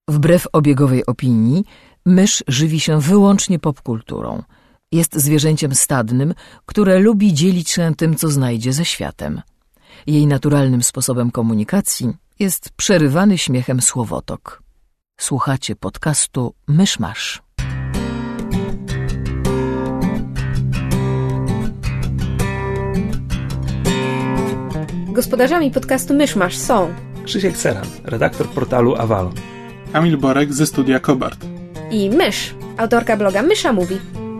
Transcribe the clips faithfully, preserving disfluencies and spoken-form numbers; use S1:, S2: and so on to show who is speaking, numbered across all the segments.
S1: Wbrew obiegowej opinii, mysz żywi się wyłącznie popkulturą. Jest zwierzęciem stadnym, które lubi dzielić się tym, co znajdzie ze światem. Jej naturalnym sposobem komunikacji jest przerywany śmiechem słowotok. Słuchacie podcastu Myszmasz.
S2: Gospodarzami podcastu Myszmasz są
S3: Krzysiek Ceran, redaktor portalu Avalon,
S4: Kamil Borek ze studia Kobart
S2: i Mysz, autorka bloga Mysza Mówi.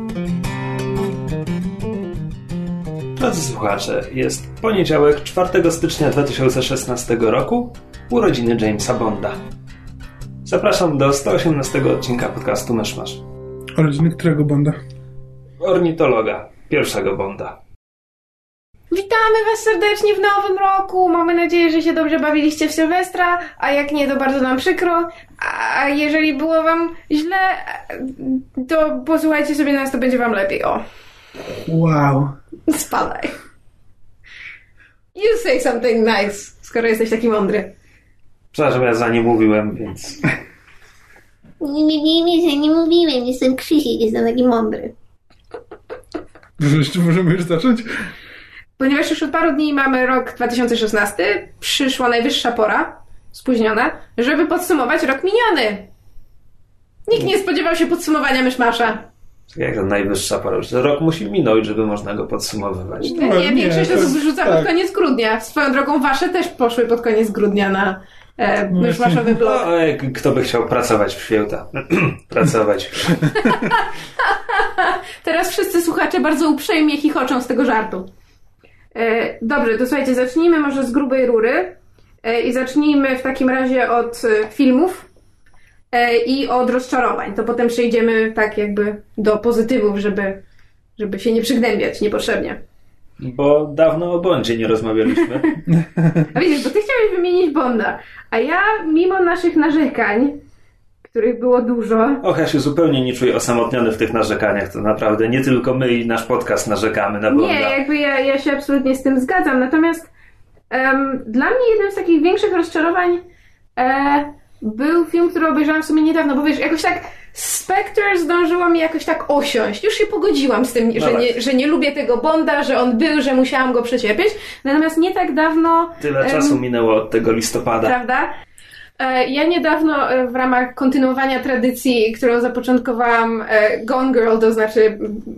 S3: Drodzy słuchacze, jest poniedziałek, czwartego stycznia dwa tysiące szesnastego roku, urodziny Jamesa Bonda. Zapraszam do sto osiemnastego odcinka podcastu Myszmasz.
S4: Urodziny którego Bonda?
S3: Ornitologa, pierwszego Bonda.
S5: Witamy Was serdecznie w nowym roku. Mamy nadzieję, że się dobrze bawiliście w Sylwestra, a jak nie, to bardzo nam przykro. A jeżeli było Wam źle, to posłuchajcie sobie nas, to będzie Wam lepiej. O.
S4: Wow.
S5: Spadaj. You say something nice, skoro jesteś taki mądry.
S3: Przepraszam, ja za nie mówiłem, więc...
S5: Nie, nie, nie, nie, nie mówiłem, jestem Krzysiek, jestem taki mądry.
S4: Wreszcie możemy już zacząć?
S5: Ponieważ już od paru dni mamy rok dwa tysiące szesnasty, przyszła najwyższa pora, spóźniona, żeby podsumować rok miniony. Nikt nie spodziewał się podsumowania Myszmasza.
S3: Jak to najwyższa pora? Że rok musi minąć, żeby można go podsumowywać.
S5: No, nie, nie, większość osób wyrzuca tak pod koniec grudnia. Swoją drogą wasze też poszły pod koniec grudnia na e, Myszmaszowy blog.
S3: No, kto by chciał pracować w święta? Pracować.
S5: Teraz wszyscy słuchacze bardzo uprzejmie chichoczą z tego żartu. E, dobrze, to słuchajcie, zacznijmy może z grubej rury e, i zacznijmy w takim razie od e, filmów e, i od rozczarowań. To potem przejdziemy tak jakby do pozytywów, żeby, żeby się nie przygnębiać niepotrzebnie.
S3: Bo dawno o Bondzie nie rozmawialiśmy.
S5: A widzisz, bo ty chciałeś wymienić Bonda, a ja mimo naszych narzekań, których było dużo...
S3: Och, ja się zupełnie nie czuję osamotniony w tych narzekaniach. To naprawdę nie tylko my i nasz podcast narzekamy na Bonda.
S5: Nie, jakby ja, ja się absolutnie z tym zgadzam. Natomiast um, dla mnie jednym z takich większych rozczarowań e, był film, który obejrzałam w sumie niedawno, bo wiesz, jakoś tak Spectre zdążyło mi jakoś tak osiąść. Już się pogodziłam z tym,
S3: no
S5: że,
S3: tak.
S5: nie, że nie lubię tego Bonda, że on był, że musiałam go przecierpieć. Natomiast nie tak dawno...
S3: Tyle
S5: um,
S3: czasu minęło od tego listopada.
S5: Prawda? Ja niedawno w ramach kontynuowania tradycji, którą zapoczątkowałam, Gone Girl, to znaczy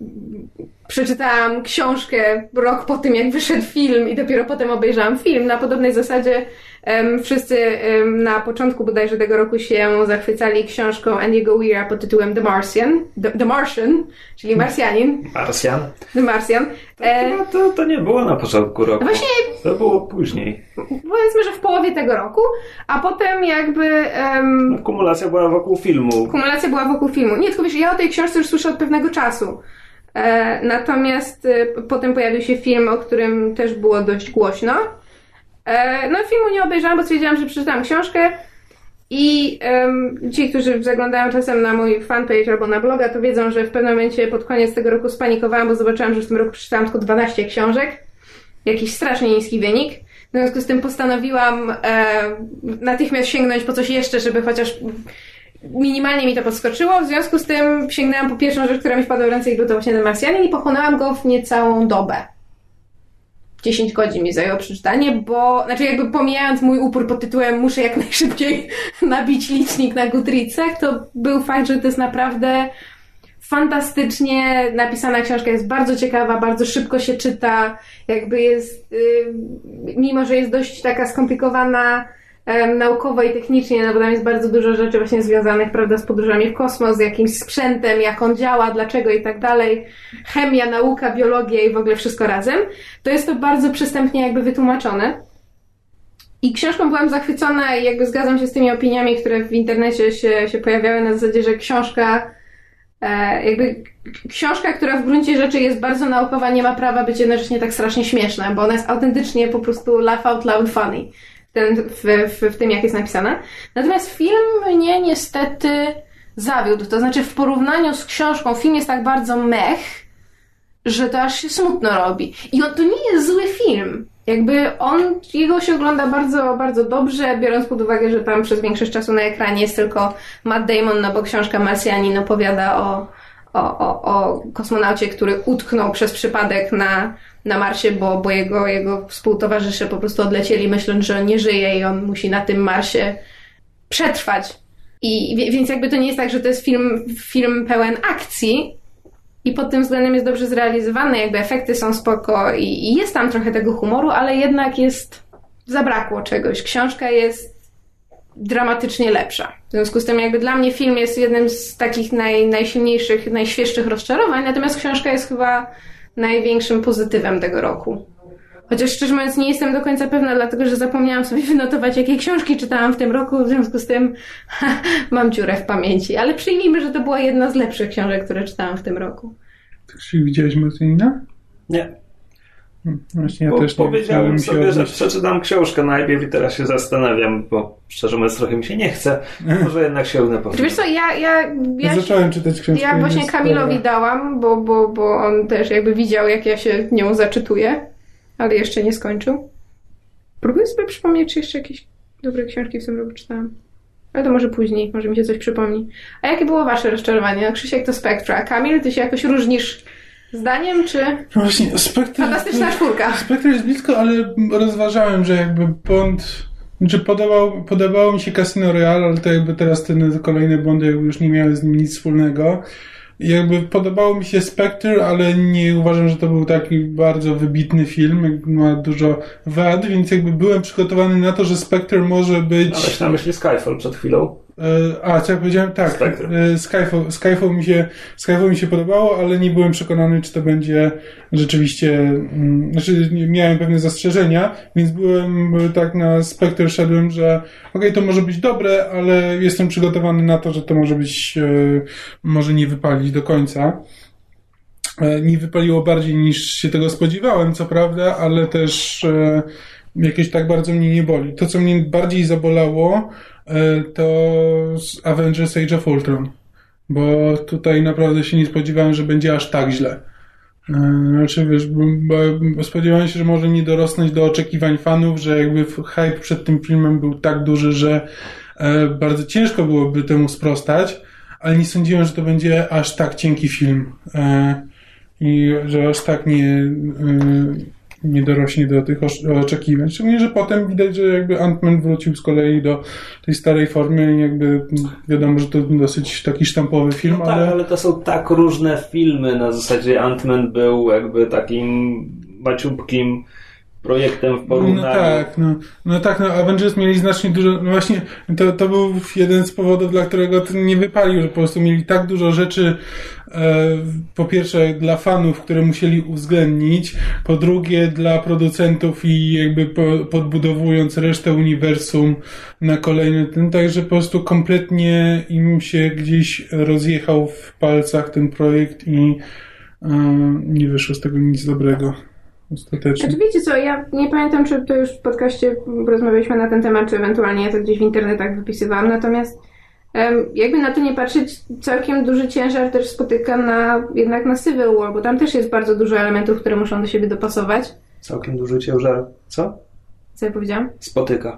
S5: przeczytałam książkę rok po tym, jak wyszedł film i dopiero potem obejrzałam film. Na podobnej zasadzie um, wszyscy um, na początku bodajże tego roku się zachwycali książką Andiego Weira pod tytułem The Martian, The, The Martian, czyli Marsjanin.
S3: Marsjan?
S5: The Martian.
S3: To, e... to, to nie było na początku roku.
S5: Właśnie...
S3: To było później.
S5: Powiedzmy, że w połowie tego roku, a potem jakby... Um...
S3: No, kumulacja była wokół filmu.
S5: Kumulacja była wokół filmu. Nie, tylko wiesz, ja o tej książce już słyszę od pewnego czasu. E, natomiast e, potem pojawił się film, o którym też było dość głośno. E, no filmu nie obejrzałam, bo stwierdziłam, że przeczytałam książkę i e, ci, którzy zaglądają czasem na mój fanpage albo na bloga, to wiedzą, że w pewnym momencie pod koniec tego roku spanikowałam, bo zobaczyłam, że w tym roku przeczytałam tylko dwanaście książek. Jakiś strasznie niski wynik. W związku z tym postanowiłam e, natychmiast sięgnąć po coś jeszcze, żeby chociaż minimalnie mi to podskoczyło. W związku z tym sięgnęłam po pierwszą rzecz, która mi wpadła w ręce i był to właśnie ten Marsjanin i pochłonęłam go w niecałą dobę. dziesięć godzin mi zajęło przeczytanie, bo, znaczy jakby pomijając mój upór pod tytułem muszę jak najszybciej nabić licznik na Goodreadsach, to był fakt, że to jest naprawdę fantastycznie napisana książka, jest bardzo ciekawa, bardzo szybko się czyta, jakby jest, yy, mimo że jest dość taka skomplikowana yy, naukowo i technicznie, no bo tam jest bardzo dużo rzeczy właśnie związanych, prawda, z podróżami w kosmos, z jakimś sprzętem, jak on działa, dlaczego i tak dalej, chemia, nauka, biologia i w ogóle wszystko razem, to jest to bardzo przystępnie jakby wytłumaczone. I książką byłam zachwycona i jakby zgadzam się z tymi opiniami, które w internecie się, się pojawiały na zasadzie, że książka jakby książka, która w gruncie rzeczy jest bardzo naukowa, nie ma prawa być jednocześnie tak strasznie śmieszna, bo ona jest autentycznie po prostu laugh out loud funny ten, w, w, w tym, jak jest napisana. Natomiast film mnie niestety zawiódł. To znaczy w porównaniu z książką film jest tak bardzo mech, że to aż się smutno robi. I on to nie jest zły film. jakby on, jego się ogląda bardzo, bardzo dobrze, biorąc pod uwagę, że tam przez większość czasu na ekranie jest tylko Matt Damon, no bo książka Marsjanin opowiada o, o, o, o kosmonaucie, który utknął przez przypadek na, na Marsie, bo, bo jego, jego współtowarzysze po prostu odlecieli, myśląc, że on nie żyje i on musi na tym Marsie przetrwać. I więc jakby to nie jest tak, że to jest film, film pełen akcji i pod tym względem jest dobrze zrealizowany, jakby efekty są spoko i, i jest tam trochę tego humoru, ale jednak jest, zabrakło czegoś. Książka jest dramatycznie lepsza. W związku z tym jakby dla mnie film jest jednym z takich naj, najsilniejszych, najświeższych rozczarowań, natomiast książka jest chyba największym pozytywem tego roku. Chociaż szczerze mówiąc nie jestem do końca pewna, dlatego że zapomniałam sobie wynotować, jakie książki czytałam w tym roku, w związku z tym ha, mam dziurę w pamięci. Ale przyjmijmy, że to była jedna z lepszych książek, które czytałam w tym roku.
S4: Czy widziałeś Martynina?
S3: Nie.
S4: Hmm, właśnie ja
S3: bo
S4: też nie
S3: powiedziałem sobie,
S4: odnieść.
S3: że przeczytam książkę najpierw i teraz się zastanawiam, bo szczerze mówiąc trochę mi się nie chce. Może jednak się uda
S5: Wiesz co, ja... ja, ja,
S4: ja zacząłem czytać książkę.
S5: Ja właśnie Kamilowi dałam, bo, bo, bo on też jakby widział, jak ja się nią zaczytuję. Ale jeszcze nie skończył. Próbuję sobie przypomnieć, czy jeszcze jakieś dobre książki w tym roku czytałam. Ale to może później, może mi się coś przypomni. A jakie było wasze rozczarowanie? No, Krzysiek to Spectra. Kamil, ty się jakoś różnisz zdaniem, czy...
S4: No właśnie, Spectra...
S5: Fantastyczna czwórka.
S4: Spectra jest blisko, ale rozważałem, że jakby Bond... Znaczy podobał, podobało mi się Casino Royale, ale to jakby teraz te kolejne Bondy jakby już nie miały z nim nic wspólnego. I jakby podobało mi się Spectre, ale nie uważam, że to był taki bardzo wybitny film, ma dużo wad, więc jakby byłem przygotowany na to, że Spectre może być...
S3: Aleś na myśli Skyfall przed chwilą.
S4: A, co ja powiedziałem? Tak.
S3: Spectre.
S4: Skyfall, Skyfall, mi się, Skyfall mi się podobało, ale nie byłem przekonany, czy to będzie rzeczywiście... Mm, znaczy, miałem pewne zastrzeżenia, więc byłem tak na Spectre szedłem, że okej, okay, to może być dobre, ale jestem przygotowany na to, że to może być... E, może nie wypalić do końca. E, nie wypaliło bardziej niż się tego spodziewałem, co prawda, ale też e, jakieś tak bardzo mnie nie boli. To, co mnie bardziej zabolało, to z Avengers Age of Ultron, bo tutaj naprawdę się nie spodziewałem, że będzie aż tak źle. Znaczy, wiesz, bo spodziewałem się, że może nie dorosnąć do oczekiwań fanów, że jakby hype przed tym filmem był tak duży, że bardzo ciężko byłoby temu sprostać, ale nie sądziłem, że to będzie aż tak cienki film i że aż tak nie nie dorośnie do tych oczekiwań. Szczególnie, że potem widać, że jakby Ant-Man wrócił z kolei do tej starej formy i jakby wiadomo, że to dosyć taki sztampowy film,
S3: no tak,
S4: ale...
S3: ale to są tak różne filmy. Na zasadzie Ant-Man był jakby takim maciupkim projektem w porównaniu.
S4: No tak, no, no tak, no Avengers mieli znacznie dużo, no właśnie to, to był jeden z powodów, dla którego to nie wypalił, że po prostu mieli tak dużo rzeczy e, po pierwsze dla fanów, które musieli uwzględnić, po drugie dla producentów i jakby po, podbudowując resztę uniwersum na kolejny ten, także po prostu kompletnie im się gdzieś rozjechał w palcach ten projekt i e, nie wyszło z tego nic dobrego. Ostatecznie.
S5: Znaczy wiecie co, ja nie pamiętam, czy to już w podcaście rozmawialiśmy na ten temat, czy ewentualnie ja to gdzieś w internetach wypisywałam, natomiast um, jakby na to nie patrzeć, całkiem duży ciężar też spotyka na, jednak na Civil War, bo tam też jest bardzo dużo elementów, które muszą do siebie dopasować.
S3: Całkiem duży ciężar. Co?
S5: Co ja powiedziałam?
S3: Spotyka.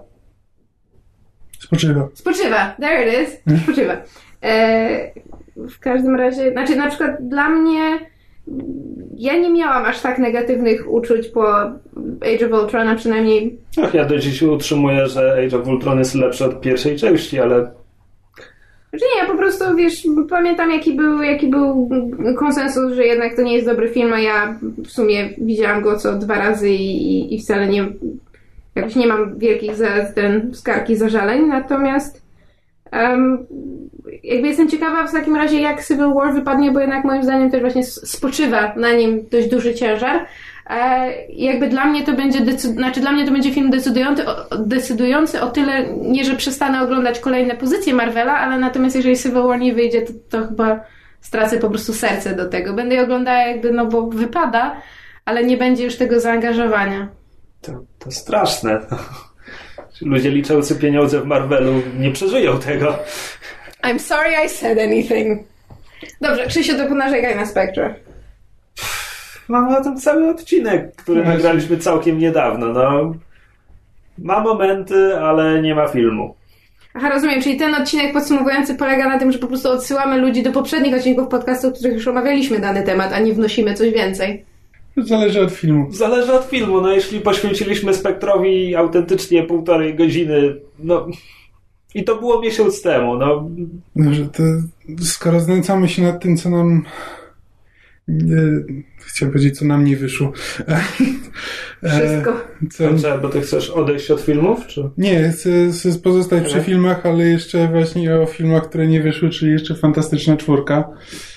S4: Spoczywa.
S5: Spoczywa, there it is. Spoczywa. E, w każdym razie, znaczy na przykład dla mnie ja nie miałam aż tak negatywnych uczuć po Age of Ultron, a przynajmniej...
S3: Ach, ja do dziś utrzymuję, że Age of Ultron jest lepszy od pierwszej części, ale...
S5: Znaczy nie, ja po prostu, wiesz, pamiętam jaki był, jaki był konsensus, że jednak to nie jest dobry film, a ja w sumie widziałam go co dwa razy i, i wcale nie... jakoś nie mam wielkich za ten skarg i zażaleń, natomiast um, jakby jestem ciekawa w takim razie, jak Civil War wypadnie, bo jednak moim zdaniem też właśnie spoczywa na nim dość duży ciężar. E, jakby dla mnie to będzie decyd- znaczy dla mnie to będzie film decydujący o, decydujący o tyle, nie że przestanę oglądać kolejne pozycje Marvela, ale natomiast jeżeli Civil War nie wyjdzie, to, to chyba stracę po prostu serce do tego. Będę je oglądała jakby, no bo wypada, ale nie będzie już tego zaangażowania.
S3: To, to straszne. Ludzie liczący pieniądze w Marvelu nie przeżyją tego.
S5: I'm sorry I said anything. Dobrze, Krzysiu, to ponarzekaj na Spectre.
S3: mamy o tym cały odcinek, który
S4: Właśnie.
S3: nagraliśmy całkiem niedawno. No, ma momenty, ale nie ma filmu.
S5: Aha, rozumiem, czyli ten odcinek podsumowujący polega na tym, że po prostu odsyłamy ludzi do poprzednich odcinków podcastu, w których już omawialiśmy dany temat, a nie wnosimy coś więcej.
S4: Zależy od filmu.
S3: Zależy od filmu. No, jeśli poświęciliśmy Spektrowi autentycznie półtorej godziny, no i to było miesiąc temu, no.
S4: Dobrze, to skoro znęcamy się nad tym, co nam... E, chciałem powiedzieć, co nam nie wyszło.
S5: Wszystko.
S4: E, co...
S3: Dobrze, bo ty chcesz odejść od filmów, czy?
S4: Nie, chcę, chcę pozostać przy filmach, ale jeszcze właśnie o filmach, które nie wyszły, czyli jeszcze Fantastyczna Czwórka.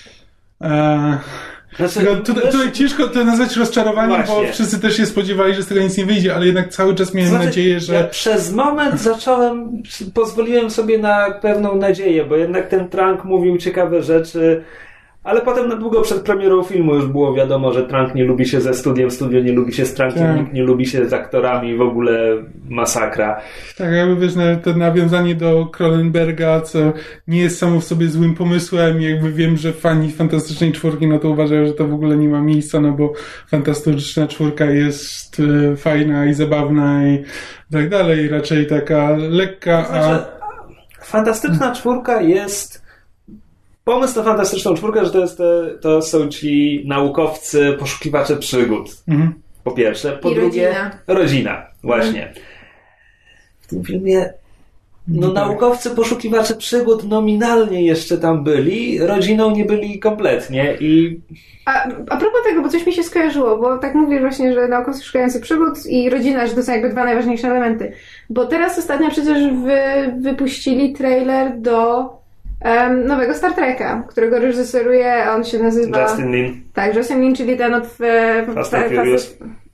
S4: E,
S3: Znaczy,
S4: Tylko tutaj,
S3: wiesz,
S4: tutaj ciężko to nazwać rozczarowaniem,
S3: Właśnie.
S4: bo wszyscy też się spodziewali, że z tego nic nie wyjdzie, ale jednak cały czas miałem
S3: znaczy,
S4: nadzieję, że...
S3: Ja przez moment zacząłem, pozwoliłem sobie na pewną nadzieję, bo jednak ten Trank mówił ciekawe rzeczy, ale potem na długo przed premierą filmu już było wiadomo, że Trank nie lubi się ze studiem, studio nie lubi się z Trankiem,
S4: Tak.
S3: nikt nie lubi się z aktorami, w ogóle masakra.
S4: Tak, jakby wiesz, nawet to nawiązanie do Cronenberga, co nie jest samo w sobie złym pomysłem, jakby wiem, że fani Fantastycznej Czwórki, no to uważają, że to w ogóle nie ma miejsca, no bo Fantastyczna Czwórka jest y, fajna i zabawna i tak dalej, raczej taka lekka,
S3: Znaczy,
S4: a...
S3: Fantastyczna Czwórka jest... Pomysł na Fantastyczną Czwórkę, że to, jest te, to są ci naukowcy, poszukiwacze przygód.
S4: Mhm.
S3: Po pierwsze. Po
S5: I
S3: drugie,
S5: rodzina.
S3: rodzina. Właśnie. W tym filmie no,
S4: No tak.
S3: naukowcy, poszukiwacze przygód nominalnie jeszcze tam byli, rodziną nie byli kompletnie i...
S5: A, a propos tego, bo coś mi się skojarzyło, bo tak mówisz właśnie, że naukowcy szukający przygód i rodzina, że to są jakby dwa najważniejsze elementy. Bo teraz ostatnio przecież wy, wypuścili trailer do um, nowego Star Treka, którego reżyseruje, on się nazywa...
S3: Justin Lin.
S5: Tak, Justin Lin, czyli ten od... W,
S3: Fast and Furious.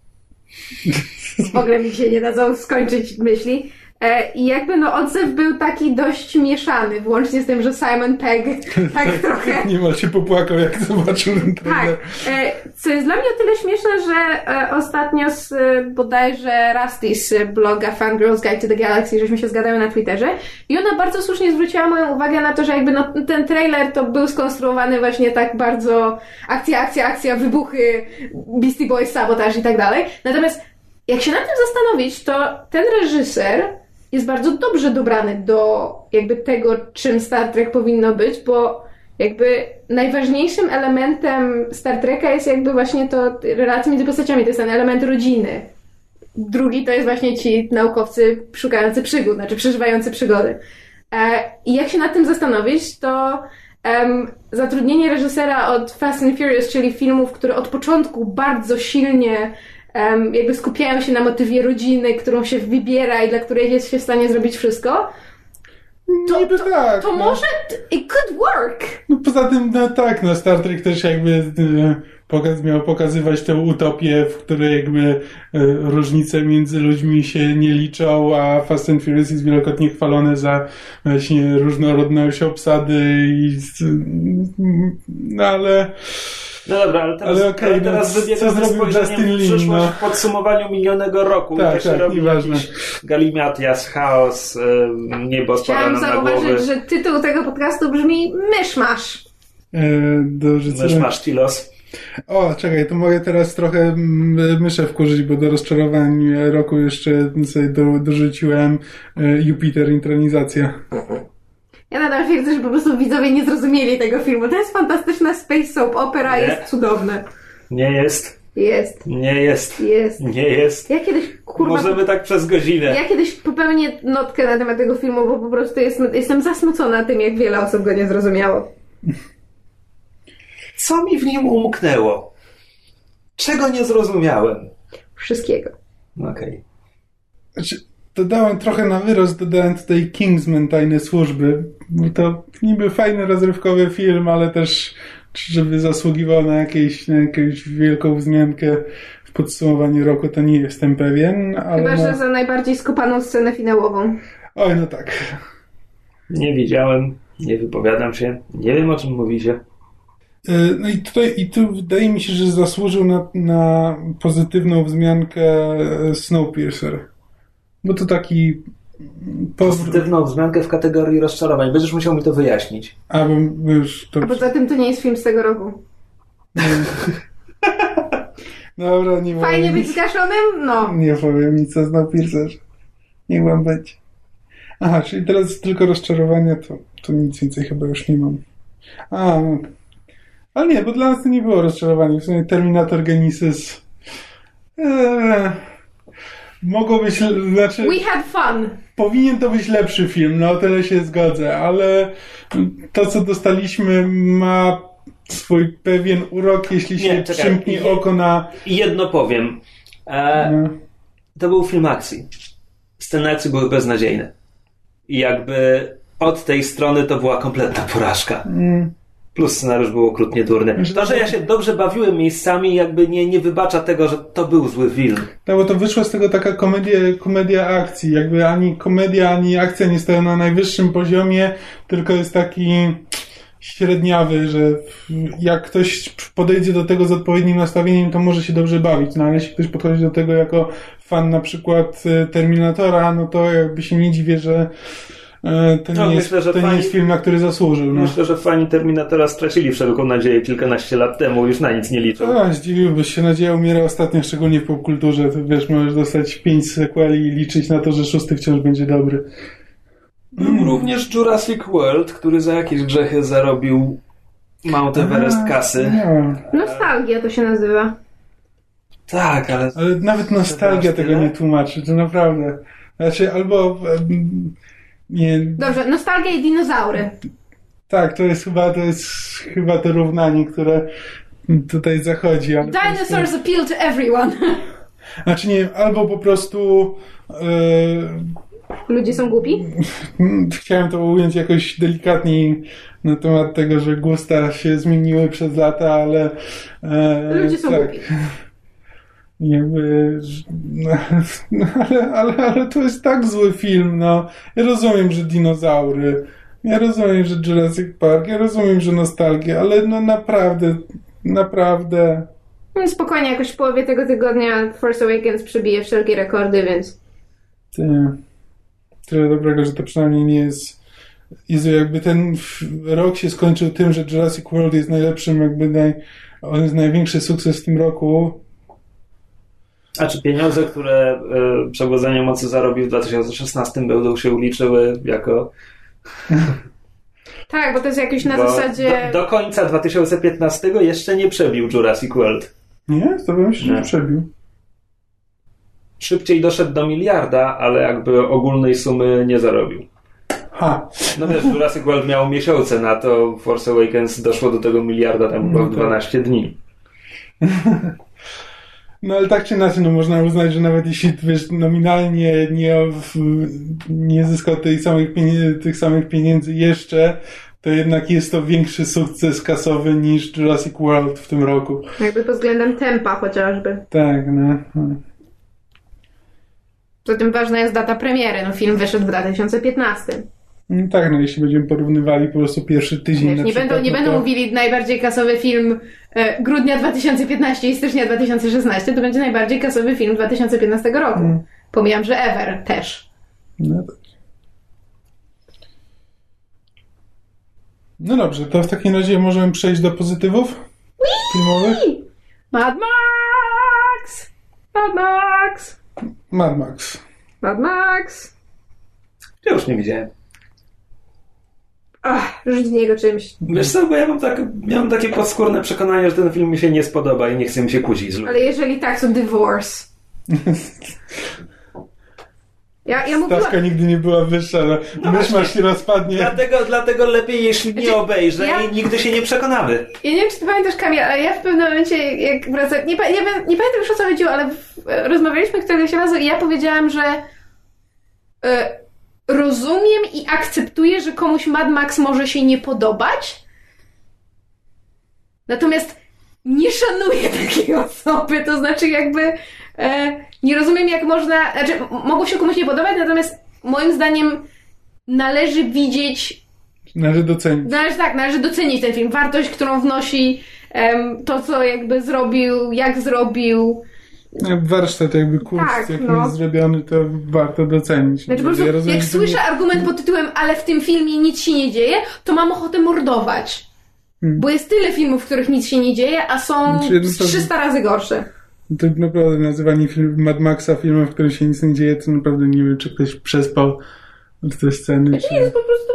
S5: W ogóle mi się nie dadzą skończyć myśli. E, I jakby no odzew był taki dość mieszany, włącznie z tym, że Simon Pegg tak trochę...
S4: Niemal się popłakał, jak zobaczył ten
S5: Tak,
S4: trailer.
S5: e, co jest dla mnie o tyle śmieszne, że e, ostatnio z e, bodajże Rusty z bloga Fangirls Guide to the Galaxy, żeśmy się zgadały na Twitterze i ona bardzo słusznie zwróciła moją uwagę na to, że jakby no, ten trailer to był skonstruowany właśnie tak bardzo akcja, akcja, akcja, wybuchy, Beastie Boys, sabotaż i tak dalej. Natomiast jak się nad tym zastanowić, to ten reżyser jest bardzo dobrze dobrany do jakby tego, czym Star Trek powinno być, bo jakby najważniejszym elementem Star Treka jest jakby właśnie to relacja między postaciami, to jest ten element rodziny. Drugi to jest właśnie ci naukowcy szukający przygód, znaczy przeżywający przygody. I jak się nad tym zastanowić, to um, zatrudnienie reżysera od Fast and Furious, czyli filmów, które od początku bardzo silnie um, jakby skupiają się na motywie rodziny, którą się wybiera i dla której jest się w stanie zrobić wszystko, to,
S4: Niby
S5: to,
S4: tak.
S5: to
S4: no.
S5: może it could work.
S4: No poza tym, no tak, no Star Trek też jakby e, pokaz, miał pokazywać tę utopię, w której jakby e, różnice między ludźmi się nie liczą, a Fast and Furious jest wielokrotnie chwalone za właśnie różnorodność obsady i no ale
S3: No dobra, ale teraz,
S4: Ale okej,
S3: ale teraz
S4: no,
S3: wybiegamy
S4: co zrobił
S3: spojrzeniem
S4: Justin
S3: w
S4: Lin,
S3: przyszłość
S4: no.
S3: w podsumowaniu minionego roku.
S4: Tak,
S3: to się
S4: tak,
S3: robi
S4: nieważne.
S3: jakiś galimatias, chaos, y, niebo spada
S5: Chciałam
S3: nam na głowy.
S5: zauważyć, że tytuł tego podcastu brzmi Myszmasz.
S4: e, do
S3: Mysz masz ci los.
S4: O, czekaj, to mogę teraz trochę mm, myszę wkurzyć, bo do rozczarowań roku jeszcze sobie do, dorzuciłem e, Jupiter Intronizacja.
S5: Ja nadal twierdzę, że po prostu widzowie nie zrozumieli tego filmu. To jest fantastyczna space soap opera,
S3: Nie.
S5: jest cudowne.
S3: Nie jest.
S5: Jest.
S3: Nie jest.
S5: Jest.
S3: Nie jest.
S5: Ja kiedyś, kurwa...
S3: Możemy tak przez godzinę.
S5: Ja kiedyś popełnię notkę na temat tego filmu, bo po prostu jest, jestem zasmucona tym, jak wiele osób go nie zrozumiało.
S3: Co mi w nim umknęło? Czego nie zrozumiałem?
S5: Wszystkiego.
S3: Okej. Okay.
S4: Znaczy, dodałem trochę na wyrost, dodałem tutaj Kingsman, Tajne Służby. Bo to niby fajny, rozrywkowy film, ale też żeby zasługiwał na, jakieś, na jakąś wielką wzmiankę w podsumowaniu roku, to nie jestem pewien. Ale
S5: Chyba,
S4: no...
S5: że za najbardziej skopaną scenę finałową.
S4: Oj, no tak.
S3: Nie widziałem, nie wypowiadam się, nie wiem o czym mówicie.
S4: No i tutaj i tu wydaje mi się, że zasłużył na, na pozytywną wzmiankę Snowpiercer. Bo to taki powrót.
S3: Pozytywną wzmiankę w kategorii rozczarowań. Będziesz musiał mi to wyjaśnić.
S4: A bo już to...
S5: A poza tym to nie jest film z tego roku.
S4: Dobra, nie
S5: Fajnie
S4: powiem
S5: być
S4: nic.
S5: zgaszonym? No.
S4: Nie powiem nic o Snowpiercer. Niech wam będzie. Aha, czyli teraz tylko rozczarowania, to, to nic więcej chyba już nie mam. A, no. Ale nie, bo dla nas to nie było rozczarowanie. W sumie Terminator Genesis eee, mogło być, znaczy...
S5: We had fun.
S4: Powinien to być lepszy film, no o tyle się zgodzę, ale to, co dostaliśmy, ma swój pewien urok, jeśli się
S3: Nie, czekaj.
S4: przymknie
S3: Je-
S4: oko na...
S3: Jedno powiem. E,
S4: No.
S3: to był film akcji. Sceny akcji były beznadziejne. I jakby od tej strony to była kompletna porażka.
S4: Mm.
S3: Plus scenariusz był okrutnie durny. To, że ja się dobrze bawiłem miejscami, jakby nie, nie wybacza tego, że to był zły film.
S4: No bo to wyszła z tego taka komedia, komedia akcji. Jakby ani komedia, ani akcja nie stoją na najwyższym poziomie, tylko jest taki średniawy, że jak ktoś podejdzie do tego z odpowiednim nastawieniem, to może się dobrze bawić. No ale jeśli ktoś podchodzi do tego jako fan na przykład Terminatora, no to jakby się nie dziwię, że to nie,
S3: No,
S4: jest,
S3: myślę, że
S4: to
S3: fani-
S4: nie jest film, na który zasłużył. No.
S3: Myślę, że fani Terminatora stracili wszelką nadzieję kilkanaście lat temu, już na nic nie liczą.
S4: A, zdziwiłbyś się, nadzieja umiera ostatnio, szczególnie w popkulturze. To wiesz, możesz dostać pięć sequeli i liczyć na to, że szósty wciąż będzie dobry.
S3: Był również Jurassic World, który za jakieś grzechy zarobił Mount Everest kasy.
S4: Nie,
S5: Nostalgia to się nazywa.
S3: Tak, ale...
S4: ale nawet nostalgia
S3: Tyle?
S4: tego nie tłumaczy, to naprawdę. Znaczy, albo... em, Nie,
S5: Dobrze, nostalgia i dinozaury.
S4: tak, to jest chyba to jest chyba to równanie, które tutaj zachodzi. Ale po
S5: Dinosaurs
S4: prostu,
S5: appeal to everyone.
S4: znaczy nie, albo po prostu
S5: Ludzie są głupi?
S4: e, chciałem to ująć jakoś delikatniej na temat tego, że gusta się zmieniły przez lata, ale e,
S5: Ludzie są
S4: tak.
S5: głupi.
S4: Jakby, no, no, ale, ale, ale to jest tak zły film, no. Ja rozumiem, że dinozaury, ja rozumiem, że Jurassic Park, ja rozumiem, że nostalgia, ale no naprawdę, naprawdę...
S5: No spokojnie, jakoś w połowie tego tygodnia Force Awakens przebije wszelkie rekordy, więc...
S4: Ty, tyle dobrego, że to przynajmniej nie jest... Jezu, jakby ten f- rok się skończył tym, że Jurassic World jest najlepszym, jakby naj... on jest największy sukces w tym roku.
S3: A czy pieniądze, które y, Przebudzenie Mocy zarobił w dwa tysiące szesnastym będą się uliczyły jako...
S5: Tak, bo to jest jakieś na
S3: Bo
S5: zasadzie...
S3: Do, do końca dwa tysiące piętnastego jeszcze nie przebił Jurassic World.
S4: Nie? To bym się nie
S3: Nie.
S4: przebił.
S3: Szybciej doszedł do miliarda, ale jakby ogólnej sumy nie zarobił.
S4: Ha!
S3: No wiesz, Jurassic World miał miesiące na to, Force Awakens doszło do tego miliarda tam chyba w dwanaście dni.
S4: No ale tak czy inaczej, no można uznać, że nawet jeśli wiesz, nominalnie nie, nie zyskał tych samych, pieniędzy, tych samych pieniędzy jeszcze, to jednak jest to większy sukces kasowy niż Jurassic World w tym roku.
S5: Jakby pod względem tempa chociażby.
S4: Tak, no. no.
S5: Poza tym ważna jest data premiery. No film wyszedł w dwa tysiące piętnastym.
S4: No tak, no jeśli będziemy porównywali po prostu pierwszy tydzień
S5: Wiesz,
S4: na
S5: nie
S4: przykład,
S5: będą, nie
S4: no
S5: będą
S4: to...
S5: mówili najbardziej kasowy film e, grudnia dwa tysiące piętnastego i stycznia dwa tysiące szesnastego, to będzie najbardziej kasowy film dwa tysiące piętnastego roku.
S4: Mm.
S5: Pomijam, że ever też.
S4: No, tak. No dobrze, to w takim razie możemy przejść do pozytywów filmowych.
S5: Mad Max! Mad Max!
S4: Mad Max.
S5: Mad Max!
S3: Ja już nie widziałem.
S5: Ach, rzuć z niego czymś.
S3: Wiesz co, bo ja mam, tak, miałem takie podskórne przekonanie, że ten film mi się nie spodoba i nie chcę mi się kłócić z ludźmi.
S5: Ale jeżeli tak, to Divorce. Ja, ja mówiłam...
S4: Stawka nigdy nie była wyższa, ale
S3: No
S4: mysz
S3: właśnie.
S4: masz się rozpadnie.
S3: Dlatego, dlatego lepiej, jeśli nie
S5: Znaczy,
S3: obejrzę
S5: ja-
S3: i nigdy się nie przekonamy.
S5: Ja nie wiem, czy ty pamiętasz, Kamil, ale ja w pewnym momencie, jak wracam... Nie, pa- nie, wiem- nie pamiętam już, o co chodziło, ale w, rozmawialiśmy któregoś razu i ja powiedziałam, że e, rozumiem i akceptuję, że komuś Mad Max może się nie podobać, natomiast nie szanuję takiej osoby, to znaczy jakby e, nie rozumiem, jak można... Znaczy, m- mogło się komuś nie podobać, natomiast moim zdaniem należy widzieć...
S4: Należy docenić.
S5: Należy, tak, należy docenić ten film. Wartość, którą wnosi, em, to, co jakby zrobił, jak zrobił.
S4: Warsztat, jakby kurs,
S5: Tak,
S4: jaki
S5: no.
S4: jest zrobiony, to warto docenić.
S5: Znaczy po prostu,
S4: Ja rozumiem,
S5: jak
S4: że to
S5: słyszę argument pod tytułem ale w tym filmie nic się nie dzieje, to mam ochotę mordować.
S4: Hmm.
S5: Bo jest tyle filmów, w których nic się nie dzieje, a są
S4: Znaczy, to-
S5: trzysta razy gorsze.
S4: To naprawdę nazywanie film, Mad Maxa filmem, w którym się nic nie dzieje, to naprawdę nie wiem, czy ktoś przespał od tej sceny. Czy...
S5: Nie, jest po prostu...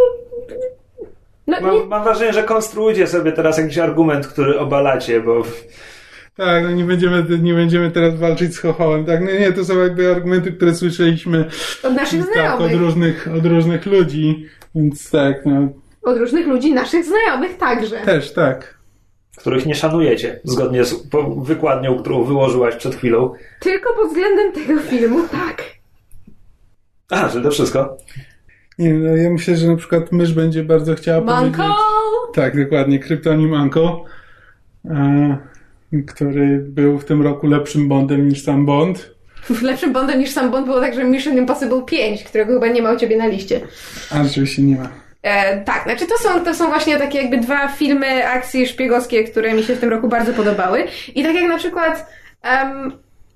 S5: No,
S3: mam,
S5: nie...
S3: mam wrażenie, że konstruujecie sobie teraz jakiś argument, który obalacie, bo...
S4: Tak, no nie będziemy, nie będziemy teraz walczyć z chochołem, tak? No nie, to są jakby argumenty, które słyszeliśmy
S5: od naszych
S4: tak,
S5: znajomych.
S4: od różnych, od różnych ludzi, więc tak, no.
S5: Od różnych ludzi, naszych znajomych także.
S4: Też, tak.
S3: Których nie szanujecie, zgodnie z wykładnią, którą wyłożyłaś przed chwilą.
S5: Tylko pod względem tego filmu, tak.
S3: Aha, że to wszystko?
S4: Nie, no ja myślę, że na przykład mysz będzie bardzo chciała
S5: Manko!
S4: powiedzieć... Tak, dokładnie, kryptonim Anko, e, który był w tym roku lepszym Bondem niż sam Bond.
S5: Lepszym Bondem niż sam Bond było także Mission Impossible pięć, którego chyba nie ma u ciebie na liście.
S4: A rzeczywiście nie ma.
S5: E, tak, znaczy to są, to są właśnie takie jakby dwa filmy akcji szpiegowskie, które mi się w tym roku bardzo podobały. I tak jak na przykład um,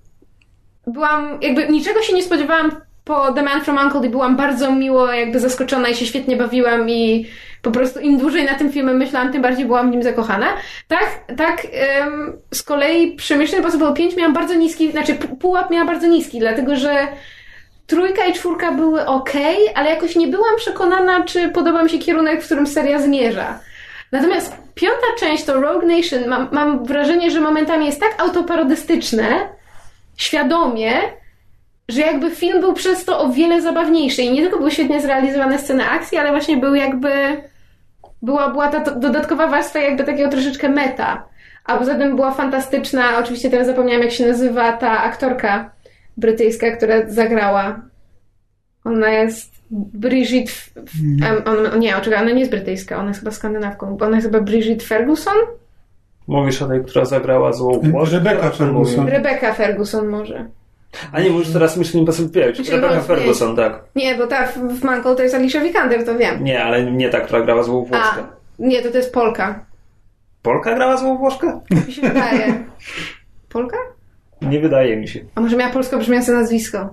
S5: byłam, jakby niczego się nie spodziewałam po The Man from U N C L E i byłam bardzo miło jakby zaskoczona i się świetnie bawiłam i po prostu im dłużej na tym filmie myślałam, tym bardziej byłam w nim zakochana. Tak, tak um, z kolei przy Mission Impossible pięć miałam bardzo niski, znaczy pułap miała bardzo niski, dlatego że trójka i czwórka były okej, ale jakoś nie byłam przekonana, czy podoba mi się kierunek, w którym seria zmierza. Natomiast piąta część, to Rogue Nation, mam, mam wrażenie, że momentami jest tak autoparodystyczne, świadomie, że jakby film był przez to o wiele zabawniejszy i nie tylko były świetnie zrealizowane sceny akcji, ale właśnie był jakby była, była ta dodatkowa warstwa jakby takiego troszeczkę meta. A poza tym była fantastyczna, oczywiście teraz zapomniałam, jak się nazywa ta aktorka brytyjska, która zagrała. Ona jest Bridget... Um, on, nie, oczywiście, ona nie jest brytyjska, ona jest chyba skandynawką. Ona jest chyba Bridget Ferguson?
S3: Mówisz o tej, która zagrała złą Włoszkę?
S4: Rebecca Ferguson.
S5: Rebecca Ferguson może.
S3: A nie, mówisz teraz Mission Impossible pięć.
S5: Znaczy,
S3: Rebecca
S5: no,
S3: Ferguson,
S5: nie.
S3: tak.
S5: Nie, bo ta w, w Manko to jest Alicia Vikander, to wiem.
S3: Nie, ale nie ta, która grała złą Włoszkę.
S5: A, nie, to to jest Polka.
S3: Polka grała złą Włoszkę?
S5: Mi się wydaje. Polka?
S3: Nie wydaje mi się.
S5: A może miała polsko brzmiące nazwisko?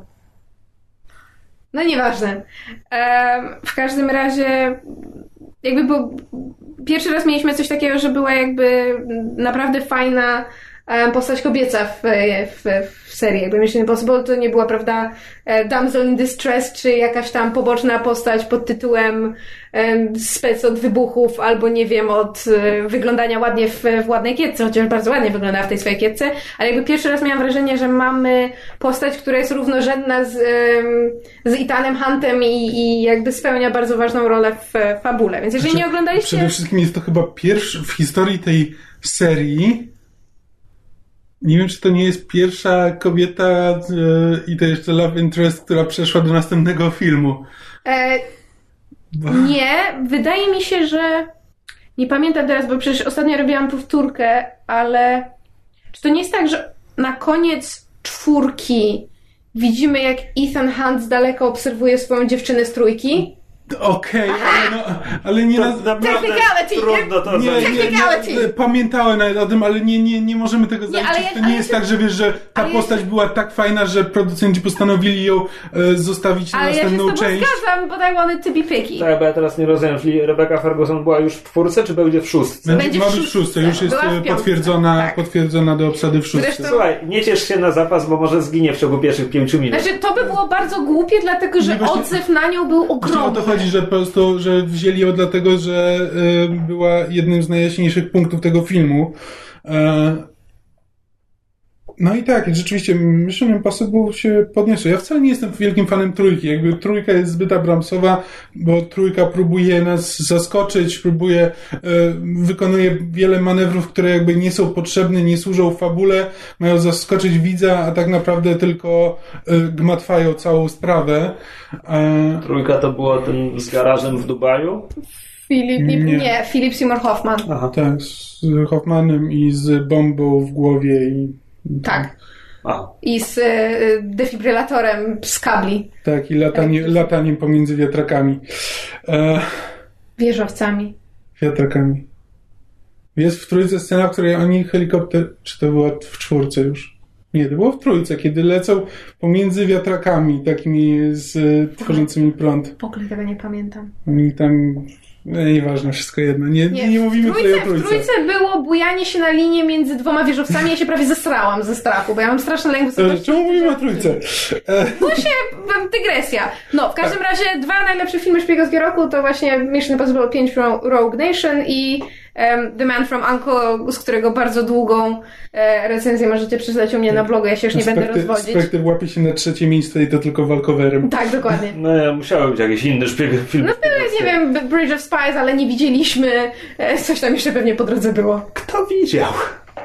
S5: No nieważne. Ehm, w każdym razie jakby był... Pierwszy raz mieliśmy coś takiego, że była jakby naprawdę fajna postać kobieca w, w, w serii. Jakby Mission Impossible to nie była, prawda, damsel in distress, czy jakaś tam poboczna postać pod tytułem um, spec od wybuchów, albo nie wiem, od um, wyglądania ładnie w, w ładnej kietce, chociaż bardzo ładnie wyglądała w tej swojej kietce, ale jakby pierwszy raz miałam wrażenie, że mamy postać, która jest równorzędna z, um, z Ethanem Huntem i, i jakby spełnia bardzo ważną rolę w fabule. Więc jeżeli
S4: Znaczy,
S5: nie oglądaliście...
S4: Przede wszystkim jest to chyba pierwszy w historii tej serii. Nie wiem, czy to nie jest pierwsza kobieta e, i to jeszcze love interest, która przeszła do następnego filmu.
S5: E,
S4: Bo...
S5: Nie, wydaje mi się, że nie pamiętam teraz, bo przecież ostatnio robiłam powtórkę, ale czy to nie jest tak, że na koniec czwórki widzimy, jak Ethan Hunt z daleka obserwuje swoją dziewczynę z trójki?
S4: Okej, okay, ale, no, ale nie...
S3: To
S4: na...
S5: Technicality!
S3: Trudno to
S4: Nie,
S3: zrobić.
S4: nie, nie, nie, pamiętałem nawet o tym, ale nie, nie, nie możemy tego zaliczyć.
S5: ale ja-
S4: to nie
S5: ale
S4: jest
S5: ja-
S4: tak, że wiesz, że ta
S5: ale
S4: postać
S5: ja-
S4: była tak fajna, że producenci postanowili ją e, zostawić na
S5: Ale ja się z
S4: następną
S5: tobą
S4: część.
S5: zgadzam, bo I wanted to be picky.
S3: Tak, bo ja teraz nie rozumiem, czyli Rebecca Ferguson była już w czwórce, czy będzie w szóstce?
S4: Będzie,
S5: Będzie
S4: ma
S5: w
S4: być w
S5: szóstce.
S4: szóstce, już jest
S5: Była w
S4: e,
S5: piątce.
S4: potwierdzona,
S5: Tak.
S4: potwierdzona do obsady w szóstce.
S5: Zresztą-
S3: Słuchaj, nie ciesz się na zapas, bo może zginie w ciągu pierwszych pięciu minut.
S5: Znaczy, to by było bardzo głupie, dlatego że
S4: Nie, właśnie-
S5: odzew na nią był
S4: Właśnie o
S5: ogromny.
S4: to chodzi, że po prostu, że wzięli ją dlatego, że y, była jednym z najjaśniejszych punktów tego filmu. E, no i tak, rzeczywiście Mission Impossible się podniosło. Ja wcale nie jestem wielkim fanem trójki. Jakby trójka jest zbyt abramsowa, bo trójka próbuje nas zaskoczyć, próbuje, y, wykonuje wiele manewrów, które jakby nie są potrzebne, nie służą fabule, mają zaskoczyć widza, a tak naprawdę tylko y, gmatwają całą sprawę. E,
S3: Trójka to było ten z garażem w Dubaju?
S5: Filip, nie,
S4: Nie.
S5: nie, Philip Seymour Hoffman.
S3: Aha.
S4: Tak, z Hoffmanem i z bombą w głowie i...
S5: Tak.
S3: A.
S5: I z y, defibrylatorem z kabli.
S4: Tak, i latanie, lataniem pomiędzy wiatrakami. E,
S5: Wieżowcami.
S4: wiatrakami. Jest w trójce scena, w której oni helikopter... Czy to było w czwórce już? Nie, to było w trójce, kiedy lecą pomiędzy wiatrakami takimi z tworzącymi prąd.
S5: W ogóle tego nie pamiętam.
S4: Oni tam No, nieważne, wszystko jedno. Nie, nie, nie mówimy
S5: w trójce,
S4: tutaj o trójce.
S5: W trójce było bujanie się na linie między dwoma wieżowcami, ja się prawie zesrałam ze strachu, bo ja mam straszny lęk wysokości.
S4: Czemu mówimy o trójce?
S5: Właśnie, dygresja. No, w każdym razie dwa najlepsze filmy szpiegowskie roku to właśnie Mission Impossible pięć Rogue Nation i um, The Man from Uncle, z którego bardzo długą e, recenzję możecie przeczytać u mnie na blogu, ja się już nie będę rozwodzić.
S4: Spectre łapie się na trzecie miejsce i to tylko walkowerem.
S5: Tak, dokładnie.
S3: No, musiało być jakiś inny szpieg film.
S5: No były, nie wiem, Bridge of Spies, ale nie widzieliśmy. E, coś tam jeszcze pewnie po drodze było.
S3: Kto widział?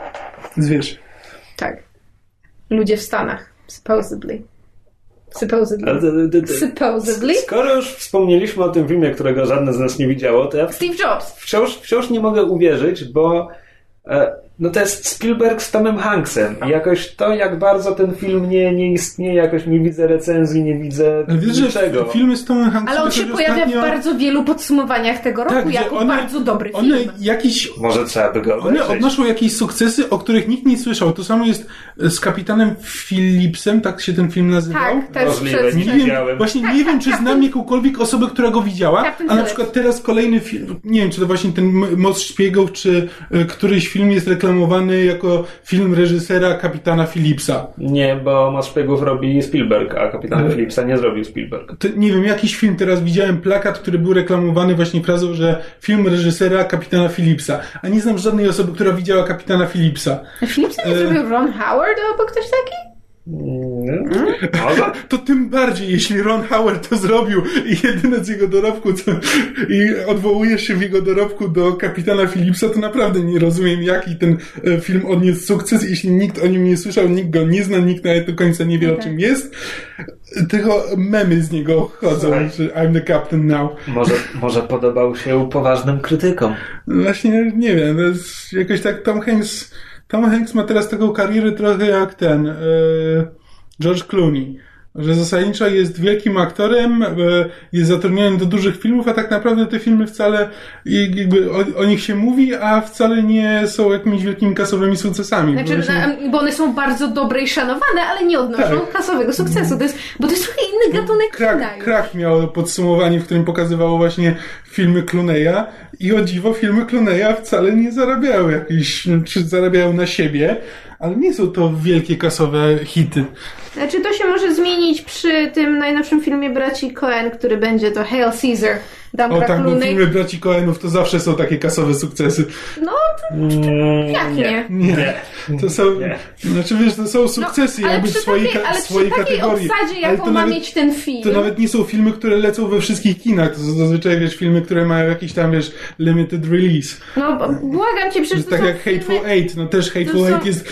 S4: Zwierz.
S5: Tak. Ludzie w Stanach. Supposedly. Supposedly.
S3: Ale, d, d, d,
S5: Supposedly.
S3: Skoro już wspomnieliśmy o tym filmie, którego żadne z nas nie widziało, to ja
S5: Steve Jobs.
S3: wciąż, wciąż nie mogę uwierzyć, bo e, no to jest Spielberg z Tomem Hanksem. I jakoś to, jak bardzo ten film nie, nie istnieje, jakoś nie widzę recenzji, nie widzę
S4: Wiesz,
S3: niczego.
S4: Że filmy z Tomem Hanksem...
S5: Ale on się pojawia
S4: ostatnio...
S5: w bardzo wielu podsumowaniach tego roku
S4: tak,
S5: jako
S4: one,
S5: bardzo dobry film.
S4: One jakiś...
S3: Może trzeba by go obejrzeć.
S4: One odnoszą jakieś sukcesy, o których nikt nie słyszał. To samo jest z Kapitanem Phillipsem, tak się ten film nazywał?
S5: Tak, też
S3: Możliwe,
S5: przez...
S3: nie
S4: Nie wiem,
S3: widziałem.
S4: właśnie
S5: Tak,
S4: nie wiem,
S5: tak,
S4: czy
S5: Captain-
S4: znam jakąkolwiek osobę, która go widziała,
S5: Captain
S4: a na
S5: Phillips.
S4: przykład teraz kolejny film, nie wiem, czy to właśnie ten M- Most Szpiegów, czy y, któryś film jest reklamowany jako film reżysera Kapitana Phillipsa.
S3: Nie, bo Most Szpiegów robi Spielberg, a Kapitana
S4: Ale-
S3: Phillipsa nie zrobił Spielberg.
S4: To, nie wiem, jakiś film, teraz widziałem plakat, który był reklamowany właśnie frazą, że film reżysera Kapitana Phillipsa, a nie znam żadnej osoby, która widziała Kapitana Phillipsa.
S5: Phillipsa nie
S4: E-
S5: zrobił Ron Howard albo ktoś taki?
S3: Nie? Może?
S4: To tym bardziej, jeśli Ron Howard to zrobił i jedyne z jego dorobku to, i odwołujesz się w jego dorobku do Kapitana Phillipsa, to naprawdę nie rozumiem, jaki ten e, film odniósł sukces, jeśli nikt o nim nie słyszał, nikt go nie zna, nikt nawet do końca nie wie, o czym jest. Tylko memy z niego chodzą,
S3: Słuchaj.
S4: że I'm the captain now.
S3: Może, może podobał się poważnym krytykom.
S4: No właśnie, nie wiem, to jest jakoś tak Tom Hanks, Tom Hanks ma teraz taką karierę trochę jak ten, e, George Clooney. Że zasadniczo jest wielkim aktorem, e, jest zatrudniony do dużych filmów, a tak naprawdę te filmy wcale i jakby o, o nich się mówi, a wcale nie są jakimiś wielkimi kasowymi sukcesami.
S5: Znaczy,
S4: bo, właśnie,
S5: na, bo one są bardzo dobre i szanowane, ale nie odnoszą
S4: Tak.
S5: kasowego sukcesu. To jest, bo to jest trochę inny gatunek kina
S4: Krak,
S5: już.
S4: Krak miał podsumowanie, w którym pokazywało właśnie filmy Clooney'a i o dziwo filmy Clooney'a wcale nie zarabiały jakieś, czy zarabiają na siebie, ale nie są to wielkie kasowe hity.
S5: Znaczy, to się może zmienić przy tym najnowszym filmie braci Coen, który będzie to Hail Caesar.
S4: O
S5: Dumbra
S4: tak, bo
S5: Clooney.
S4: filmy braci Coenów to zawsze są takie kasowe sukcesy.
S5: No, to
S3: Mm,
S5: jak nie?
S4: Nie. To są,
S3: Nie.
S4: znaczy wiesz, to są sukcesy
S5: no, ale
S4: jakby w
S5: przy
S4: swojej,
S5: takiej,
S4: ka-
S5: ale
S4: swojej
S5: przy takiej
S4: kategorii.
S5: obsadzie,
S4: Ale
S5: jaką
S4: to
S5: ma
S4: nawet,
S5: mieć ten film.
S4: to nawet nie są filmy, które lecą we wszystkich kinach. To są zazwyczaj, wiesz, filmy, które mają jakiś tam, wiesz, limited release.
S5: No, błagam cię, przecież to
S4: Tak
S5: są
S4: jak Hateful
S5: filmy...
S4: Eight, no też Hateful
S5: to są-
S4: Eight jest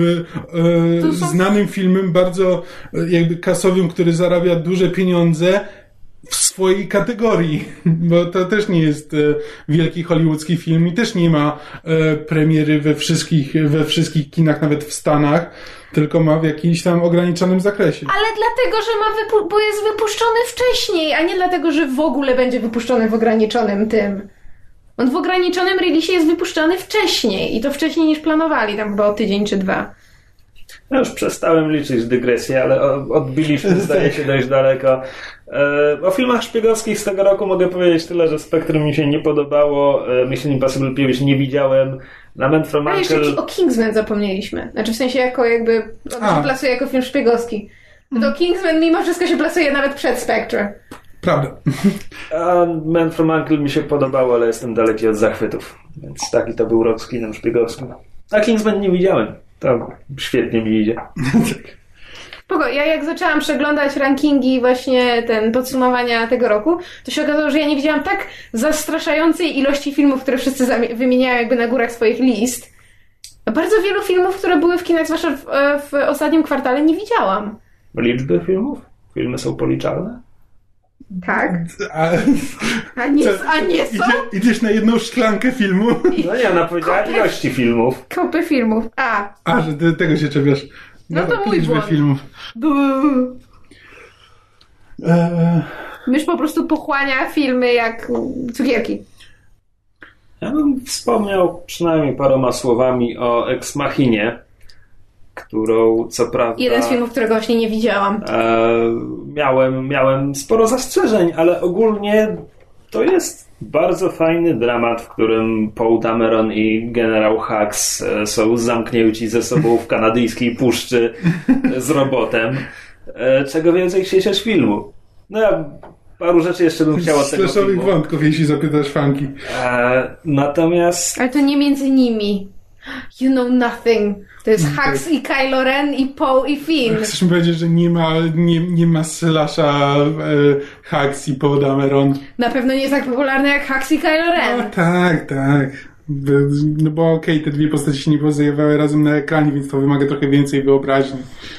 S4: e, e,
S5: to są-
S4: znanym filmem, bardzo e, jakby kasowym, który zarabia duże pieniądze w swojej kategorii, bo to też nie jest e, wielki hollywoodzki film i też nie ma e, premiery we wszystkich, we wszystkich kinach, nawet w Stanach, tylko ma w jakimś tam ograniczonym zakresie.
S5: Ale dlatego, że ma wypu- bo jest wypuszczony wcześniej, a nie dlatego, że w ogóle będzie wypuszczony w ograniczonym tym. On w ograniczonym releasie jest wypuszczony wcześniej i to wcześniej niż planowali, tam chyba o tydzień czy dwa.
S3: Ja już przestałem liczyć dygresję, ale o- odbiliśmy, zdaje się, dość daleko. E, o filmach szpiegowskich z tego roku mogę powiedzieć tyle, że Spectrum mi się nie podobało, e, Mission Impossible pięć nie widziałem, Lament from
S5: A jeszcze
S3: Uncle...
S5: ki- o Kingsman zapomnieliśmy. Znaczy w sensie jako jakby, on
S4: A.
S5: się plasuje jako film szpiegowski. No to Kingsman mimo wszystko się plasuje nawet przed Spectre.
S4: Prawda.
S3: A Man from Uncle mi się podobało, ale jestem daleki od zachwytów. Więc taki to był rok z kinem szpiegowskim. A Kingsman nie widziałem. To świetnie mi idzie.
S5: Spoko, ja jak zaczęłam przeglądać rankingi właśnie ten podsumowania tego roku, to się okazało, że ja nie widziałam tak zastraszającej ilości filmów, które wszyscy zami- wymieniają jakby na górach swoich list. Bardzo wielu filmów, które były w kinach, zwłaszcza w, w ostatnim kwartale, nie widziałam.
S3: Liczby filmów? Filmy są policzalne?
S5: Tak?
S4: A,
S5: A nie, a nie są?
S4: idzie, idziesz na jedną szklankę filmu?
S3: No nie, ona powiedziała ilości filmów.
S5: Kopy filmów. A.
S4: A, że ty tego się czepiasz.
S5: No to mój
S4: liczby
S5: błąd.
S4: filmów.
S5: Buuu.
S4: Eee,
S5: Mysz po prostu pochłania filmy jak cukierki.
S3: Ja bym wspomniał przynajmniej paroma słowami o Ex Machinie, którą co prawda...
S5: Jeden z filmów, którego właśnie nie widziałam.
S3: E, miałem, miałem sporo zastrzeżeń, ale ogólnie to jest bardzo fajny dramat, w którym Paul Dameron i generał Hux są zamknięci ze sobą w kanadyjskiej puszczy z robotem. Czego więcej chcieć z filmu? No ja paru rzeczy jeszcze bym chciał od tego filmu.
S4: Slashowych wątków, jeśli zapytasz fanki.
S3: E, natomiast...
S5: Ale to nie między nimi. You know nothing. To jest Hux i Kylo Ren i Poe i Finn.
S4: Chcesz mi powiedzieć, że nie ma, nie, nie ma slasha e, Hux i Poe Dameron?
S5: Na pewno nie jest tak popularny jak Hux i Kylo Ren.
S4: No tak, tak. No bo okej, okay, te dwie postacie się nie pojawiały razem na ekranie, więc to wymaga trochę więcej wyobraźni.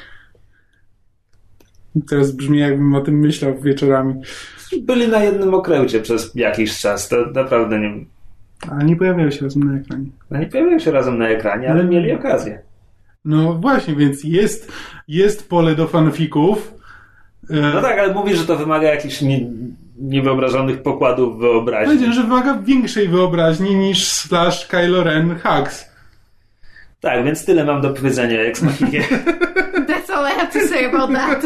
S4: Teraz brzmi, jakbym o tym myślał wieczorami.
S3: Byli na jednym okręcie przez jakiś czas, to naprawdę nie...
S4: Ale nie pojawiają się razem na ekranie.
S3: No nie pojawiają się razem na ekranie, ale mieli okazję.
S4: No właśnie, więc jest, jest pole do fanfików.
S3: No tak, ale mówisz, że to wymaga jakichś nie, niewyobrażonych pokładów wyobraźni.
S4: Powiedziałem, że wymaga większej wyobraźni niż slash Kylo Ren Hux.
S3: Tak, więc tyle mam do powiedzenia o Ex Machinie.
S5: That's all I have to say about that.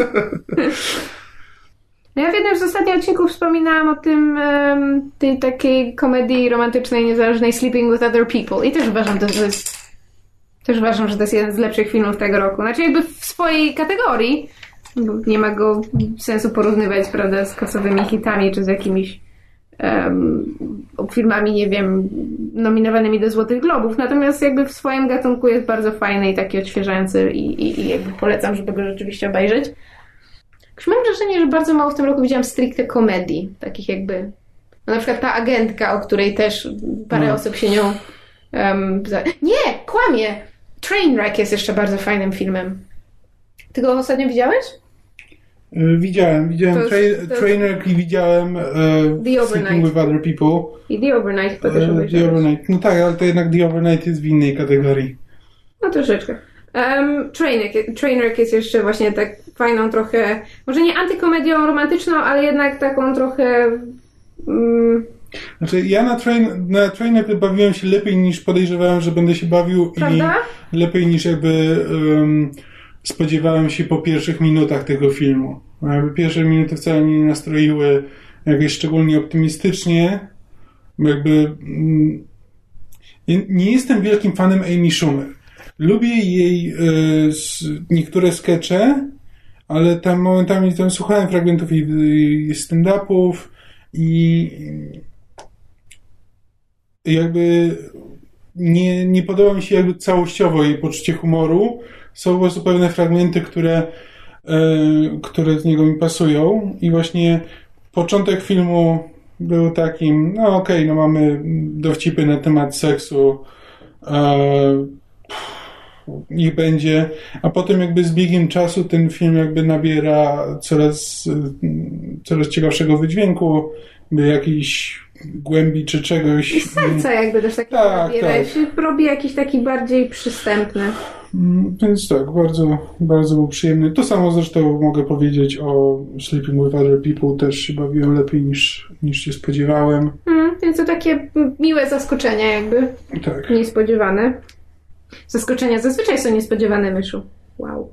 S5: Ja w jednym z ostatnich odcinków wspominałam o tym um, tej takiej komedii romantycznej, niezależnej Sleeping with Other People i też uważam, że to jest też uważam, że to jest jeden z lepszych filmów tego roku. Znaczy jakby w swojej kategorii, bo nie ma go sensu porównywać, prawda, z kasowymi hitami czy z jakimiś um, filmami, nie wiem, nominowanymi do Złotych Globów. Natomiast jakby w swoim gatunku jest bardzo fajny i taki odświeżający i, i, i jakby polecam, żeby go rzeczywiście obejrzeć. Mam wrażenie, że bardzo mało w tym roku widziałam stricte komedii, takich jakby... No na przykład ta agentka, o której też parę no. osób się nią... Um, za... Nie! Kłamie! Trainwreck jest jeszcze bardzo fajnym filmem. Ty go ostatnio widziałeś?
S4: Widziałem. Widziałem
S5: to jest,
S4: tra-
S5: to...
S4: Trainwreck i widziałem uh, Sleeping with Other People.
S5: I The Overnight to też
S4: uh, The Overnight. No tak, ale to jednak The Overnight jest w innej kategorii.
S5: No troszeczkę. Um, Trainwreck, Trainwreck jest jeszcze właśnie tak fajną trochę, może nie antykomedią romantyczną, ale jednak taką trochę... Um...
S4: Znaczy ja na, train, na Trainwreck bawiłem się lepiej niż podejrzewałem, że będę się bawił.
S5: Prawda?
S4: I lepiej niż jakby um, spodziewałem się po pierwszych minutach tego filmu. Jakby pierwsze minuty wcale mnie nie nastroiły jakieś szczególnie optymistycznie. Jakby um, nie jestem wielkim fanem Amy Schumer. Lubię jej y, niektóre skecze, ale tam momentami tam słuchałem fragmentów jej, jej stand-upów i jakby nie, nie podoba mi się jakby całościowo jej poczucie humoru. Są po prostu pewne fragmenty, które, y, które z niego mi pasują i właśnie początek filmu był takim, no okej, okay, no mamy dowcipy na temat seksu, y, niech będzie, a potem jakby z biegiem czasu ten film jakby nabiera coraz coraz ciekawszego wydźwięku, jakiejś głębi czy czegoś.
S5: I serca jakby też takiego
S4: tak,
S5: nabiera.
S4: Tak.
S5: Się robi jakiś taki bardziej przystępny.
S4: Więc tak, bardzo, bardzo był przyjemny. To samo zresztą mogę powiedzieć o Sleeping with Other People, też się bawiłem lepiej niż, niż się spodziewałem.
S5: Mm, więc to takie miłe zaskoczenia jakby.
S4: Tak.
S5: Niespodziewane. Zaskoczenia zazwyczaj są niespodziewane, Myszu. Wow.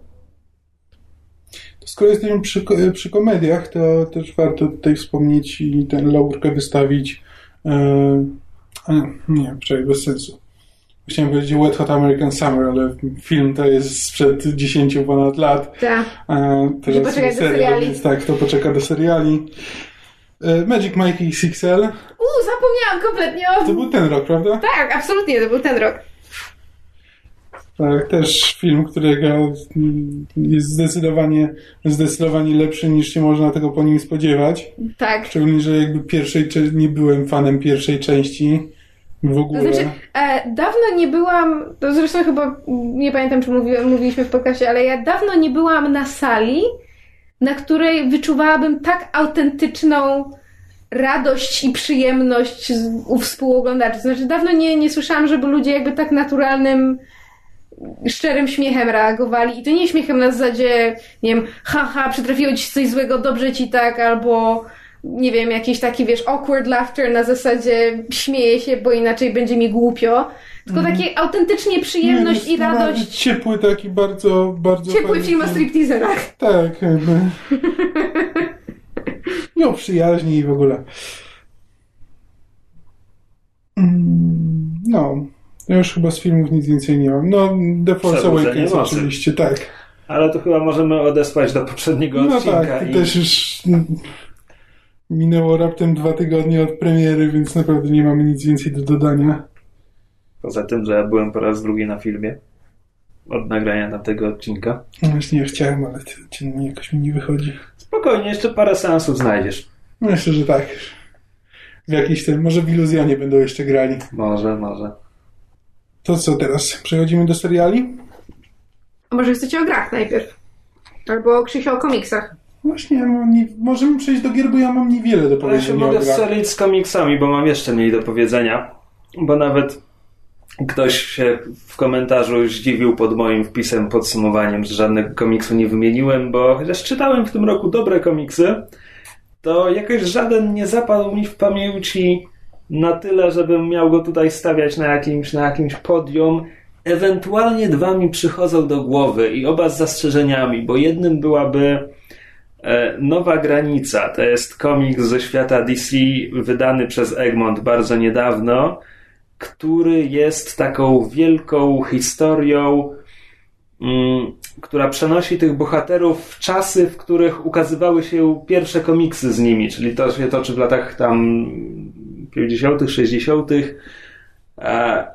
S4: Skoro jesteśmy przy, przy komediach, to też warto tutaj wspomnieć i tę laurkę wystawić. E, nie, przecież bez sensu. Chciałem powiedzieć Wet Hot American Summer, ale film to jest sprzed dziesięciu ponad lat.
S5: Tak.
S4: Teraz
S5: poczekać
S4: serial,
S5: do seriali.
S4: Więc tak, to poczeka do seriali. E, Magic Mike X X L.
S5: Uuu, zapomniałam kompletnie o...
S4: To był ten rok, prawda?
S5: Tak, absolutnie, to był ten rok.
S4: Tak, też film, którego jest zdecydowanie, zdecydowanie lepszy niż się można tego po nim spodziewać.
S5: Tak.
S4: Szczególnie, że jakby pierwszej, nie byłem fanem pierwszej części w ogóle.
S5: To znaczy, e, dawno nie byłam, to zresztą chyba, nie pamiętam, czy mówi, mówiliśmy w podcastie, ale ja dawno nie byłam na sali, na której wyczuwałabym tak autentyczną radość i przyjemność u współoglądaczy. To znaczy, dawno nie, nie słyszałam, żeby ludzie jakby tak naturalnym, szczerym śmiechem reagowali. I to nie śmiechem na zasadzie, nie wiem, haha, przytrafiło ci coś złego, dobrze ci tak, albo nie wiem, jakiś taki, wiesz, awkward laughter na zasadzie śmieję się, bo inaczej będzie mi głupio. Tylko mm. takie autentycznie przyjemność nie, i radość.
S4: Ciepły taki bardzo, bardzo...
S5: Ciepły film o stripteaserach.
S4: Tak, jakby. I o przyjaźni i w ogóle. No, ja już chyba z filmów nic więcej nie mam. No, The Force Awakens oczywiście, tak.
S3: Ale to chyba możemy odesłać do poprzedniego
S4: no
S3: odcinka.
S4: No tak,
S3: i...
S4: też już minęło raptem dwa tygodnie od premiery, więc naprawdę nie mamy nic więcej do dodania.
S3: Poza tym, że ja byłem po raz drugi na filmie od nagrania tamtego odcinka.
S4: No właśnie ja chciałem, ale dziennie jakoś mi nie wychodzi.
S3: Spokojnie, jeszcze parę seansów znajdziesz.
S4: Myślę, że tak. W jakiś ten, może w Iluzjonie będą jeszcze grali.
S3: Może, może.
S4: To co teraz? Przechodzimy do seriali?
S5: A może chcecie o grach najpierw? Albo o Krzysiu o komiksach?
S4: Właśnie, ja mam nie... możemy przejść do gier, bo ja mam niewiele do powiedzenia.
S3: Ja się mogę strzelić z komiksami, bo mam jeszcze mniej do powiedzenia. Bo nawet ktoś się w komentarzu zdziwił pod moim wpisem, podsumowaniem, że żadnego komiksu nie wymieniłem, bo chociaż czytałem w tym roku dobre komiksy, to jakoś żaden nie zapadł mi w pamięci na tyle, żebym miał go tutaj stawiać na jakimś, na jakimś podium. Ewentualnie dwa mi przychodzą do głowy i oba z zastrzeżeniami, bo jednym byłaby e, Nowa Granica. To jest komiks ze świata D C wydany przez Egmont bardzo niedawno, który jest taką wielką historią, mm, która przenosi tych bohaterów w czasy, w których ukazywały się pierwsze komiksy z nimi, czyli to się toczy w latach tam pięćdziesiątych, sześćdziesiątych. E,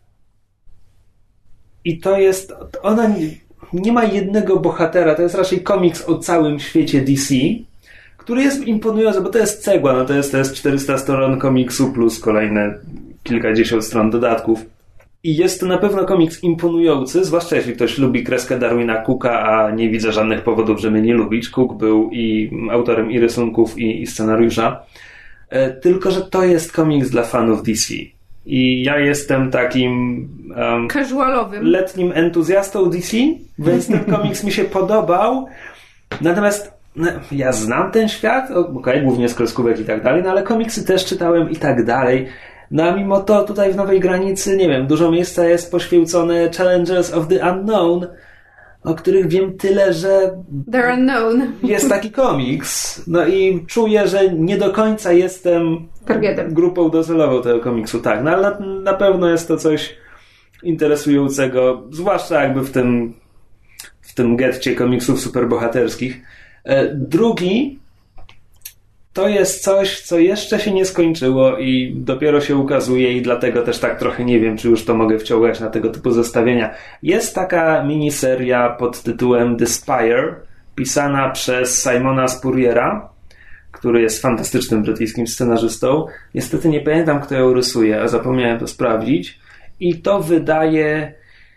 S3: I to jest... Ona nie, nie ma jednego bohatera, to jest raczej komiks o całym świecie D C, który jest imponujący, bo to jest cegła, no to jest, to jest czterysta stron komiksu plus kolejne kilkadziesiąt stron dodatków. I jest to na pewno komiks imponujący, zwłaszcza jeśli ktoś lubi kreskę Darwina Cooka, a nie widzę żadnych powodów, żeby nie lubić. Cook był i autorem i rysunków, i, i scenariusza. E, tylko, że to jest komiks dla fanów D C. I ja jestem takim um,
S5: casualowym
S3: letnim entuzjastą D C, więc ten komiks mi się podobał. Natomiast no, ja znam ten świat, okej, okay, głównie z kreskówek i tak dalej, no ale komiksy też czytałem i tak dalej. No a mimo to tutaj w Nowej Granicy, nie wiem, dużo miejsca jest poświęcone Challengers of the Unknown, o których wiem tyle, że
S5: They're unknown.
S3: Jest taki komiks. No i czuję, że nie do końca jestem
S5: targetem,
S3: grupą docelową tego komiksu. Tak, no ale na, na pewno jest to coś interesującego, zwłaszcza jakby w tym w tym getcie komiksów superbohaterskich. E, drugi to jest coś, co jeszcze się nie skończyło i dopiero się ukazuje i dlatego też tak trochę nie wiem, czy już to mogę wciągać na tego typu zestawienia. Jest taka miniseria pod tytułem The Spire, pisana przez Simona Spurriera, który jest fantastycznym brytyjskim scenarzystą. Niestety nie pamiętam, kto ją rysuje, a zapomniałem to sprawdzić. I to wydaje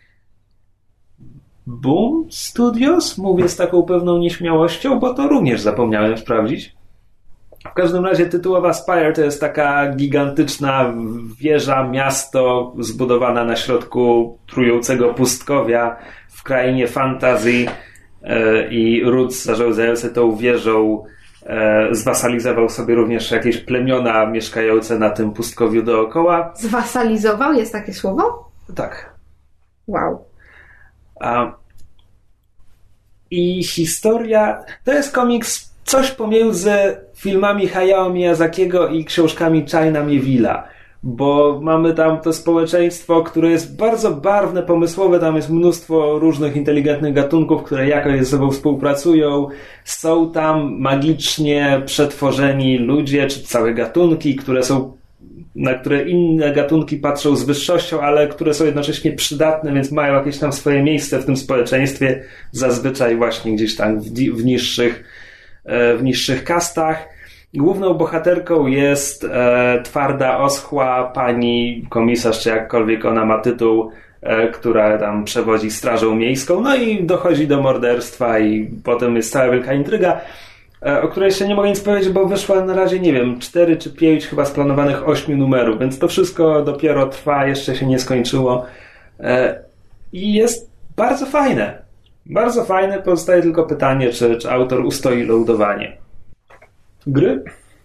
S3: Boom Studios? Mówię z taką pewną nieśmiałością, bo to również zapomniałem sprawdzić. W każdym razie tytułowa Spire to jest taka gigantyczna wieża, miasto zbudowana na środku trującego pustkowia w krainie fantazji i Ród zarządzający tą wieżą zwasalizował sobie również jakieś plemiona mieszkające na tym pustkowiu dookoła.
S5: Zwasalizował? Jest takie słowo?
S3: Tak.
S5: Wow.
S3: A, I historia... To jest komiks coś pomiędzy filmami Hayao Miyazakiego i książkami China Mieville'a, bo mamy tam to społeczeństwo, które jest bardzo barwne, pomysłowe, tam jest mnóstwo różnych inteligentnych gatunków, które jakoś ze sobą współpracują. Są tam magicznie przetworzeni ludzie, czy całe gatunki, które są, na które inne gatunki patrzą z wyższością, ale które są jednocześnie przydatne, więc mają jakieś tam swoje miejsce w tym społeczeństwie, zazwyczaj właśnie gdzieś tam w, w niższych w niższych kastach. Główną bohaterką jest e, twarda, oschła pani komisarz, czy jakkolwiek ona ma tytuł, e, która tam przewodzi strażą miejską, no i dochodzi do morderstwa i potem jest cała wielka intryga, e, o której jeszcze nie mogę nic powiedzieć, bo wyszła na razie, nie wiem, cztery czy pięć chyba z planowanych ośmiu numerów, więc to wszystko dopiero trwa, jeszcze się nie skończyło e, i jest bardzo fajne. Bardzo fajne, pozostaje tylko pytanie, czy, czy autor ustoi loadowanie. Gry?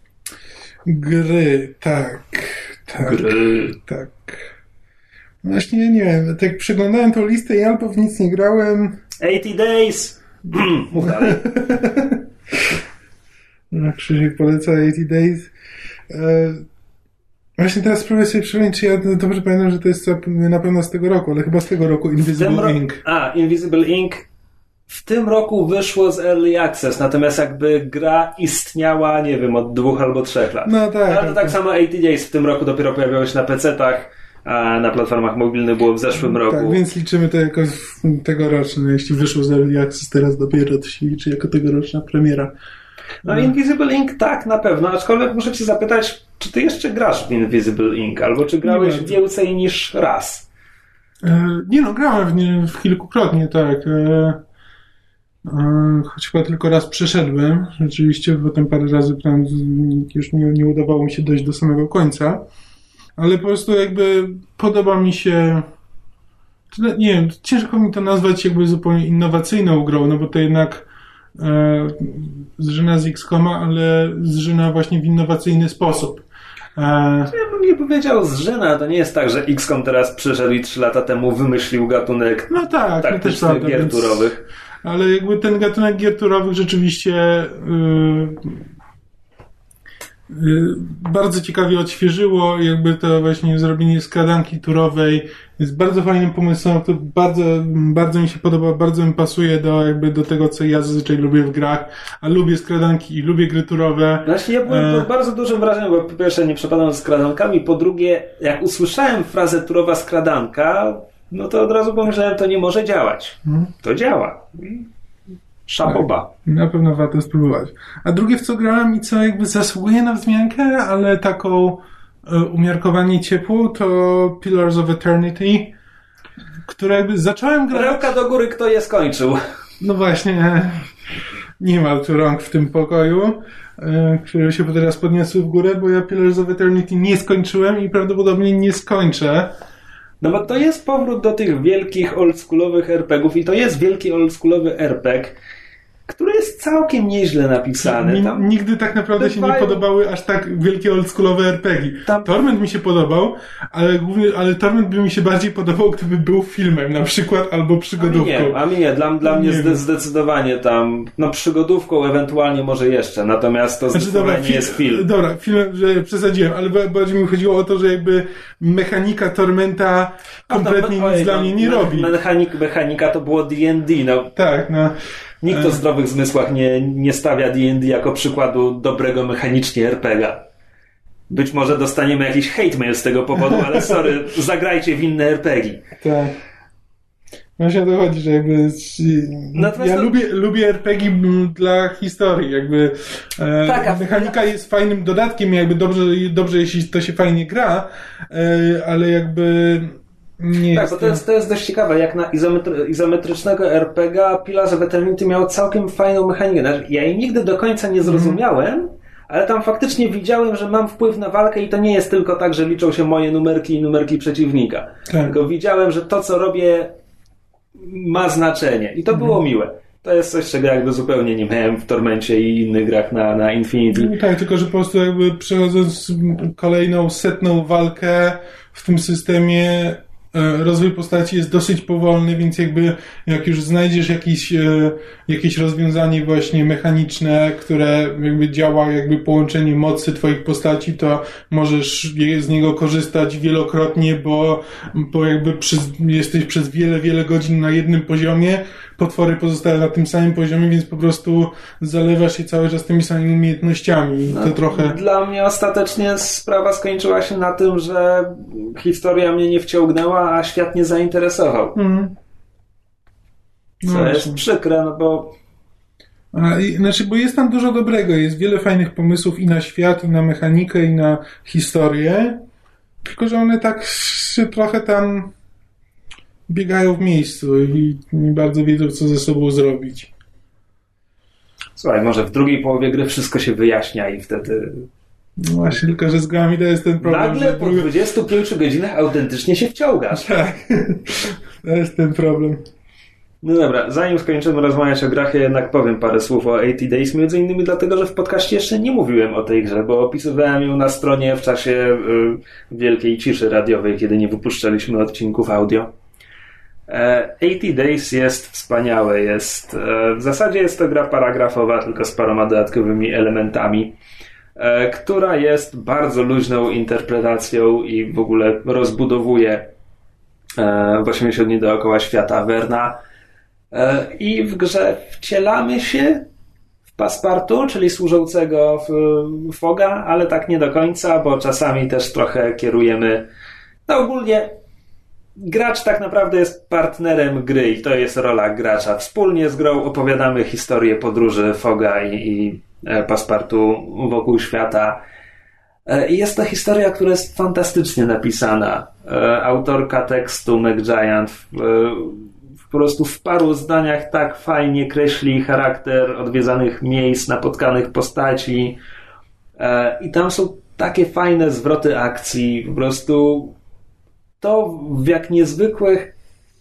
S4: Gry, tak. tak
S3: Gry.
S4: Tak. Właśnie nie wiem, tak przeglądałem tą listę i albo w nic nie grałem.
S3: osiemdziesiąt Days! Mów dalej.
S4: No, Krzysiek poleca osiemdziesiąt Days. Właśnie teraz spróbuję sobie przypomnieć, czy ja dobrze pamiętam, że to jest na pewno z tego roku, ale chyba z tego roku Invisible
S3: ro-
S4: Ink.
S3: A, Invisible Ink w tym roku wyszło z Early Access, natomiast jakby gra istniała, nie wiem, od dwóch albo trzech lat.
S4: No tak.
S3: Ale to
S4: tak,
S3: tak samo eighty Days w tym roku dopiero pojawiało się na pecetach, a na platformach mobilnych było w zeszłym roku.
S4: Tak, więc liczymy to jako tegoroczne. Jeśli wyszło z Early Access teraz dopiero, to się liczy jako tegoroczna premiera.
S3: No Invisible Ink tak, na pewno, aczkolwiek muszę cię zapytać, czy ty jeszcze grasz w Invisible Ink, albo czy grałeś więcej niż raz?
S4: E, nie no, grałem w, nie, w kilkukrotnie, tak. E, e, choć chyba tylko raz przeszedłem, rzeczywiście, potem parę razy tam już nie, nie udawało mi się dojść do samego końca, ale po prostu jakby podoba mi się, nie wiem, ciężko mi to nazwać jakby zupełnie innowacyjną grą, no bo to jednak e, zżyna z X COMa, ale zżyna właśnie w innowacyjny sposób. E,
S3: Ja bym nie powiedział zżyna, to nie jest tak, że X COM teraz przyszedł i trzy lata temu wymyślił gatunek
S4: no tak,
S3: taktycznych
S4: no też
S3: gier
S4: więc,
S3: turowych.
S4: ale jakby ten gatunek gier turowych rzeczywiście yy, yy, bardzo ciekawie odświeżyło, jakby to właśnie zrobienie skradanki turowej jest bardzo fajnym pomysłem, to bardzo, bardzo mi się podoba, bardzo mi pasuje do, jakby do tego, co ja zazwyczaj lubię w grach, a lubię skradanki i lubię gry turowe.
S3: Właśnie ja byłem
S4: e...
S3: pod bardzo dużym wrażeniem, bo po pierwsze nie przepadam z skradankami, po drugie jak usłyszałem frazę turowa skradanka, no to od razu pomyślałem, to nie może działać. Hmm? To działa. Szapoba.
S4: Tak, na pewno warto spróbować. A drugie, w co grałem i co jakby zasługuje na wzmiankę, ale taką e, umiarkowanie ciepłą, to Pillars of Eternity, które jakby zacząłem grać...
S3: Ręka do góry, kto je skończył.
S4: No właśnie, nie ma tu rąk w tym pokoju, e, które się teraz podniosły w górę, bo ja Pillars of Eternity nie skończyłem i prawdopodobnie nie skończę.
S3: No bo to jest powrót do tych wielkich oldschoolowych er pe gie ów i to jest wielki oldschoolowy er pe gie, który jest całkiem nieźle napisany. Tam
S4: nigdy tak naprawdę się nie podobały aż tak wielkie oldschoolowe er pe gie.
S3: Tam...
S4: Torment mi się podobał, ale głównie, ale Torment by mi się bardziej podobał, gdyby był filmem na przykład, albo przygodówką.
S3: A mi nie, a mi nie. Dla, dla mnie zde, zdecydowanie tam, no przygodówką ewentualnie może jeszcze, natomiast to znaczy, zdecydowanie dobra, nie jest film.
S4: Dobra, film, że przesadziłem, ale bardziej mi chodziło o to, że jakby mechanika Tormenta kompletnie no, nic oj, dla mnie nie
S3: me,
S4: robi.
S3: Mechanik, mechanika to było D and D, no.
S4: Tak, no.
S3: Nikt o zdrowych zmysłach nie, nie stawia D and D jako przykładu dobrego mechanicznie er pe gie a. Być może dostaniemy jakiś hate mail z tego powodu, ale sorry, zagrajcie w inne er pe gie.
S4: Tak. Właśnie o to chodzi, że jakby Natomiast ja to... lubię, lubię er pe gie dla historii, jakby e, tak, a... mechanika jest fajnym dodatkiem, jakby dobrze, dobrze jeśli to się fajnie gra, e, ale jakby nie
S3: tak, bo to jest, to jest dość ciekawe, jak na izometry, izometrycznego er pe gie a Pillars of Eternity miało całkiem fajną mechanikę. Znaczy, ja jej nigdy do końca nie zrozumiałem, mm. ale tam faktycznie widziałem, że mam wpływ na walkę i to nie jest tylko tak, że liczą się moje numerki i numerki przeciwnika. Tak. Tylko widziałem, że to, co robię, ma znaczenie. I to mm. było miłe. To jest coś, czego jakby zupełnie nie miałem w Tormencie i innych grach na, na Infinity.
S4: No tak, tylko że po prostu jakby przechodząc kolejną setną walkę w tym systemie, rozwój postaci jest dosyć powolny, więc jakby jak już znajdziesz jakieś, jakieś rozwiązanie właśnie mechaniczne, które jakby działa jakby połączenie mocy twoich postaci, to możesz z niego korzystać wielokrotnie, bo, bo jakby przez, jesteś przez wiele, wiele godzin na jednym poziomie, potwory pozostają na tym samym poziomie, więc po prostu zalewasz się cały czas tymi samymi umiejętnościami.
S3: No,
S4: to trochę...
S3: Dla mnie ostatecznie sprawa skończyła się na tym, że historia mnie nie wciągnęła, a świat nie zainteresował. Mm. No Co jest właśnie przykre, no bo...
S4: A, i, znaczy, bo jest tam dużo dobrego, jest wiele fajnych pomysłów i na świat, i na mechanikę, i na historię, tylko że one tak się trochę tam biegają w miejscu i nie bardzo wiedzą, co ze sobą zrobić.
S3: Słuchaj, może w drugiej połowie gry wszystko się wyjaśnia i wtedy...
S4: No właśnie, tylko że z grami to jest ten problem.
S3: Nagle
S4: że
S3: po
S4: drugi...
S3: dwudziestu pięciu godzinach autentycznie się wciągasz.
S4: Tak, to jest ten problem.
S3: No dobra, zanim skończymy rozmawiać o grach, ja jednak powiem parę słów o eighty Days, między innymi dlatego, że w podcaście jeszcze nie mówiłem o tej grze, bo opisywałem ją na stronie w czasie y, wielkiej ciszy radiowej, kiedy nie wypuszczaliśmy odcinków audio. eighty Days jest wspaniałe, jest, w zasadzie jest to gra paragrafowa, tylko z paroma dodatkowymi elementami. e, która jest bardzo luźną interpretacją i w ogóle rozbudowuje e, w osiemdziesiąt dni dookoła świata Verna. E, I w grze wcielamy się w Passepartout, czyli służącego w Fogga, ale tak nie do końca, bo czasami też trochę kierujemy. No ogólnie gracz tak naprawdę jest partnerem gry i to jest rola gracza. Wspólnie z grą opowiadamy historię podróży Fogga i, i Passepartout wokół świata. I jest to historia, która jest fantastycznie napisana. Autorka tekstu Meg Giant po prostu w paru zdaniach tak fajnie kreśli charakter odwiedzanych miejsc, napotkanych postaci. I tam są takie fajne zwroty akcji. Po prostu to w jak niezwykłych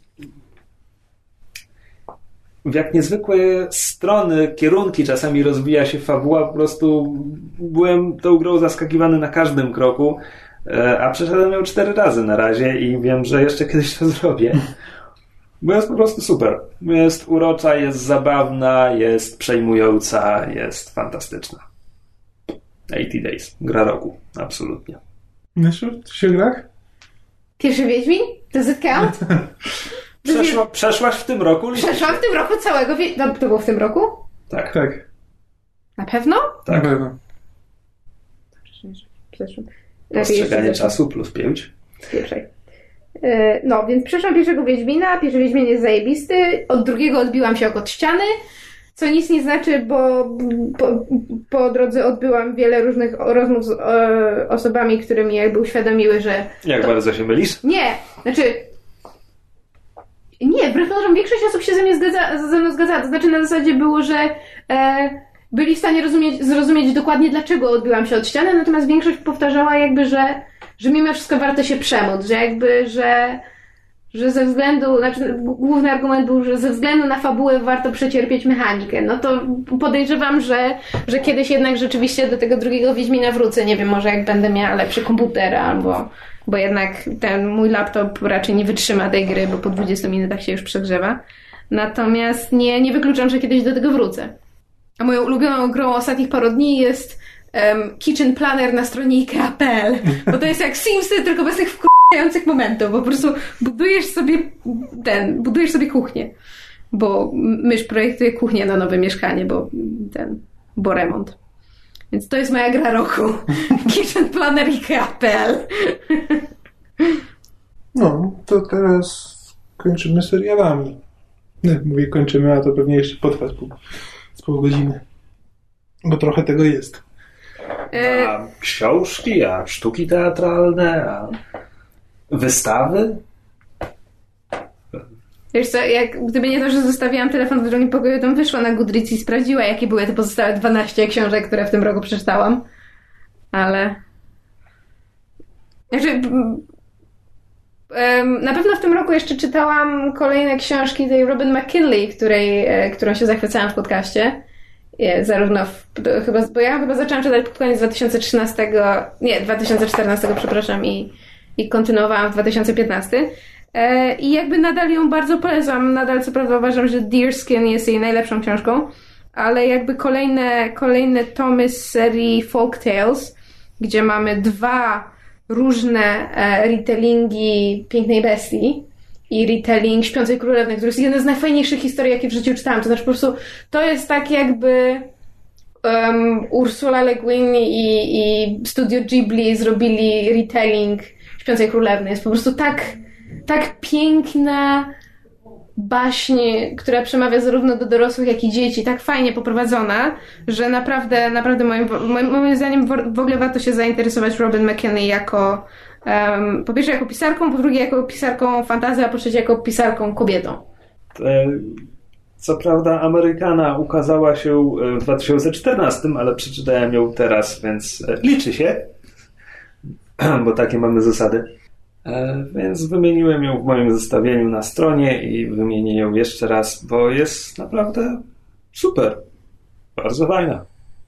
S3: w jak niezwykłe strony, kierunki czasami rozwija się fabuła, po prostu byłem tą grą zaskakiwany na każdym kroku, a przeszedłem ją cztery razy na razie i wiem, że jeszcze kiedyś to zrobię. Bo jest po prostu super. Jest urocza, jest zabawna, jest przejmująca, jest fantastyczna. osiemdziesiąt Days. Gra roku. Absolutnie.
S4: Myszu, czy się grach?
S5: Pierwszy Wiedźmin? Does it count?
S3: Przeszła, przeszłaś w tym roku?
S5: Przeszłam w tym roku całego Wiedź... No, to było w tym roku?
S3: Tak.
S4: Tak.
S5: Na pewno?
S3: Tak.
S4: Na pewno.
S5: Przeszłam.
S3: Postrzeganie czasu plus pięć.
S5: Pierwszej. No, więc przeszłam pierwszego Wiedźmina. Pierwszy Wiedźmin jest zajebisty. Od drugiego odbiłam się od ściany, co nic nie znaczy, bo po, po drodze odbyłam wiele różnych rozmów z e, osobami, które mi jakby uświadomiły, że...
S3: Jak
S5: to...
S3: bardzo się mylisz?
S5: Nie, znaczy... Nie, wbrew pozorom większość osób się ze, mnie zgadza, ze mną zgadzała. To znaczy na zasadzie było, że e, byli w stanie rozumieć, zrozumieć dokładnie, dlaczego odbiłam się od ściany, natomiast większość powtarzała jakby, że, że mimo wszystko warto się przemóc, że jakby, że, że ze względu, znaczy główny argument był, że ze względu na fabułę warto przecierpieć mechanikę. No to podejrzewam, że, że kiedyś jednak rzeczywiście do tego drugiego Wiedźmina wrócę. Nie wiem, może jak będę miała lepszy komputer albo... Bo jednak ten mój laptop raczej nie wytrzyma tej gry, bo po dwudziestu minutach się już przegrzewa. Natomiast nie, nie wykluczam, że kiedyś do tego wrócę. A moją ulubioną grą ostatnich paru dni jest um, Kitchen Planner na stronie ikea kropka p l. Bo to jest jak Simsy, tylko bez tych wkurwiających momentów. Po prostu budujesz sobie ten, budujesz sobie kuchnię. Bo mysz projektuje kuchnię na nowe mieszkanie, bo ten, bo remont. Więc to jest moja gra roku. Kitchen Planner ikea kropka p l.
S4: No, to teraz kończymy serialami. No, mówię kończymy, a to pewnie jeszcze potrwa z pół, z pół godziny. Bo trochę tego jest.
S3: A książki, a sztuki teatralne, a wystawy?
S5: Wiesz co, jak, gdyby nie to, że zostawiłam telefon w drugim pokoju, to bym wyszła na Goodreads i sprawdziła, jakie były te pozostałe dwanaście książek, które w tym roku przeczytałam. Ale... Znaczy... Na pewno w tym roku jeszcze czytałam kolejne książki tej Robin McKinley, której, którą się zachwycałam w podcaście. Zarówno w, chyba, bo ja chyba zaczęłam czytać pod koniec dwa tysiące trzynastego, nie, dwa tysiące czternastego, przepraszam, i, i kontynuowałam w dwa tysiące piętnastym. I jakby nadal ją bardzo polecam. Nadal co prawda uważam, że Deerskin jest jej najlepszą książką, ale jakby kolejne, kolejne tomy z serii Folk Tales, gdzie mamy dwa różne e, retellingi Pięknej Bestii i retelling Śpiącej Królewny, który jest jeden z najfajniejszych historii, jakie w życiu czytałam. To znaczy po prostu to jest tak jakby um, Ursula Le Guin i, i Studio Ghibli zrobili retelling Śpiącej Królewny. Jest po prostu tak tak piękna baśń, która przemawia zarówno do dorosłych, jak i dzieci, tak fajnie poprowadzona, że naprawdę, naprawdę moim, moim, moim zdaniem w ogóle warto się zainteresować Robin McKinley jako um, po pierwsze jako pisarką, po drugie jako pisarką fantasy, a po trzecie jako pisarką kobietą.
S3: Co prawda Amerykana ukazała się w dwa tysiące czternastym, ale przeczytałem ją teraz, więc liczy się, bo takie mamy zasady. Więc wymieniłem ją w moim zestawieniu na stronie i wymienię ją jeszcze raz, bo jest naprawdę super. Bardzo fajna.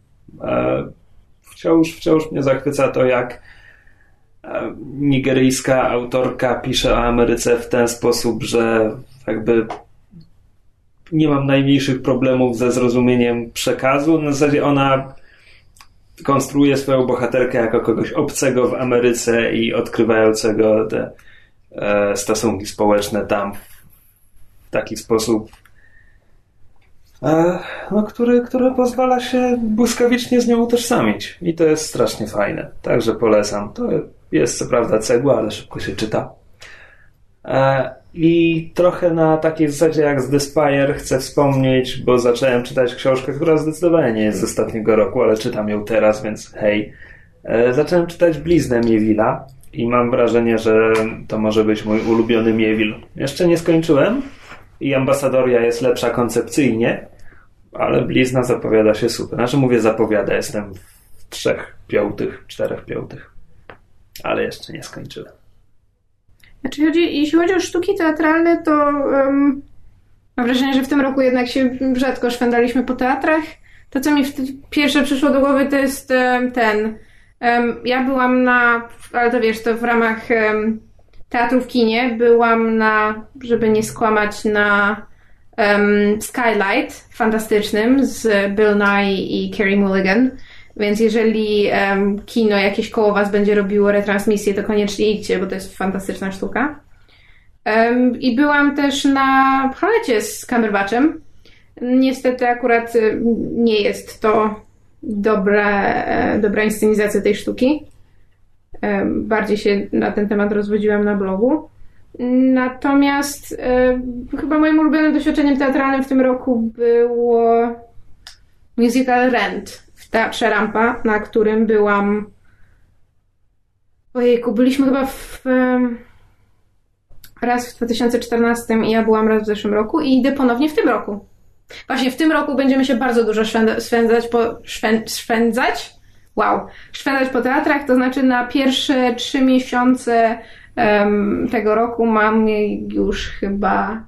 S3: Wciąż, wciąż mnie zachwyca to, jak nigeryjska autorka pisze o Ameryce w ten sposób, że jakby nie mam najmniejszych problemów ze zrozumieniem przekazu. Na zasadzie ona konstruuje swoją bohaterkę jako kogoś obcego w Ameryce i odkrywającego te e, stosunki społeczne tam w taki sposób, e, no, który, który pozwala się błyskawicznie z nią utożsamić. I to jest strasznie fajne. Także polecam. To jest co prawda cegła, ale szybko się czyta. E, I trochę na takiej zasadzie jak z The Spire chcę wspomnieć, bo zacząłem czytać książkę, która zdecydowanie nie jest z ostatniego roku, ale czytam ją teraz, więc hej. E, zacząłem czytać Bliznę Mieville'a i mam wrażenie, że to może być mój ulubiony Mieville. Jeszcze nie skończyłem i Ambasadoria jest lepsza koncepcyjnie, ale Blizna zapowiada się super. Znaczy mówię zapowiada, jestem w trzech piątych, czterech piątych, ale jeszcze nie skończyłem.
S5: Znaczy, chodzi, jeśli chodzi o sztuki teatralne, to um, mam wrażenie, że w tym roku jednak się rzadko szwendaliśmy po teatrach. To, co mi w pierwsze przyszło do głowy, to jest um, ten. Um, ja byłam na, ale to wiesz, to w ramach um, teatru w kinie, byłam na, żeby nie skłamać, na um, Skylight fantastycznym z Bill Nye i Carey Mulligan. Więc jeżeli um, kino jakieś koło was będzie robiło retransmisję, to koniecznie idźcie, bo to jest fantastyczna sztuka. Um, I byłam też na Hamlecie z Cumberbatchem. Niestety akurat nie jest to dobra, dobra inscenizacja tej sztuki. Um, bardziej się na ten temat rozwodziłam na blogu. Natomiast um, chyba moim ulubionym doświadczeniem teatralnym w tym roku było musical Rent w Teatrze Rampa, na którym byłam... Ojejku, byliśmy chyba w... raz w dwa tysiące czternastym i ja byłam raz w zeszłym roku i idę ponownie w tym roku. Właśnie w tym roku będziemy się bardzo dużo szwędzać po... Szwę, szwędzać? Wow. Szwędzać po teatrach, to znaczy na pierwsze trzy miesiące um, tego roku mam już chyba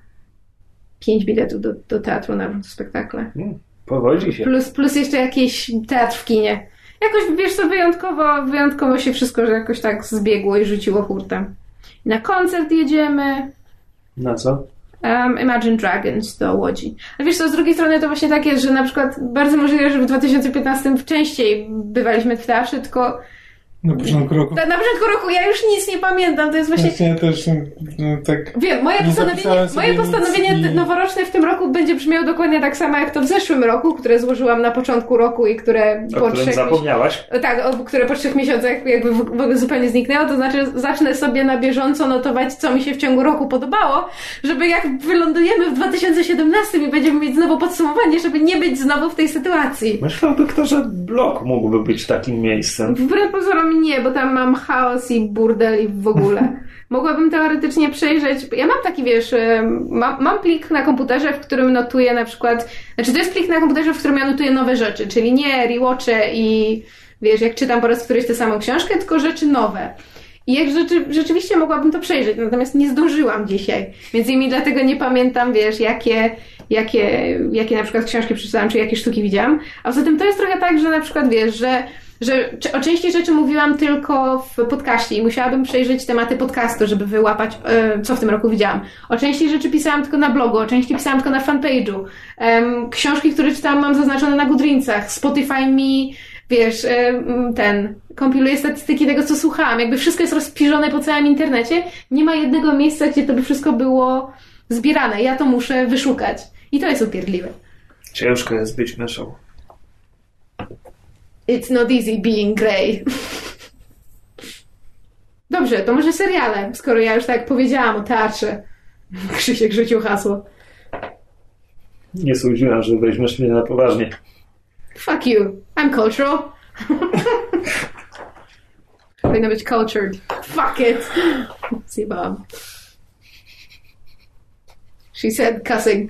S5: pięć biletów do, do teatru na spektakle.
S3: Hmm. Powodzi się.
S5: Plus, plus jeszcze jakiś teatr w kinie. Jakoś, wiesz co, wyjątkowo, wyjątkowo się wszystko, że jakoś tak zbiegło i rzuciło hurtem. Na koncert jedziemy.
S3: Na co?
S5: Um, Imagine Dragons do Łodzi. Ale wiesz co, z drugiej strony to właśnie tak jest, że na przykład bardzo możliwe, że w dwa tysiące piętnastym częściej bywaliśmy w teatrze, tylko
S4: na początku roku.
S5: Na, na początku roku ja już nic nie pamiętam, to jest właśnie...
S4: Właśnie ja też no, tak...
S5: Wiem, moje postanowienie, moje postanowienie i... noworoczne w tym roku będzie brzmiało dokładnie tak samo jak to w zeszłym roku, które złożyłam na początku roku i które
S3: o
S5: po
S3: którym
S5: trzech...
S3: zapomniałaś?
S5: Tak, o, które po trzech miesiącach jakby w, w ogóle zupełnie zniknęło, to znaczy zacznę sobie na bieżąco notować, co mi się w ciągu roku podobało, żeby jak wylądujemy w dwa tysiące siedemnastym i będziemy mieć znowu podsumowanie, żeby nie być znowu w tej sytuacji.
S3: Myślałby kto, że blog mógłby być takim miejscem.
S5: Wbrew pozorom nie, bo tam mam chaos i burdel i w ogóle. Mogłabym teoretycznie przejrzeć... Ja mam taki, wiesz, mam, mam plik na komputerze, w którym notuję na przykład... Znaczy to jest plik na komputerze, w którym ja notuję nowe rzeczy, czyli nie rewatche i wiesz, jak czytam po raz któryś tę samą książkę, tylko rzeczy nowe. I jak rzeczy, rzeczywiście mogłabym to przejrzeć, natomiast nie zdążyłam dzisiaj. Między innymi dlatego nie pamiętam, wiesz, jakie, jakie, jakie na przykład książki przeczytałam, czy jakie sztuki widziałam. A poza tym to jest trochę tak, że na przykład, wiesz, że że o części rzeczy mówiłam tylko w podcaście i musiałabym przejrzeć tematy podcastu, żeby wyłapać, e, co w tym roku widziałam. O części rzeczy pisałam tylko na blogu, o części pisałam tylko na fanpage'u. Um, książki, które czytałam, mam zaznaczone na Goodreadsach. Spotify mi, wiesz, e, ten, kompiluje statystyki tego, co słuchałam. Jakby wszystko jest rozpiżone po całym internecie. Nie ma jednego miejsca, gdzie to by wszystko było zbierane. Ja to muszę wyszukać. I to jest upierdliwe.
S3: Ciężko jest być myszą.
S5: It's not easy being grey. Dobrze, to może seriale, skoro ja już tak powiedziałam o teatrze. Krzysiek rzucił hasło.
S3: Nie sądziłam, że weźmiesz mnie na poważnie.
S5: Fuck you. I'm cultural. Powinno być cultured. Fuck it. Zjebałam. She said cussing.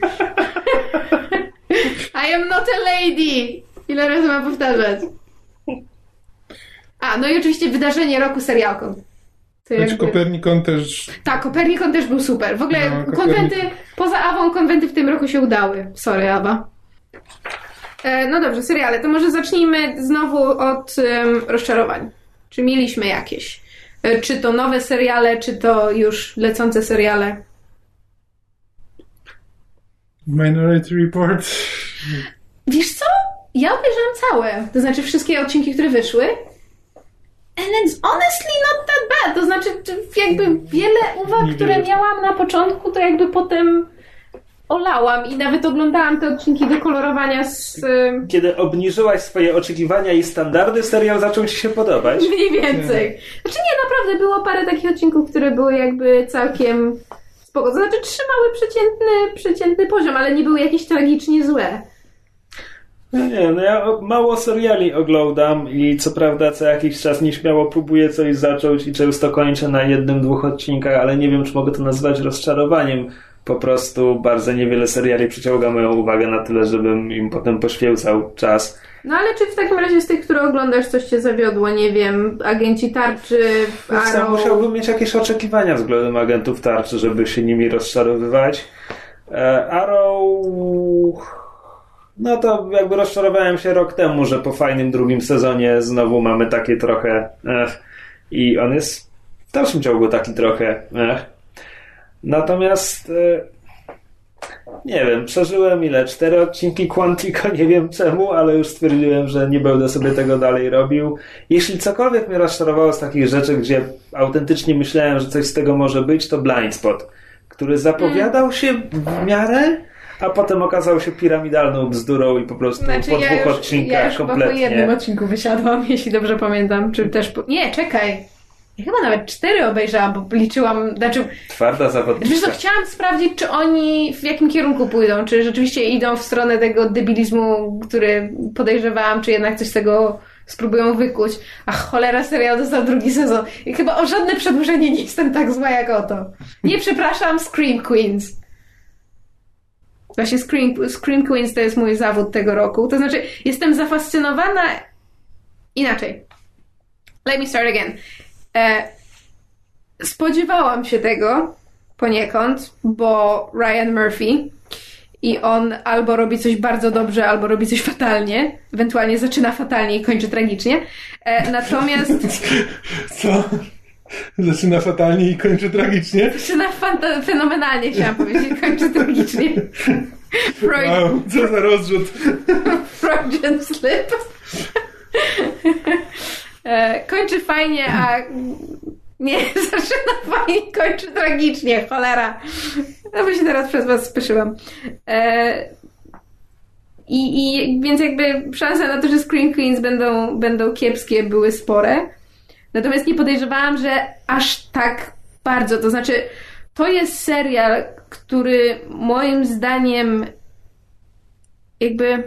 S5: I am not a lady. Ile razy mam powtarzać? A, no i oczywiście wydarzenie roku serialką.
S4: Choć jakby... Kopernikon też...
S5: Tak, Kopernikon też był super. W ogóle no, konwenty, poza Awą, konwenty w tym roku się udały. Sorry, Awa. E, no dobrze, seriale. To może zacznijmy znowu od um, rozczarowań. Czy mieliśmy jakieś? E, czy to nowe seriale, czy to już lecące seriale?
S4: Minority Report.
S5: Wiesz co? Ja obejrzałam całe, to znaczy wszystkie odcinki, które wyszły. And it's honestly not that bad. To znaczy jakby wiele uwag, które miałam na początku, to jakby potem olałam i nawet oglądałam te odcinki do kolorowania z...
S3: Kiedy obniżyłaś swoje oczekiwania i standardy, serial zaczął ci się podobać?
S5: Mniej więcej. Znaczy nie, naprawdę było parę takich odcinków, które były jakby całkiem spoko. To znaczy trzymały przeciętny, przeciętny poziom, ale nie były jakieś tragicznie złe.
S3: No nie, no ja mało seriali oglądam i co prawda co jakiś czas nieśmiało próbuję coś zacząć i często kończę na jednym, dwóch odcinkach, ale nie wiem, czy mogę to nazwać rozczarowaniem. Po prostu bardzo niewiele seriali przyciąga moją uwagę na tyle, żebym im potem poświęcał czas.
S5: No ale czy w takim razie z tych, które oglądasz, coś cię zawiodło? Nie wiem, Agenci Tarczy, Arrow...
S3: Sam musiałbym mieć jakieś oczekiwania względem Agentów Tarczy, żeby się nimi rozczarowywać. Arrow... No to jakby rozczarowałem się rok temu, że po fajnym drugim sezonie znowu mamy takie trochę... Ech, i on jest w dalszym ciągu taki trochę... Ech. Natomiast e, nie wiem, przeżyłem ile? Cztery odcinki Quantico, nie wiem czemu, ale już stwierdziłem, że nie będę sobie tego dalej robił. Jeśli cokolwiek mnie rozczarowało z takich rzeczy, gdzie autentycznie myślałem, że coś z tego może być, to Blind Spot, który zapowiadał się w miarę, a potem okazał się piramidalną bzdurą i po prostu
S5: znaczy,
S3: po
S5: ja
S3: dwóch
S5: już,
S3: odcinkach
S5: ja już
S3: kompletnie...
S5: chyba po jednym odcinku wysiadłam, jeśli dobrze pamiętam, czy też po... Nie, czekaj. Ja chyba nawet cztery obejrzałam, bo liczyłam, znaczy...
S3: Twarda zawodnicza.
S5: Wiesz co, chciałam sprawdzić, czy oni w jakim kierunku pójdą, czy rzeczywiście idą w stronę tego debilizmu, który podejrzewałam, czy jednak coś z tego spróbują wykuć. Ach, cholera, serial dostał drugi sezon. I chyba o żadne przedłużenie nie jestem tak zła jak o to. Nie, przepraszam, Scream Queens. Właśnie Scream, Scream Queens to jest mój zawód tego roku. To znaczy, jestem zafascynowana... Inaczej. Let me start again. Spodziewałam się tego poniekąd, bo Ryan Murphy i on albo robi coś bardzo dobrze, albo robi coś fatalnie. Ewentualnie zaczyna fatalnie i kończy tragicznie. Natomiast...
S4: Co? Zaczyna fatalnie i kończy tragicznie?
S5: Zaczyna fanta- fenomenalnie, chciałam powiedzieć, i kończy tragicznie. Freud...
S4: Wow, co za rozrzut.
S5: Freudian slip. Kończy fajnie, a nie, zaczyna fajnie, kończy tragicznie, cholera. No bo się teraz przez was spieszyłam. I, i więc jakby szanse na to, że Scream Queens będą, będą kiepskie, były spore. Natomiast nie podejrzewałam, że aż tak bardzo. To znaczy, to jest serial, który moim zdaniem jakby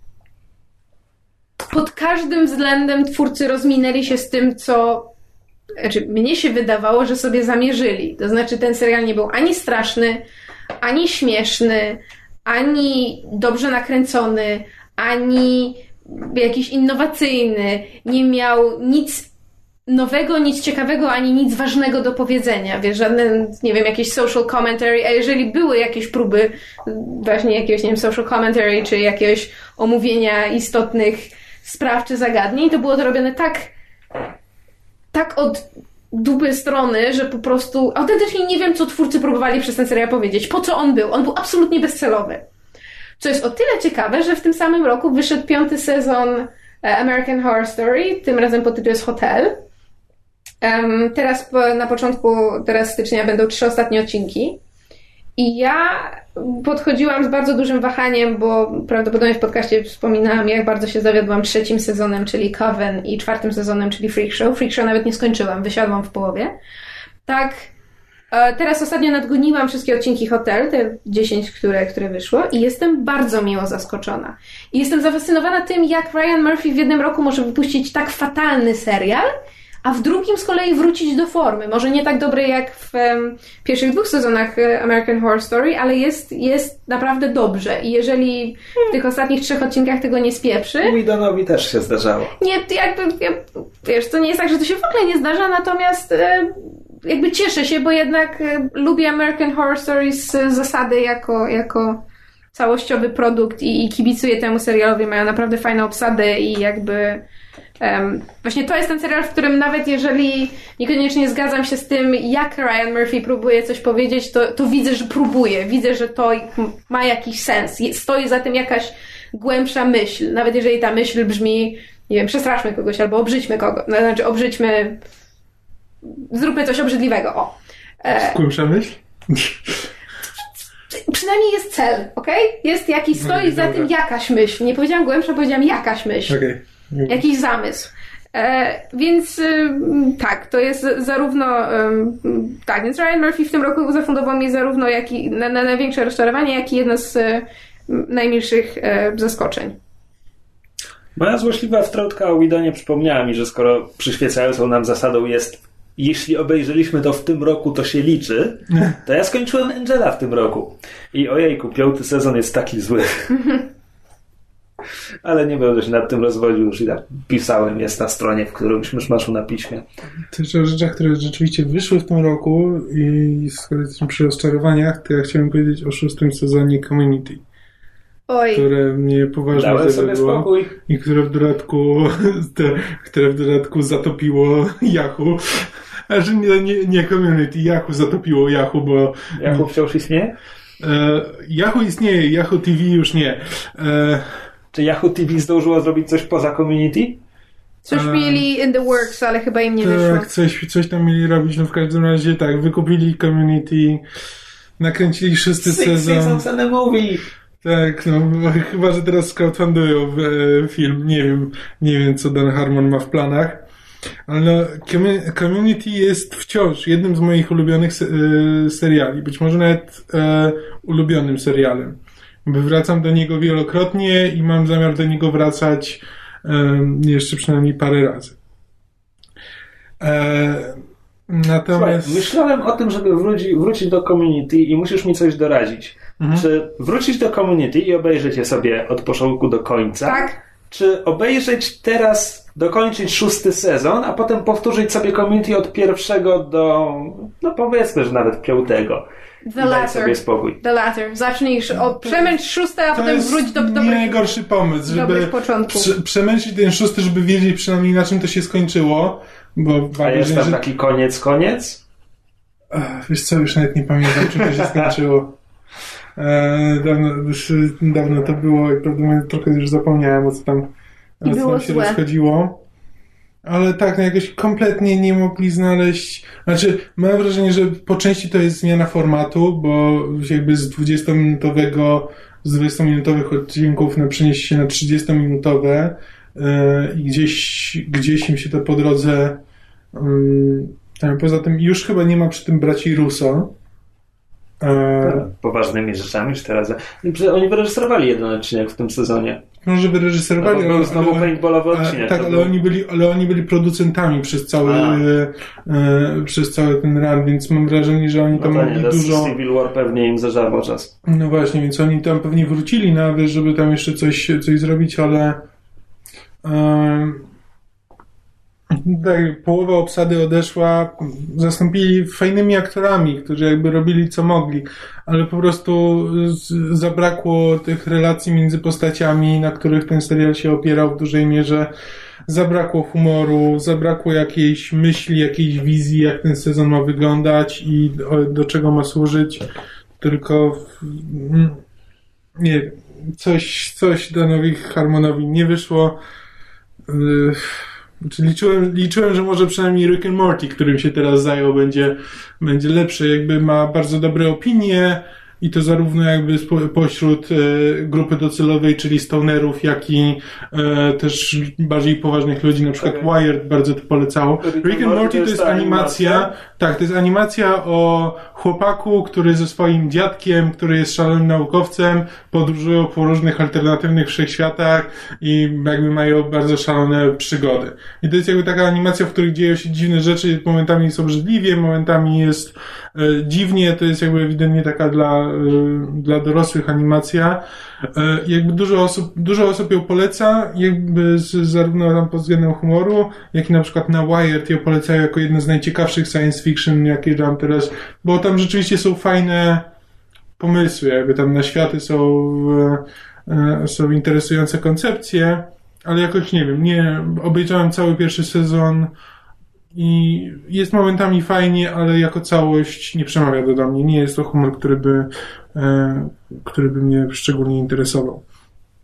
S5: pod każdym względem twórcy rozminęli się z tym, co znaczy mnie się wydawało, że sobie zamierzyli. To znaczy ten serial nie był ani straszny, ani śmieszny, ani dobrze nakręcony, ani jakiś innowacyjny. Nie miał nic nowego, nic ciekawego, ani nic ważnego do powiedzenia. Wiesz, żadne, nie wiem, jakieś social commentary, a jeżeli były jakieś próby właśnie jakiegoś, nie wiem, social commentary, czy jakiegoś omówienia istotnych spraw czy zagadnień, to było to robione tak tak od dupy strony, że po prostu autentycznie nie wiem, co twórcy próbowali przez ten serial powiedzieć. Po co on był? On był absolutnie bezcelowy. Co jest o tyle ciekawe, że w tym samym roku wyszedł piąty sezon American Horror Story, tym razem pod tytułem Hotel. Um, teraz po, na początku teraz stycznia będą trzy ostatnie odcinki. I ja podchodziłam z bardzo dużym wahaniem, bo prawdopodobnie w podcaście wspominałam, jak bardzo się zawiodłam trzecim sezonem, czyli Coven, i czwartym sezonem, czyli Freak Show. Freak Show nawet nie skończyłam, wysiadłam w połowie. Tak, teraz ostatnio nadgoniłam wszystkie odcinki Hotel, te dziesięć, które, które wyszło, i jestem bardzo miło zaskoczona. I jestem zafascynowana tym, jak Ryan Murphy w jednym roku może wypuścić tak fatalny serial, a w drugim z kolei wrócić do formy. Może nie tak dobrej jak w um, pierwszych dwóch sezonach American Horror Story, ale jest, jest naprawdę dobrze. I jeżeli w tych ostatnich trzech odcinkach tego nie spieprzy...
S3: Whedonowi też się zdarzało. Nie,
S5: jakby, wiesz, to nie jest tak, że to się w ogóle nie zdarza, natomiast e, jakby cieszę się, bo jednak e, lubię American Horror Story z zasady jako, jako całościowy produkt i, i kibicuję temu serialowi. Mają naprawdę fajną obsadę i jakby... Um, właśnie to jest ten serial, w którym nawet jeżeli niekoniecznie zgadzam się z tym, jak Ryan Murphy próbuje coś powiedzieć, to, to widzę, że próbuje. Widzę, że to ma jakiś sens. Stoi za tym jakaś głębsza myśl, nawet jeżeli ta myśl brzmi, nie wiem, przestraszmy kogoś albo obrzydźmy kogo, znaczy obrzydźmy, zróbmy coś obrzydliwego, o.
S4: E... Głębsza myśl?
S5: Przynajmniej jest cel, okej? Okay? Jest jakiś, stoi okay, za dobra. tym jakaś myśl. Nie powiedziałam głębsza, powiedziałam jakaś myśl. Okay. Jakiś zamysł. E, więc y, tak, to jest zarówno y, tak, więc Ryan Murphy w tym roku zafundował mi zarówno jak i, na, na największe rozczarowanie, jak i jedno z y, najmilszych y, zaskoczeń.
S3: Moja złośliwa wtrątka o Whedonie przypomniała mi, że skoro przyświecającą nam zasadą jest jeśli obejrzeliśmy to w tym roku, to się liczy, to ja skończyłem Angela w tym roku. I ojejku, piąty sezon jest taki zły. Ale nie będę się nad tym rozwodził, już i tak pisałem, jest na stronie, w którymś myszmaszu na piśmie.
S4: Też o rzeczach, które rzeczywiście wyszły w tym roku i skoro jesteśmy przy rozczarowaniach, to ja chciałem powiedzieć o szóstym sezonie Community.
S5: Oj.
S4: Które mnie poważnie zawiodło i które w dodatku te, które w dodatku zatopiło Yahoo. A że nie, nie, nie Community, Yahoo zatopiło Yahoo, bo...
S3: Yahoo wciąż istnieje?
S4: E, Yahoo istnieje, Yahoo T V już nie. E,
S3: Czy Yahoo T V zdążyło zrobić coś poza Community?
S5: Coś e, mieli in the works, ale chyba im nie
S4: tak,
S5: wyszło.
S4: Tak, coś, coś tam mieli robić, no w każdym razie tak, wykupili Community, nakręcili szósty
S3: Six
S4: sezon.
S3: Six seasons and a movie.
S4: Tak, no chyba, że teraz crowdfundują e, film. Nie wiem, nie wiem, co Dan Harmon ma w planach. Ale no, Community jest wciąż jednym z moich ulubionych e, seriali. Być może nawet e, ulubionym serialem. Wracam do niego wielokrotnie i mam zamiar do niego wracać e, jeszcze przynajmniej parę razy. E, natomiast...
S3: Słuchaj, myślałem o tym, żeby wróci, wrócić do Community i musisz mi coś doradzić. Mhm. Czy wrócić do Community i obejrzeć je sobie od początku do końca?
S5: Tak.
S3: Czy obejrzeć teraz, dokończyć szósty sezon, a potem powtórzyć sobie Community od pierwszego do, no powiedzmy, że nawet piątego.
S5: The latter. Sobie spokój. The latter. Zacznij o, przemęcz szóste, a to potem wróć do dobrych...
S4: To jest najgorszy pomysł, żeby prze, przemęczyć ten szósty, żeby wiedzieć przynajmniej na czym to się skończyło. Bo
S3: a jest tam
S4: że...
S3: taki koniec, koniec?
S4: Ach, wiesz co, już nawet nie pamiętam, czym to się skończyło. E, dawno, już dawno to było i prawdopodobnie trochę już zapomniałem, o co tam, o co tam się złe. rozchodziło. Ale tak, no jakoś kompletnie nie mogli znaleźć... Znaczy, mam wrażenie, że po części to jest zmiana formatu, bo jakby z dwudziestominutowego, z dwudziestominutowych odcinków no, przenieść się na trzydziestominutowe yy, i gdzieś, gdzieś im się to po drodze... Yy, poza tym już chyba nie ma przy tym braci Russo.
S3: Yy, Poważnymi rzeczami już teraz. Oni wyreżyserowali jeden odcinek w tym sezonie.
S4: Może wyreżyserowali,
S3: no, był znowu paintballowy odcinek.
S4: Tak, ale był... oni, byli, ale oni byli producentami przez cały, e, e, przez cały ten run, więc mam wrażenie, że oni tam
S3: no
S4: mogli
S3: nie,
S4: dużo...
S3: Civil War pewnie im zażarło czas.
S4: No właśnie, więc oni tam pewnie wrócili nawet, żeby tam jeszcze coś, coś zrobić, ale e, tak, połowa obsady odeszła, zastąpili fajnymi aktorami, którzy jakby robili co mogli, ale po prostu z, zabrakło tych relacji między postaciami, na których ten serial się opierał w dużej mierze. Zabrakło humoru, zabrakło jakiejś myśli, jakiejś wizji, jak ten sezon ma wyglądać i do, do czego ma służyć, tylko nie wiem, coś, coś Danowi Harmonowi nie wyszło. Yy, Liczyłem, liczyłem, że może przynajmniej Rick and Morty, którym się teraz zajął, będzie, będzie lepszy. Jakby ma bardzo dobre opinie i to zarówno jakby spo, pośród e, grupy docelowej, czyli stonerów, jak i e, też bardziej poważnych ludzi, na przykład okay. Wired bardzo to polecało. Rick, Rick and Morty to jest animacja, animacja, tak, to jest animacja o chłopaku, który ze swoim dziadkiem, który jest szalonym naukowcem, podróżują po różnych alternatywnych wszechświatach i jakby mają bardzo szalone przygody. I to jest jakby taka animacja, w której dzieją się dziwne rzeczy, momentami jest obrzydliwie, momentami jest e, dziwnie, to jest jakby ewidentnie taka dla, e, dla dorosłych animacja. E, jakby dużo osób, dużo osób ją poleca, jakby z, zarówno tam pod względem humoru, jak i na przykład na Wired ją polecają jako jedno z najciekawszych science fiction, jakie tam teraz, bo tam rzeczywiście są fajne pomysły, jakby tam na światy są, e, są interesujące koncepcje, ale jakoś nie wiem, nie, obejrzałem cały pierwszy sezon i jest momentami fajnie, ale jako całość nie przemawia do mnie. Nie jest to humor, który by, e, który by mnie szczególnie interesował.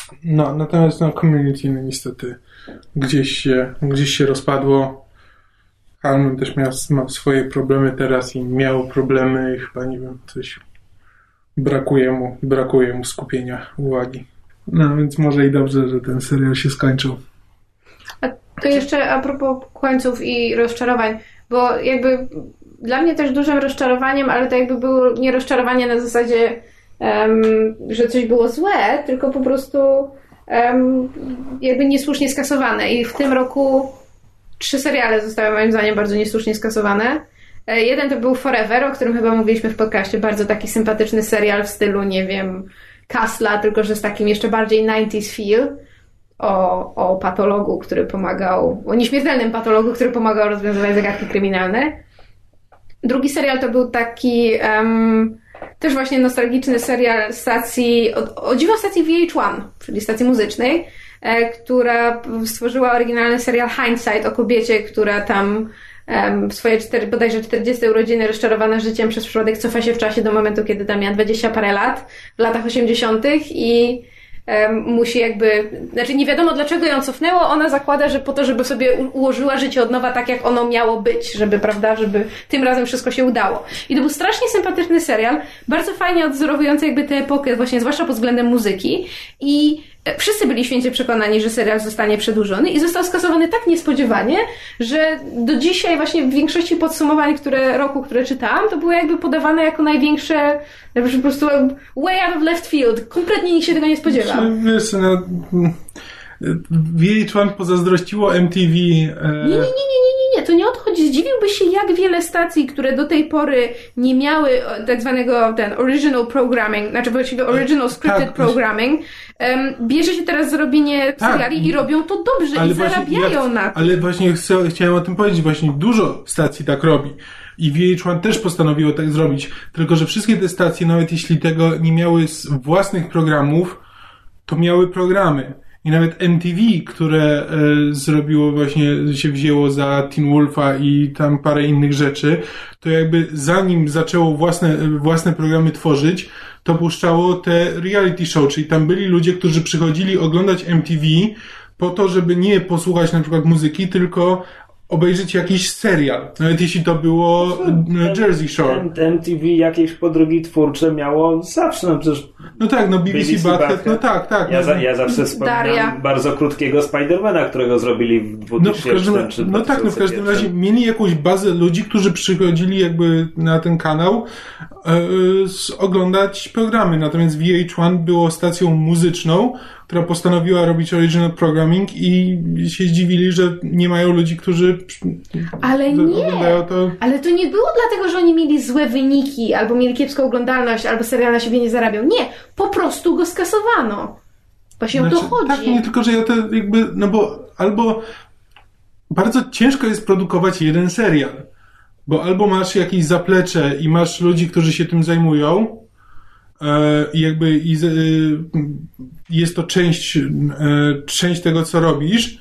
S4: No, natomiast no, Community no, niestety gdzieś się, gdzieś się rozpadło. Harmon też miał, ma swoje problemy teraz i miał problemy i chyba, nie wiem, coś brakuje mu, brakuje mu skupienia, uwagi. No, więc może i dobrze, że ten serial się skończył.
S5: A to jeszcze a propos końców i rozczarowań, bo jakby dla mnie też dużym rozczarowaniem, ale to jakby było nie rozczarowanie na zasadzie, um, że coś było złe, tylko po prostu um, jakby niesłusznie skasowane. I w tym roku trzy seriale zostały moim zdaniem bardzo niesłusznie skasowane. Jeden to był Forever, o którym chyba mówiliśmy w podcaście. Bardzo taki sympatyczny serial w stylu, nie wiem, Castla, tylko że z takim jeszcze bardziej dziewięćdziesiątych feel. O, o patologu, który pomagał, o nieśmiertelnym patologu, który pomagał rozwiązywać zagadki kryminalne. Drugi serial to był taki um, też właśnie nostalgiczny serial stacji, o, o dziwo stacji V H jeden, czyli stacji muzycznej, e, która stworzyła oryginalny serial Hindsight o kobiecie, która tam um, w swoje cztery, bodajże czterdzieste urodziny rozczarowana życiem przez przypadek cofa się w czasie do momentu, kiedy tam miała dwadzieścia parę lat w latach osiemdziesiątych i um, musi jakby, znaczy nie wiadomo dlaczego ją cofnęło, ona zakłada, że po to, żeby sobie ułożyła życie od nowa tak, jak ono miało być, żeby, prawda, żeby tym razem wszystko się udało. I to był strasznie sympatyczny serial, bardzo fajnie odzorowujący jakby tę epokę, właśnie zwłaszcza pod względem muzyki i wszyscy byli święcie przekonani, że serial zostanie przedłużony i został skasowany tak niespodziewanie, że do dzisiaj właśnie w większości podsumowań które, roku, które czytałam, to było jakby podawane jako największe, po prostu way out of left field. Kompletnie nikt się tego nie spodziewał.
S4: Wiesz, no, V H jeden pozazdrościło M T V. E...
S5: Nie, nie, nie, nie, nie, nie, to nie odchodzi. Zdziwiłbyś się, jak wiele stacji, które do tej pory nie miały tak zwanego ten original programming, znaczy właściwie original scripted tak, programming, um, bierze się teraz za robienie tak, seriali i robią to dobrze ale i zarabiają ja, na to.
S4: Ale właśnie chcę, chciałem o tym powiedzieć, właśnie dużo stacji tak robi. I V H jeden też postanowiło tak zrobić. Tylko że wszystkie te stacje, nawet jeśli tego nie miały z własnych programów, to miały programy. I nawet M T V, które e, zrobiło właśnie, się wzięło za Teen Wolfa i tam parę innych rzeczy, to jakby zanim zaczęło własne, własne programy tworzyć, to puszczało te reality show, czyli tam byli ludzie, którzy przychodzili oglądać M T V po to, żeby nie posłuchać na przykład muzyki, tylko obejrzeć jakiś serial. Nawet jeśli to było Jersey Shore.
S3: M T V jakieś podrógi twórcze miało zawsze, no przecież...
S4: No tak, no B B C, B B C Badhead, no tak, tak.
S3: Ja,
S4: no,
S3: za, ja zawsze wspominam Daria. bardzo krótkiego Spidermana, którego zrobili w dwutysięcznym czy
S4: No tak, no w każdym razie mieli jakąś bazę ludzi, którzy przychodzili jakby na ten kanał yy, oglądać programy. Natomiast V H jeden było stacją muzyczną, która postanowiła robić original programming i się zdziwili, że nie mają ludzi, którzy
S5: ale nie,
S4: oglądają to.
S5: Ale to nie było dlatego, że oni mieli złe wyniki, albo mieli kiepską oglądalność, albo serial na siebie nie zarabiał. Nie, po prostu go skasowano. Właśnie znaczy, o to chodzi.
S4: Tak, nie, tylko że ja to jakby, no bo albo bardzo ciężko jest produkować jeden serial, bo albo masz jakieś zaplecze i masz ludzi, którzy się tym zajmują, i jakby i jest to część, część tego, co robisz,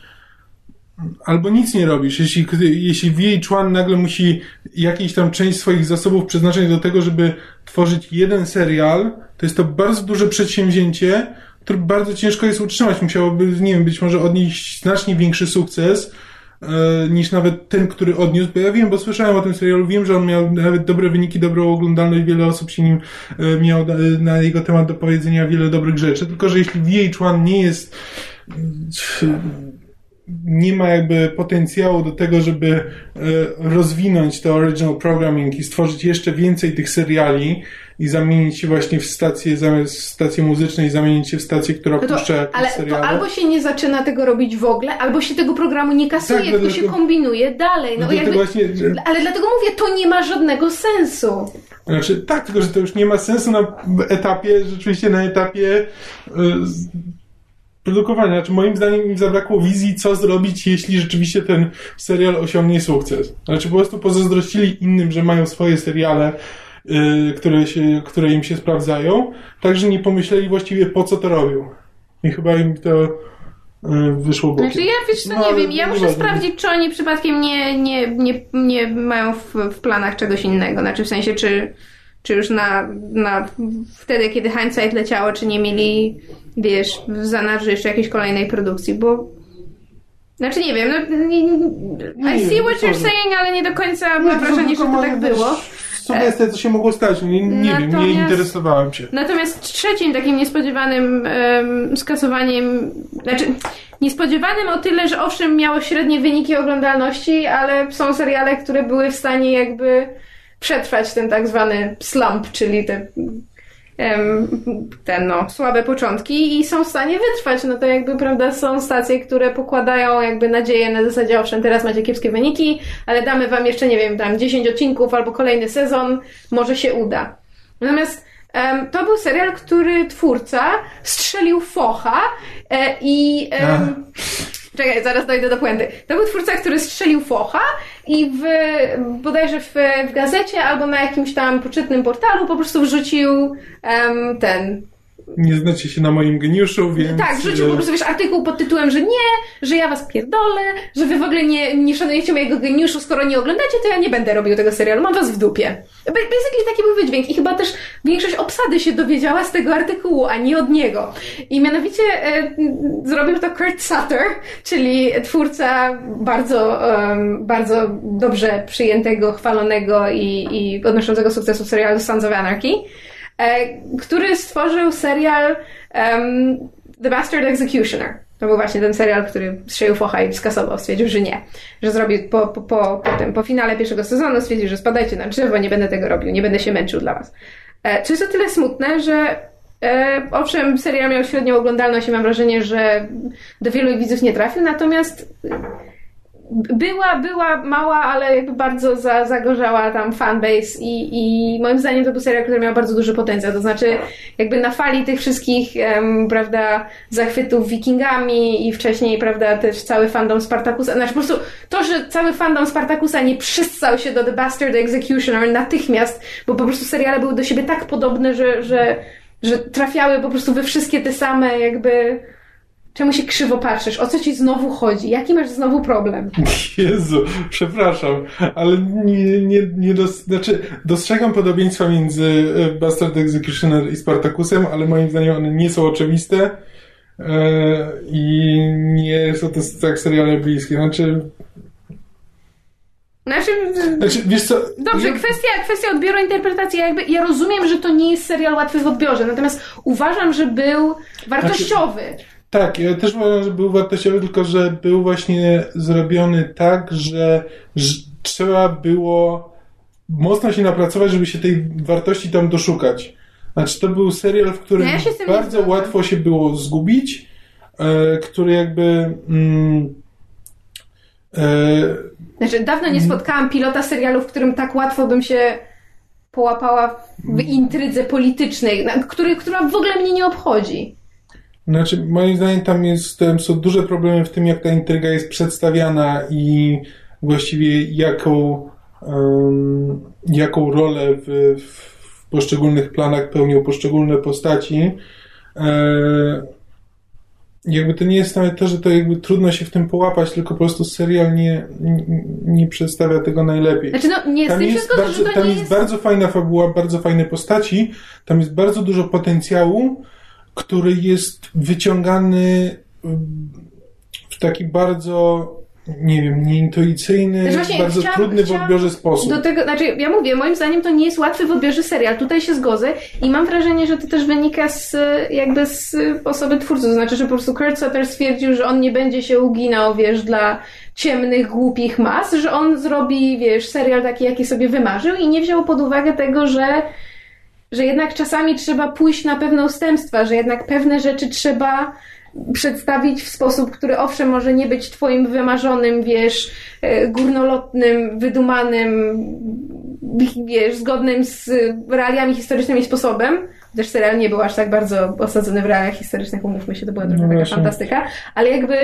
S4: albo nic nie robisz. Jeśli, jeśli V H jeden nagle musi jakąś tam część swoich zasobów przeznaczyć do tego, żeby tworzyć jeden serial, to jest to bardzo duże przedsięwzięcie, które bardzo ciężko jest utrzymać. Musiałoby, nie wiem, być może odnieść znacznie większy sukces niż nawet ten, który odniósł, bo ja wiem, bo słyszałem o tym serialu, wiem, że on miał nawet dobre wyniki, dobrą oglądalność, wiele osób się nim miało na jego temat do powiedzenia wiele dobrych rzeczy, tylko że jeśli V H jeden nie jest nie ma jakby potencjału do tego, żeby rozwinąć to original programming i stworzyć jeszcze więcej tych seriali i zamienić się właśnie w stację, zamiast stację muzycznej, zamienić się w stację, która no to, puszcza jakieś
S5: ale
S4: seriale.
S5: To albo się nie zaczyna tego robić w ogóle, albo się tego programu nie kasuje, tak, tylko się kombinuje dalej. No, jakby, właśnie, że... Ale dlatego mówię, to nie ma żadnego sensu.
S4: Znaczy, tak, tylko że to już nie ma sensu na etapie, rzeczywiście na etapie yy, produkowania. Znaczy, moim zdaniem im zabrakło wizji, co zrobić, jeśli rzeczywiście ten serial osiągnie sukces. Znaczy, po prostu pozazdrościli innym, że mają swoje seriale, Yy, które, się, które im się sprawdzają, także nie pomyśleli właściwie po co to robią. I chyba im to yy, wyszło bokiem.
S5: Znaczy ja wiesz co, no, nie wiem, ja muszę sprawdzić, czy oni przypadkiem nie, nie, nie, nie mają w, w planach czegoś innego, znaczy w sensie, czy czy już na, na wtedy, kiedy Hindsight leciało, czy nie mieli, wiesz, w zanadrzu jeszcze jakiejś kolejnej produkcji, bo znaczy nie wiem, no, nie, nie, I see what you're saying, ale nie do końca mam wrażenie, że to tak było.
S4: Sugestia, co się mogło stać, nie, nie wiem, nie interesowałem się.
S5: Natomiast trzecim takim niespodziewanym um, skasowaniem, znaczy niespodziewanym o tyle, że owszem miało średnie wyniki oglądalności, ale są seriale, które były w stanie jakby przetrwać ten tak zwany slump, czyli te ten no, słabe początki i są w stanie wytrwać, no to jakby, prawda, są stacje, które pokładają jakby nadzieję na zasadzie, owszem, teraz macie kiepskie wyniki, ale damy wam jeszcze, nie wiem, tam dziesięć odcinków albo kolejny sezon, może się uda. Natomiast um, to był serial, który twórca strzelił focha e, i um, czekaj, zaraz dojdę do puenty. To był twórca, który strzelił focha i w, bodajże w, w gazecie albo na jakimś tam poczytnym portalu po prostu wrzucił um, ten...
S4: Nie znacie się na moim geniuszu, więc...
S5: Tak, wrzucił po prostu, wiesz, artykuł pod tytułem, że nie, że ja was pierdolę, że wy w ogóle nie, nie szanujecie mojego geniuszu, skoro nie oglądacie, to ja nie będę robił tego serialu, mam was w dupie. Basically taki był wydźwięk i chyba też większość obsady się dowiedziała z tego artykułu, a nie od niego. I mianowicie e, zrobił to Kurt Sutter, czyli twórca bardzo, um, bardzo dobrze przyjętego, chwalonego i, i odnoszącego sukcesu serialu Sons of Anarchy, który stworzył serial um, The Bastard Executioner. To był właśnie ten serial, który strzelił focha i skasował, stwierdził, że nie. Że zrobił po, po, po, po, tym, po finale pierwszego sezonu, stwierdził, że spadajcie na drzewo, nie będę tego robił, nie będę się męczył dla was. Co jest o tyle smutne, że e, owszem, serial miał średnią oglądalność i mam wrażenie, że do wielu widzów nie trafił, natomiast Była, była mała, ale jakby bardzo za, zagorzała tam fanbase i, i moim zdaniem to był serial, który miał bardzo duży potencjał. To znaczy jakby na fali tych wszystkich um, prawda, zachwytów Wikingami i wcześniej, prawda, też cały fandom Spartakusa. Znaczy po prostu to, że cały fandom Spartakusa nie przystał się do The Bastard Executioner natychmiast, bo po prostu seriale były do siebie tak podobne, że, że, że trafiały po prostu we wszystkie te same jakby... Czemu się krzywo patrzysz? O co ci znowu chodzi? Jaki masz znowu problem?
S4: Jezu, przepraszam, ale nie, nie, nie dos... znaczy, dostrzegam podobieństwa między Bastard Executioner i Spartacusem, ale moim zdaniem one nie są oczywiste yy, i nie są to tak seriale bliskie. Znaczy...
S5: Znaczy,
S4: znaczy wiesz co...
S5: Dobrze, że... kwestia, kwestia odbioru interpretacji, jakby ja rozumiem, że to nie jest serial łatwy w odbiorze, natomiast uważam, że był wartościowy. Znaczy...
S4: Tak, ja też uważam, że był wartościowy, tylko że był właśnie zrobiony tak, że, że trzeba było mocno się napracować, żeby się tej wartości tam doszukać. Znaczy to był serial, w którym ja bardzo łatwo się było zgubić, e, który jakby... Mm, e,
S5: znaczy dawno nie spotkałam pilota serialu, w którym tak łatwo bym się połapała w intrydze politycznej, który, która w ogóle mnie nie obchodzi.
S4: Znaczy, moim zdaniem tam jest, tam są duże problemy w tym, jak ta intryga jest przedstawiana i właściwie jaką, um, jaką rolę w, w poszczególnych planach pełnią poszczególne postaci. E, jakby to nie jest nawet to, że to jakby trudno się w tym połapać, tylko po prostu serial nie, nie, nie przedstawia tego najlepiej.
S5: Znaczy, no, nie
S4: tam jest,
S5: wszystko,
S4: bardzo,
S5: że to
S4: tam
S5: nie
S4: jest,
S5: jest
S4: bardzo fajna fabuła, bardzo fajne postaci, tam jest bardzo dużo potencjału, który jest wyciągany w taki bardzo, nie wiem, nieintuicyjny, znaczy właśnie, bardzo chciałam, trudny w odbiorze sposób.
S5: Do tego, znaczy, ja mówię, moim zdaniem to nie jest łatwy w odbiorze serial. Tutaj się zgodzę i mam wrażenie, że to też wynika z jakby z osoby twórcy. To znaczy, że po prostu Kurt Sutter stwierdził, że on nie będzie się uginał, wiesz, dla ciemnych, głupich mas, że on zrobi, wiesz, serial taki, jaki sobie wymarzył i nie wziął pod uwagę tego, że że jednak czasami trzeba pójść na pewne ustępstwa, że jednak pewne rzeczy trzeba przedstawić w sposób, który owszem może nie być twoim wymarzonym, wiesz, górnolotnym, wydumanym, wiesz, zgodnym z realiami historycznymi sposobem. Też serial nie był aż tak bardzo osadzony w realiach historycznych, umówmy się, to była trochę no taka fantastyka, ale jakby,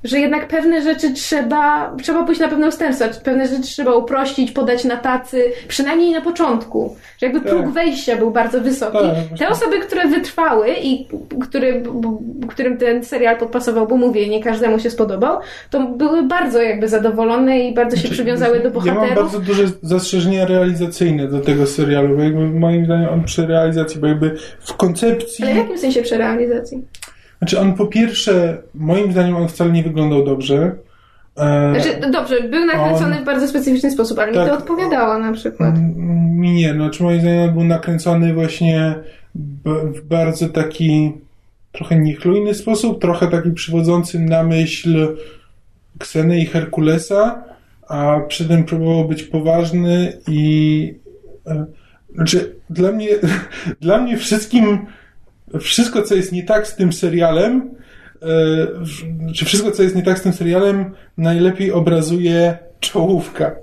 S5: że jednak pewne rzeczy trzeba, trzeba pójść na pewne ustępstwa, pewne rzeczy trzeba uprościć, podać na tacy, przynajmniej na początku, że jakby próg tak. wejścia był bardzo wysoki. Tak, te osoby, które wytrwały i który, którym ten serial podpasował, bo mówię, nie każdemu się spodobał, to były bardzo jakby zadowolone i bardzo się przywiązały do bohaterów.
S4: Ja mam bardzo duże zastrzeżenia realizacyjne do tego serialu, bo jakby moim zdaniem on przy realizacji, bo jakby w koncepcji...
S5: Ale w jakim sensie przy realizacji?
S4: Znaczy on po pierwsze, moim zdaniem on wcale nie wyglądał dobrze.
S5: Znaczy, dobrze, był nakręcony on, w bardzo specyficzny sposób, ale tak, mi to odpowiadało na przykład.
S4: Mi nie, no, znaczy moim zdaniem on był nakręcony właśnie w bardzo taki trochę niechlujny sposób, trochę taki przywodzący na myśl Kseny i Herkulesa, a przy tym próbował być poważny i znaczy dla mnie dla mnie wszystkim wszystko, co jest nie tak z tym serialem, czy wszystko, co jest nie tak z tym serialem, najlepiej obrazuje czołówka,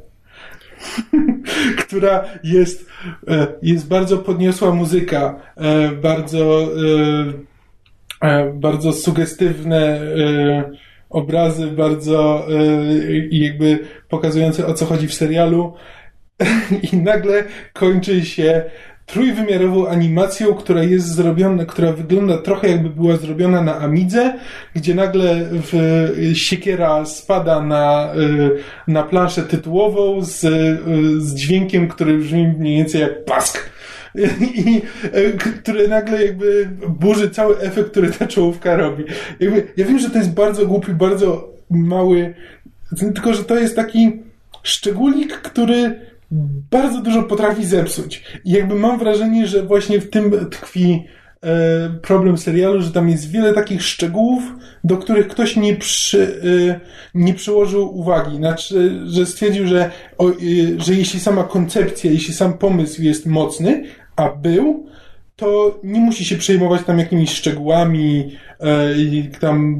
S4: która jest, jest bardzo podniosła muzyka, bardzo, bardzo sugestywne obrazy, bardzo jakby pokazujące, o co chodzi w serialu, i nagle kończy się trójwymiarową animacją, która jest zrobiona, która wygląda trochę jakby była zrobiona na Amidze, gdzie nagle w, siekiera spada na, na planszę tytułową z, z dźwiękiem, który brzmi mniej więcej jak pask. I który nagle jakby burzy cały efekt, który ta czołówka robi. Jakby, ja wiem, że to jest bardzo głupi, bardzo mały, tylko że to jest taki szczególik, który bardzo dużo potrafi zepsuć. I jakby mam wrażenie, że właśnie w tym tkwi e, problem serialu, że tam jest wiele takich szczegółów, do których ktoś nie, przy, e, nie przyłożył uwagi. Znaczy, że stwierdził, że, o, e, że jeśli sama koncepcja, jeśli sam pomysł jest mocny, a był, to nie musi się przejmować tam jakimiś szczegółami, e, tam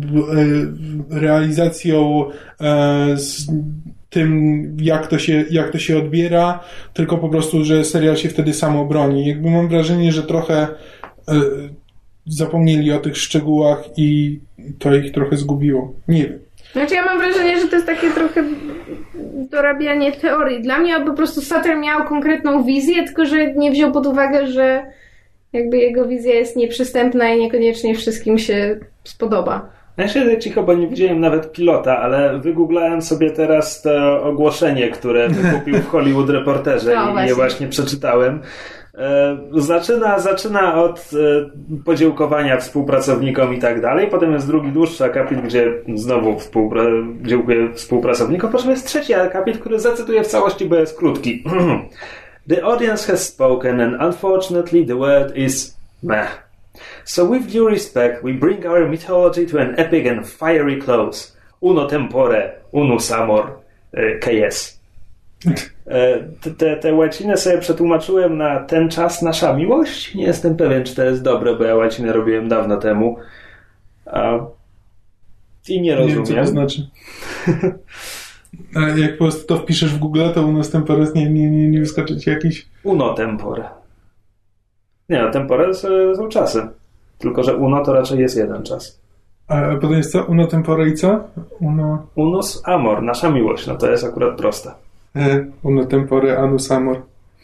S4: e, realizacją e, z, tym, jak to się, jak to się odbiera, tylko po prostu, że serial się wtedy sam obroni. Jakby mam wrażenie, że trochę y, zapomnieli o tych szczegółach i to ich trochę zgubiło. Nie wiem.
S5: Znaczy ja mam wrażenie, że to jest takie trochę dorabianie teorii. Dla mnie po prostu Sutter miał konkretną wizję, tylko że nie wziął pod uwagę, że jakby jego wizja jest nieprzystępna i niekoniecznie wszystkim się spodoba.
S3: Ja się cicho, bo nie widziałem nawet pilota, ale wygooglałem sobie teraz to ogłoszenie, które wykupił w Hollywood Reporterze no, i właśnie. je właśnie przeczytałem. Zaczyna, zaczyna od podziękowania współpracownikom i tak dalej, potem jest drugi dłuższy akapit, gdzie znowu współpra- dziękuję współpracownikom, po czym jest trzeci akapit, który zacytuję w całości, bo jest krótki. The audience has spoken and unfortunately the word is meh. So with due respect, we bring our mythology to an epic and fiery close. Uno tempore, unus amor, K S. Te, te łacinę sobie przetłumaczyłem na ten czas nasza miłość. Nie jestem pewien, czy to jest dobre, bo ja łacinę robiłem dawno temu. A... I nie rozumiem.
S4: Nie wiem, co to znaczy. A jak po prostu to wpiszesz w Google, to uno tempore nie, nie, nie, nie wyskoczy ci jakiś...
S3: Uno tempore. Nie, no tempore są czasy. Tylko, że uno to raczej jest jeden czas.
S4: A potem jest co? Uno tempore i co? Uno...
S3: Unus amor, nasza miłość. No to jest akurat proste.
S4: E, uno tempore, anus amor.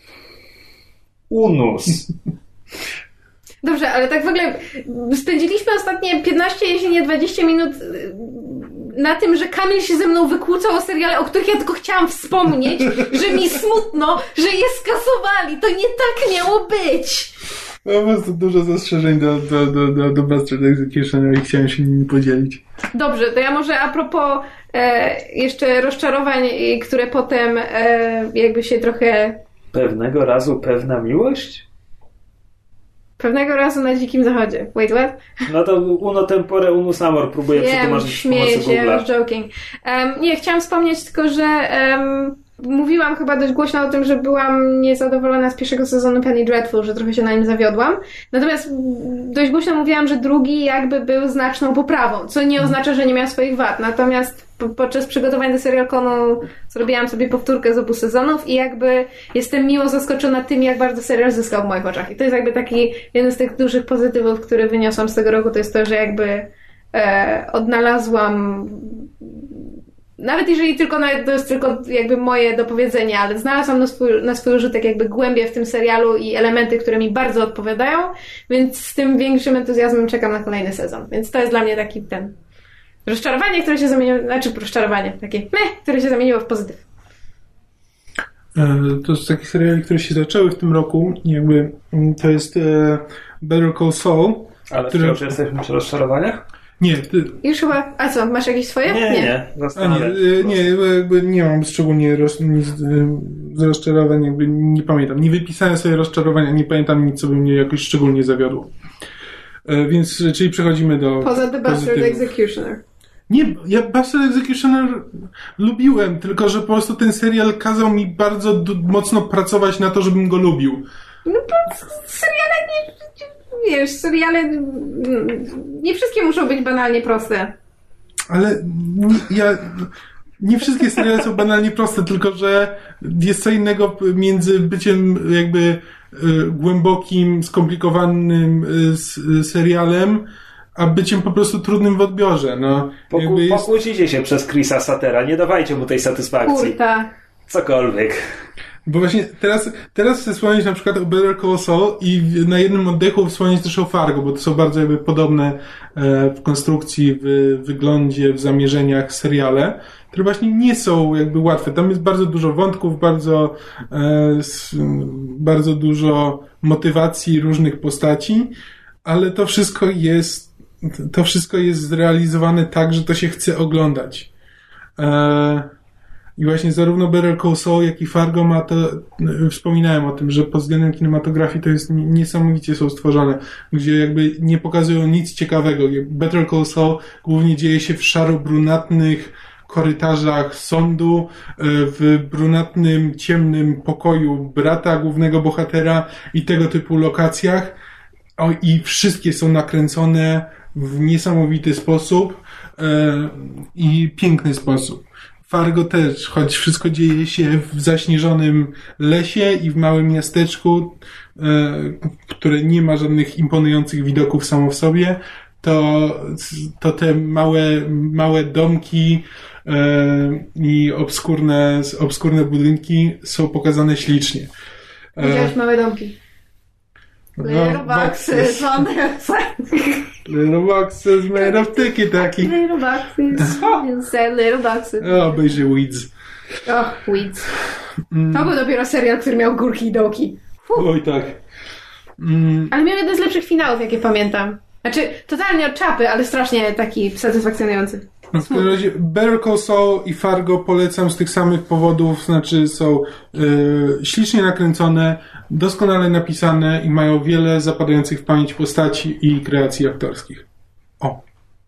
S3: Unus.
S5: Dobrze, ale tak w ogóle spędziliśmy ostatnie piętnaście, jeśli nie dwadzieścia minut na tym, że Kamil się ze mną wykłócał o seriale, o których ja tylko chciałam wspomnieć, że mi smutno, że je skasowali. To nie tak miało być.
S4: Mam po prostu dużo zastrzeżeń do, do, do, do, do Bastard Execution i chciałem się nimi podzielić.
S5: Dobrze, to ja może a propos e, jeszcze rozczarowań, które potem e, jakby się trochę...
S3: Pewnego razu pewna miłość?
S5: Pewnego razu na Dzikim Zachodzie. Wait, what?
S3: No to uno tempore, unus amor. Próbuję
S5: Wiem,
S3: przetłumaczyć
S5: śmieję
S3: z pomocy
S5: się,
S3: Google'a.
S5: I was joking. Um, nie, chciałam wspomnieć tylko, że um, mówiłam chyba dość głośno o tym, że byłam niezadowolona z pierwszego sezonu Penny Dreadful, że trochę się na nim zawiodłam. Natomiast dość głośno mówiłam, że drugi jakby był znaczną poprawą, co nie oznacza, że nie miał swoich wad. Natomiast po, podczas przygotowań do SerialConu zrobiłam sobie powtórkę z obu sezonów i jakby jestem miło zaskoczona tym, jak bardzo serial zyskał w moich oczach. I to jest jakby taki jeden z tych dużych pozytywów, które wyniosłam z tego roku, to jest to, że jakby e, odnalazłam, nawet jeżeli tylko na, to jest tylko jakby moje dopowiedzenie, ale znalazłam na swój, na swój użytek jakby głębie w tym serialu i elementy, które mi bardzo odpowiadają, więc z tym większym entuzjazmem czekam na kolejny sezon. Więc to jest dla mnie taki ten rozczarowanie, które się zamieniło, znaczy rozczarowanie, takie meh, które się zamieniło w pozytyw.
S4: To z takich seriali, które się zaczęły w tym roku, jakby to jest e, Better Call Saul.
S3: Ale
S4: który...
S3: wciąż jesteśmy przy rozczarowaniach?
S4: Nie. Ty...
S5: Już chyba, a co, masz jakieś swoje?
S3: Nie, nie. nie.
S4: A nie, nie, jakby nie mam szczególnie roz, nic z rozczarowań, jakby nie pamiętam. Nie wypisałem sobie rozczarowania, nie pamiętam nic, co by mnie jakoś szczególnie zawiodło. E, więc, czyli przechodzimy do
S5: poza The Bastard Executioner.
S4: Nie, ja Bastard Executioner lubiłem, tylko że po prostu ten serial kazał mi bardzo d- mocno pracować na to, żebym go lubił.
S5: No bo seriale nie... Wiesz, seriale... Nie wszystkie muszą być banalnie proste.
S4: Ale nie, ja... Nie wszystkie seriale są banalnie proste, tylko że jest co innego między byciem jakby y, głębokim, skomplikowanym y, serialem, a byciem po prostu trudnym w odbiorze. No,
S3: Poku-
S4: jest...
S3: Pokłócicie się przez Chrisa Satera, nie dawajcie mu tej satysfakcji.
S5: Kurta.
S3: Cokolwiek.
S4: Bo właśnie teraz, teraz chcę wspomnieć na przykład o Better Call Saul i na jednym oddechu wspomnieć też o Fargo, bo to są bardzo jakby podobne e, w konstrukcji, w wyglądzie, w zamierzeniach seriale, które właśnie nie są jakby łatwe. Tam jest bardzo dużo wątków, bardzo, e, s, bardzo dużo motywacji różnych postaci, ale to wszystko jest to wszystko jest zrealizowane tak, że to się chce oglądać. E, I właśnie zarówno Better Call Saul, jak i Fargo ma to, wspominałem o tym, że pod względem kinematografii to jest niesamowicie są stworzone, gdzie jakby nie pokazują nic ciekawego. Better Call Saul głównie dzieje się w szaro-brunatnych korytarzach sądu, w brunatnym, ciemnym pokoju brata głównego bohatera i tego typu lokacjach. O, i wszystkie są nakręcone w niesamowity sposób e, i piękny sposób. Fargo też, choć wszystko dzieje się w zaśnieżonym lesie i w małym miasteczku, e, które nie ma żadnych imponujących widoków samo w sobie, to, to te małe, małe domki e, i obskurne, obskurne budynki są pokazane ślicznie.
S5: E, Widziałeś małe domki? Little boxes on the outside.
S4: Little boxes made of tiki-taki.
S5: Little boxes. Inside little boxes.
S4: O, obejrzyj Weeds.
S5: Och, Weeds. Mm. To był dopiero serial, który miał górki i dołki. Fuh.
S4: Oj, tak. Mm.
S5: Ale miał jeden z lepszych finałów, jakie pamiętam. Znaczy, totalnie od czapy, ale strasznie taki satysfakcjonujący.
S4: No, w każdym razie Better Call Saul i Fargo polecam z tych samych powodów, znaczy są yy, ślicznie nakręcone, doskonale napisane i mają wiele zapadających w pamięć postaci i kreacji aktorskich. O.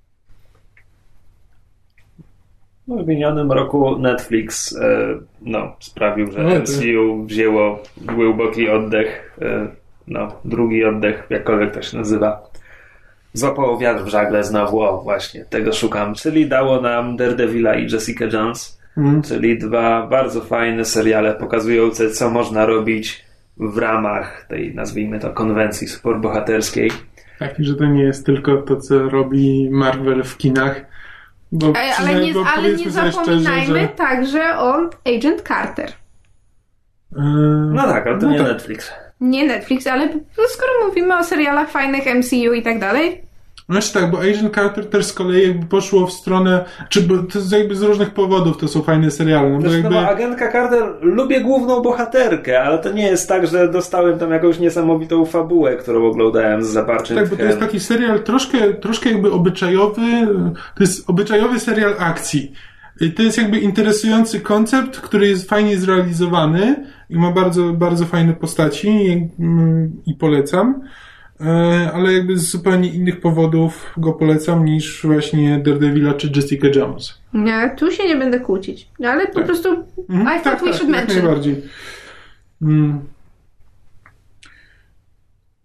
S3: No, w minionym roku Netflix e, no, sprawił, że
S4: no,
S3: M C U wzięło głęboki oddech, e, no, drugi oddech, jakkolwiek to się nazywa. Złapało wiatr w żagle znowu, o właśnie, tego szukam, czyli dało nam Daredevila i Jessica Jones, mm. czyli dwa bardzo fajne seriale pokazujące, co można robić w ramach tej, nazwijmy to, konwencji superbohaterskiej.
S4: Tak, że to nie jest tylko to, co robi Marvel w kinach. Bo,
S5: ale, ale nie,
S4: bo
S5: ale nie zapominajmy szczerze, że... także o Agent Carter.
S4: Yy,
S3: no tak, ale to
S4: no
S3: nie
S4: tak.
S3: Netflix.
S5: Nie Netflix, ale skoro mówimy o serialach fajnych M C U i tak dalej.
S4: Znaczy tak, bo Agent Carter też z kolei jakby poszło w stronę, czy bo to jest jakby z różnych powodów to są fajne seriale. No bo,
S3: Zresztą,
S4: jakby...
S3: no bo agentka Carter lubię główną bohaterkę, ale to nie jest tak, że dostałem tam jakąś niesamowitą fabułę, którą oglądałem z zaparczym
S4: Tak, bo to jest taki serial troszkę, troszkę jakby obyczajowy, to jest obyczajowy serial akcji. To jest jakby interesujący koncept, który jest fajnie zrealizowany i ma bardzo, bardzo fajne postaci i, i polecam. Ale jakby z zupełnie innych powodów go polecam niż właśnie Daredevila czy Jessica Jones.
S5: Nie, tu się nie będę kłócić. Ale po tak. prostu
S4: mhm,
S5: I thought
S4: tak,
S5: we
S4: tak,
S5: should
S4: tak,
S5: mention.
S4: Najbardziej. Hmm.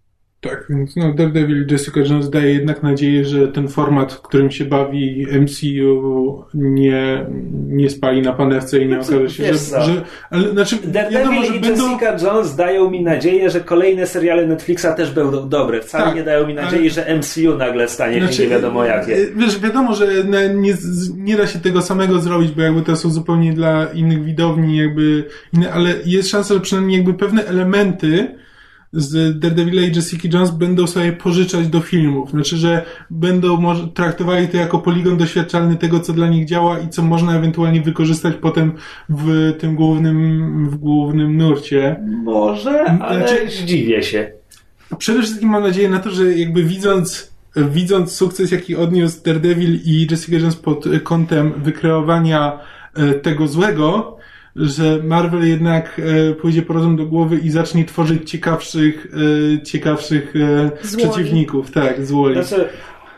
S4: Tak, więc no Daredevil i Jessica Jones daje jednak nadzieję, że ten format, w którym się bawi M C U nie, nie spali na panewce i nie okaże się,
S3: Wiesz
S4: że,
S3: co?
S4: że... Ale, znaczy,
S3: Daredevil
S4: wiadomo, że
S3: i
S4: będą...
S3: Jessica Jones dają mi nadzieję, że kolejne seriale Netflixa też będą dobre. Wcale
S4: Tak,
S3: nie dają mi nadziei,
S4: ale...
S3: że M C U nagle stanie
S4: Znaczy,
S3: się nie wiadomo jakie.
S4: Wiesz, wiadomo, że nie, nie da się tego samego zrobić, bo jakby to są zupełnie dla innych widowni, jakby inne, ale jest szansa, że przynajmniej jakby pewne elementy z Daredevila i Jessica Jones będą sobie pożyczać do filmów. Znaczy, że będą może traktowali to jako poligon doświadczalny tego, co dla nich działa i co można ewentualnie wykorzystać potem w tym głównym, w głównym nurcie.
S3: Może, ale
S4: Znaczy,
S3: zdziwię się.
S4: Przede wszystkim mam nadzieję na to, że jakby widząc, widząc sukces, jaki odniósł Daredevil i Jessica Jones pod kątem wykreowania tego złego, że Marvel jednak e, pójdzie po rozum do głowy i zacznie tworzyć ciekawszych, e, ciekawszych e, przeciwników. Tak, złoli.
S3: Znaczy,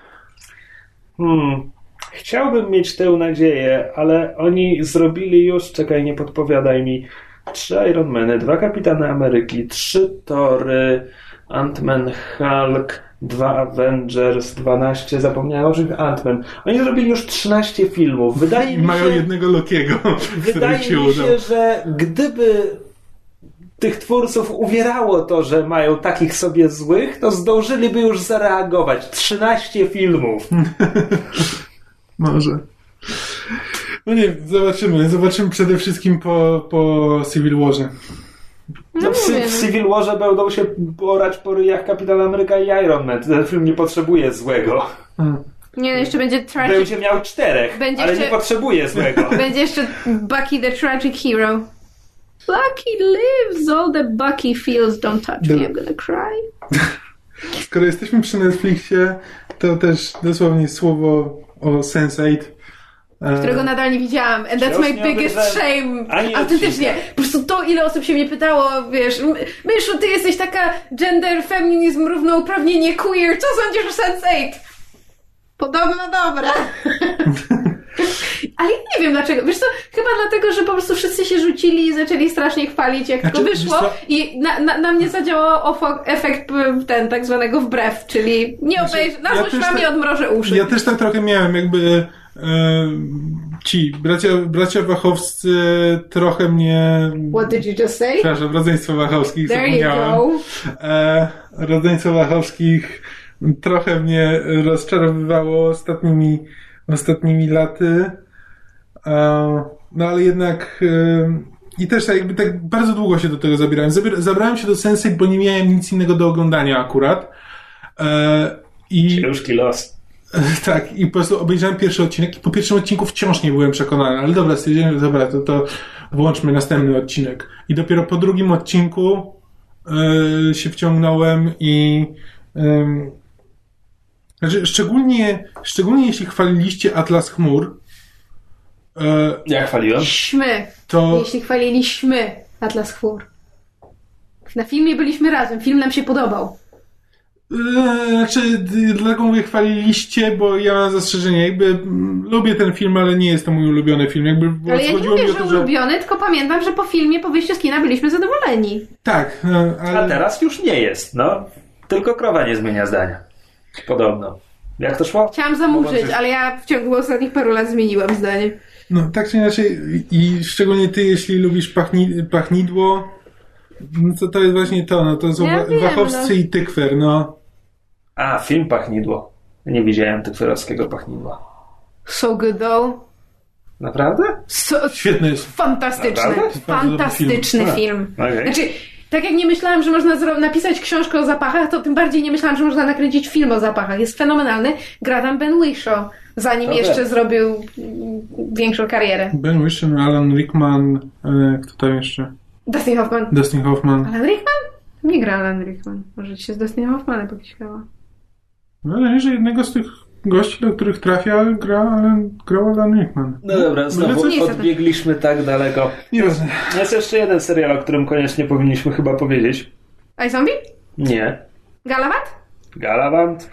S3: hmm, chciałbym mieć tę nadzieję, ale oni zrobili już, czekaj, nie podpowiadaj mi, trzy Ironmany, dwa Kapitany Ameryki, trzy Tory, Ant-Man, Hulk, dwa Avengers, dwanaście, zapomniałem o czym, Ant-Man. Oni zrobili już trzynaście filmów. Wydaje
S4: I
S3: mi
S4: mają
S3: się,
S4: jednego Lokiego,
S3: wydaje
S4: który się
S3: mi
S4: udał.
S3: się, że gdyby tych twórców uwierało to, że mają takich sobie złych, to zdążyliby już zareagować. trzynaście filmów.
S4: Może. No nie, zobaczymy. Zobaczymy przede wszystkim po, po Civil Warze.
S3: No, w,
S5: mówię,
S3: w
S5: no.
S3: Civil Warze będą się porać po ryjach Kapitan Ameryka i Iron Man. Ten film nie potrzebuje złego.
S4: Hmm.
S5: Nie, no jeszcze będzie Tragic...
S3: Będzie miał czterech,
S5: Będzie
S3: ale
S5: jeszcze-
S3: nie potrzebuje złego.
S5: Będzie jeszcze Bucky the Tragic Hero. Bucky lives, all the Bucky feels, don't touch me, I'm gonna cry.
S4: Skoro jesteśmy przy Netflixie, to też dosłownie słowo o sense eight.
S5: Którego nadal nie widziałam. And that's
S3: Wciąż
S5: my
S3: nie
S5: biggest
S3: obejrzałem
S5: shame.
S3: ani
S5: Autentycznie.
S3: odcinka.
S5: Po prostu to, ile osób się mnie pytało, wiesz, "M- Myszu, ty jesteś taka gender, feminizm, równouprawnienie, queer, co sądzisz o sense eight? Podobno dobre. Ale nie wiem dlaczego. Wiesz co, chyba dlatego, że po prostu wszyscy się rzucili i zaczęli strasznie chwalić, jak
S4: Znaczy,
S5: to wyszło
S4: wiesz co?
S5: i na, na, na mnie zadziałał ofo- efekt p- ten tak zwanego wbrew, czyli nie
S4: Znaczy,
S5: obejrzę, na
S4: ja
S5: złość
S4: też
S5: mam
S4: tak-
S5: i odmrożę uszy.
S4: Ja też tak trochę miałem, jakby e, ci bracia, bracia Wachowscy trochę mnie...
S5: What did you just say?
S4: Przepraszam, rodzeństwo Wachowskich,
S5: There you
S4: zapomniałem.
S5: go.
S4: E, rodzeństwo Wachowskich trochę mnie rozczarowywało ostatnimi, ostatnimi laty. E, no ale jednak e, i też tak jakby tak bardzo długo się do tego zabierałem. Zabier- zabrałem się do sense eight, bo nie miałem nic innego do oglądania akurat. E, i
S3: Ciężki los.
S4: tak, i po prostu obejrzałem pierwszy odcinek i po pierwszym odcinku wciąż nie byłem przekonany, ale dobra, stwierdziłem, że dobra, to, to włączmy następny odcinek. I dopiero po drugim odcinku yy, się wciągnąłem i yy, znaczy, szczególnie, szczególnie jeśli chwaliliście Atlas Chmur, yy,
S3: Ja chwaliłem.
S5: Śmy.
S4: to
S5: Jeśli chwaliliśmy Atlas Chmur. Na filmie byliśmy razem, film nam się podobał.
S4: Eee, Znaczy, d- dlatego mówię chwaliliście, bo ja mam zastrzeżenie. Jakby mm, lubię ten film, ale nie jest to mój ulubiony film. Jakby
S5: Ale ja nie
S4: chodziło mi
S5: mówię,
S4: o
S5: że
S4: to, że
S5: ulubiony, tylko pamiętam, że po filmie, po wyjściu z kina byliśmy zadowoleni.
S4: tak, no, ale...
S3: A teraz już nie jest, no. Tylko krowa nie zmienia zdania. Podobno. Jak to szło?
S5: Chciałam zamurzyć,
S3: Mogłam się-
S5: ale ja w ciągu ostatnich paru lat zmieniłam zdanie.
S4: No, tak czy inaczej, i szczególnie ty, jeśli lubisz pachni, pachnidło, no to to jest właśnie to, no to są
S5: Ja
S4: wa-
S5: wiem,
S4: Wachowscy
S5: no.
S4: i Tykwer, no.
S3: A, film Pachnidło. Nie widziałem tykwerowskiego Pachnidła.
S5: So good though.
S3: Naprawdę?
S5: So,
S4: Świetny jest.
S5: fantastyczny.
S3: Naprawdę?
S5: Fantastyczny
S3: Bardzo dobry
S5: film.
S3: Okej.
S5: Znaczy, tak jak nie myślałam, że można zro- napisać książkę o zapachach, to tym bardziej nie myślałam, że można nakręcić film o zapachach. Jest fenomenalny. Gra tam Ben Whishaw, zanim
S3: Dobra.
S5: jeszcze zrobił mm, większą karierę.
S4: Ben Whishaw, Alan Rickman, e, kto tam jeszcze?
S5: Dustin Hoffman.
S4: Dustin Hoffman.
S5: Alan Rickman? Nie gra Alan Rickman. Może ci się z Dustinem Hoffmanem pokiślała.
S4: No ale że jednego z tych gości, do których trafia, gra Alan, grał Alan Rickman.
S3: No dobra, znowu
S5: Nie jest to-
S3: odbiegliśmy tak daleko.
S4: Nieważne.
S3: Jest jeszcze jeden serial, o którym koniecznie powinniśmy chyba powiedzieć.
S5: A zombie?
S3: Nie.
S5: Galawat?
S3: Galavant.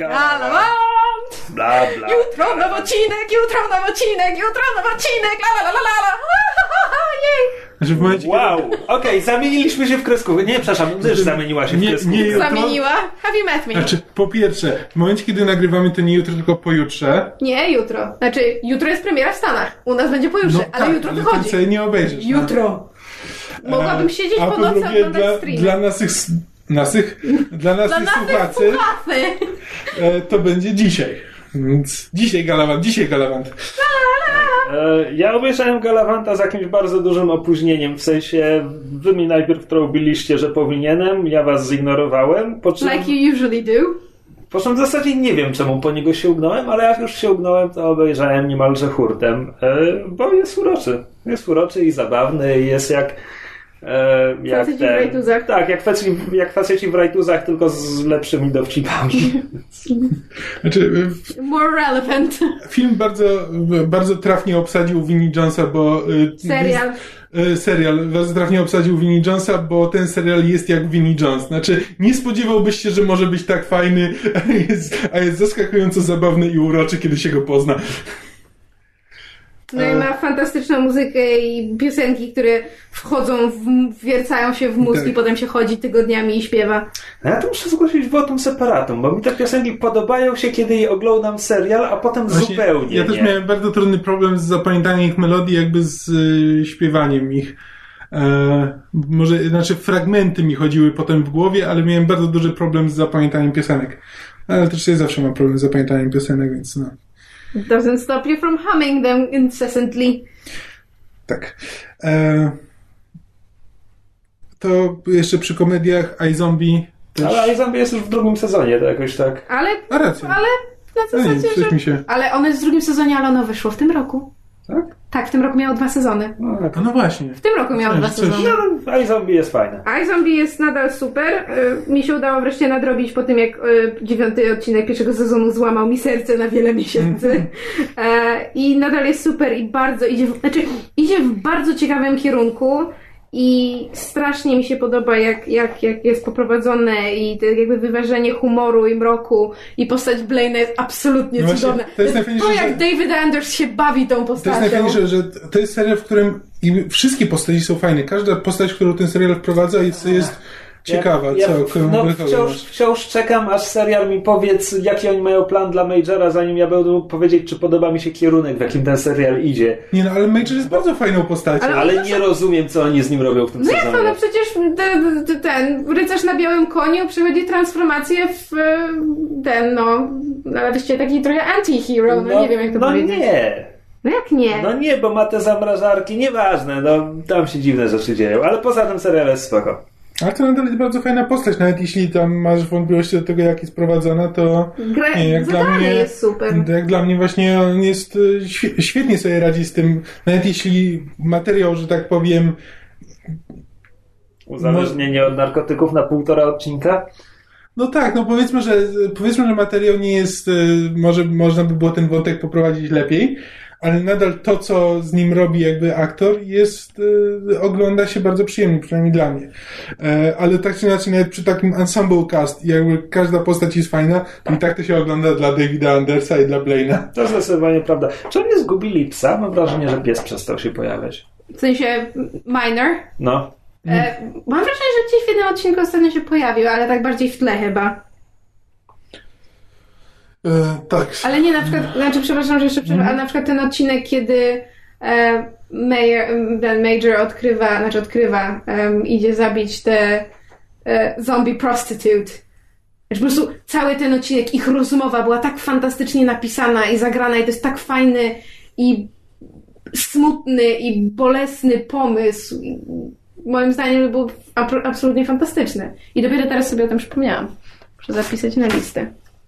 S5: Galawat!
S3: Bla, bla.
S5: Jutro nowy odcinek, jutro nowy odcinek, jutro nowy odcinek, la la la la la la! Jej!
S4: Znaczy w momencie,
S3: Wow, okej, okay, zamieniliśmy się w kreskówkę. Nie, przepraszam, też zamieniła się w
S4: nie,
S3: kreskówkę.
S4: nie jutro,
S5: Zamieniła? Have you met me?
S4: Znaczy, po pierwsze, w momencie, kiedy nagrywamy, to nie jutro, tylko pojutrze.
S5: Nie, jutro. Znaczy, jutro jest premiera w Stanach. U nas będzie pojutrze,
S4: No
S5: ale
S4: tak,
S5: jutro
S4: ale
S5: wychodzi.
S4: ty sobie nie obejrzysz. No.
S5: Jutro. Mogłabym siedzieć
S4: A
S5: po
S4: po
S5: nocy
S4: drugie,
S5: oglądać
S4: dla,
S5: streamy.
S4: dla naszych, naszych, dla naszych
S5: Dla naszych
S4: słuchaczy
S5: słuchaczy.
S4: e, to będzie dzisiaj. Więc dzisiaj Galavant, dzisiaj Galavant.
S3: E, Ja obejrzałem Galavanta z jakimś bardzo dużym opóźnieniem, w sensie wy mi najpierw trąbiliście, że powinienem, ja was zignorowałem, po czym,
S5: Like you usually do.
S3: po czym w zasadzie nie wiem czemu po niego sięgnąłem, ale jak już sięgnąłem, to obejrzałem niemalże hurtem, e, bo jest uroczy, jest uroczy i zabawny, jest jak e, jak
S5: Faceci
S3: ten,
S5: w rajtuzach.
S3: tak, jak faceci, jak faceci w rajtuzach, tylko z lepszymi dowcipami.
S4: Znaczy,
S5: More relevant.
S4: film bardzo, bardzo trafnie obsadził Vinnie Jonesa, bo... y,
S5: Serial.
S4: y, Serial bardzo trafnie obsadził Vinnie Jonesa, bo ten serial jest jak Vinnie Jones. Znaczy, nie spodziewałbyś się, że może być tak fajny, a jest, a jest zaskakująco zabawny i uroczy, kiedy się go pozna.
S5: No i ma fantastyczną muzykę i piosenki, które wchodzą, w, wwiercają się w mózg
S4: Tak.
S5: i potem się chodzi tygodniami i śpiewa.
S3: No ja to muszę zgłosić wotum separatum, bo mi te piosenki podobają się, kiedy je oglądam serial, a potem
S4: Właśnie
S3: zupełnie
S4: Ja też
S3: nie.
S4: miałem bardzo trudny problem z zapamiętaniem ich melodii, jakby z y, śpiewaniem ich. E, może, znaczy fragmenty mi chodziły potem w głowie, ale miałem bardzo duży problem z zapamiętaniem piosenek. Ale też ja zawsze mam problem z zapamiętaniem piosenek, więc no.
S5: It doesn't stop you from humming them incessantly.
S4: Tak. E, to jeszcze przy komediach iZombie też...
S3: Ale iZombie jest już w drugim sezonie, to jakoś tak.
S5: Ale,
S4: A racja.
S5: ale na
S4: No nie,
S5: zasadzie,
S4: coś
S5: że...
S4: mi się...
S5: Ale ono jest w drugim sezonie, ale ono wyszło w tym roku.
S3: Tak?
S5: Tak, w tym roku miało dwa sezony.
S4: A no właśnie.
S5: W tym roku miało
S4: Coś-
S5: dwa
S4: coś-
S5: sezony.
S3: No, iZombie jest fajne.
S5: iZombie jest nadal super. Y, Mi się udało wreszcie nadrobić po tym, jak y, dziewiąty odcinek pierwszego sezonu złamał mi serce na wiele miesięcy. E, I nadal jest super i bardzo idzie w, znaczy idzie w bardzo ciekawym kierunku i strasznie mi się podoba, jak, jak, jak jest poprowadzone i to jakby wyważenie humoru i mroku i postać Blaina jest absolutnie
S4: No właśnie,
S5: cudowna.
S4: to jest najfajniejsze,
S5: To jak
S4: że-
S5: David Anders się bawi tą
S4: To
S5: postacią.
S4: jest najfajniejsze, że to jest serial, w którym i wszystkie postaci są fajne. Każda postać, którą ten serial wprowadza jest, jest ciekawa.
S3: Ja, ja,
S4: całkiem
S3: no,
S4: wychowa.
S3: wciąż, wciąż czekam, aż serial mi powiedz, jaki oni mają plan dla Majora, zanim ja będę mógł powiedzieć, czy podoba mi się kierunek, w jakim ten serial idzie.
S4: Nie no, ale Major jest bardzo fajną postacią.
S5: Ale-
S3: Ale nie rozumiem, co oni z nim robią w tym
S5: No jak
S3: sezonie.
S5: to? No przecież te- te- ten rycerz na białym koniu przechodzi transformację w e, ten, no, ale właściwie taki trochę anti-hero, no, nie wiem jak to
S3: no
S5: powiedzieć.
S3: nie.
S5: No jak nie?
S3: No nie, bo ma te zamrażarki, nieważne, no tam się dziwne rzeczy dzieją, ale poza tym serial jest spoko.
S4: Ale to nadal jest bardzo fajna postać, nawet jeśli tam masz wątpliwości do tego, jak jest prowadzona, to
S5: Gra,
S4: nie, jak dla
S5: zadanie
S4: mnie
S5: jest super.
S4: jak dla mnie właśnie on jest y, świe- świetnie sobie radzi z tym, nawet jeśli materiał, że tak powiem,
S3: Uzależnienie od narkotyków na półtora odcinka.
S4: no tak, no powiedzmy, że powiedzmy, że materiał nie jest, y, może można by było ten wątek poprowadzić lepiej, ale nadal to, co z nim robi jakby aktor, jest, y, ogląda się bardzo przyjemnie, przynajmniej dla mnie. E, ale tak czy inaczej, nawet przy takim ensemble cast, jakby każda postać jest fajna, to i tak to się ogląda dla Davida Andersa i dla Blaina.
S3: To zdecydowanie prawda. Czy oni zgubili psa? Mam wrażenie, że pies przestał się pojawiać.
S5: W sensie minor.
S3: No.
S5: E, mam wrażenie, że gdzieś w jednym odcinku ostatnio się pojawił, ale tak bardziej w tle chyba.
S4: E, tak.
S5: Ale nie na przykład, znaczy przepraszam, że jeszcze przerwę, ale na przykład ten odcinek, kiedy e, Mayor, ten Major odkrywa, znaczy odkrywa, um, idzie zabić tę e, zombie prostitute. Znaczy po prostu cały ten odcinek, ich rozmowa była tak fantastycznie napisana i zagrana i to jest tak fajny i smutny i bolesny pomysł. I moim zdaniem był ab- absolutnie fantastyczny. I dopiero teraz sobie o tym przypomniałam. Muszę zapisać na listę.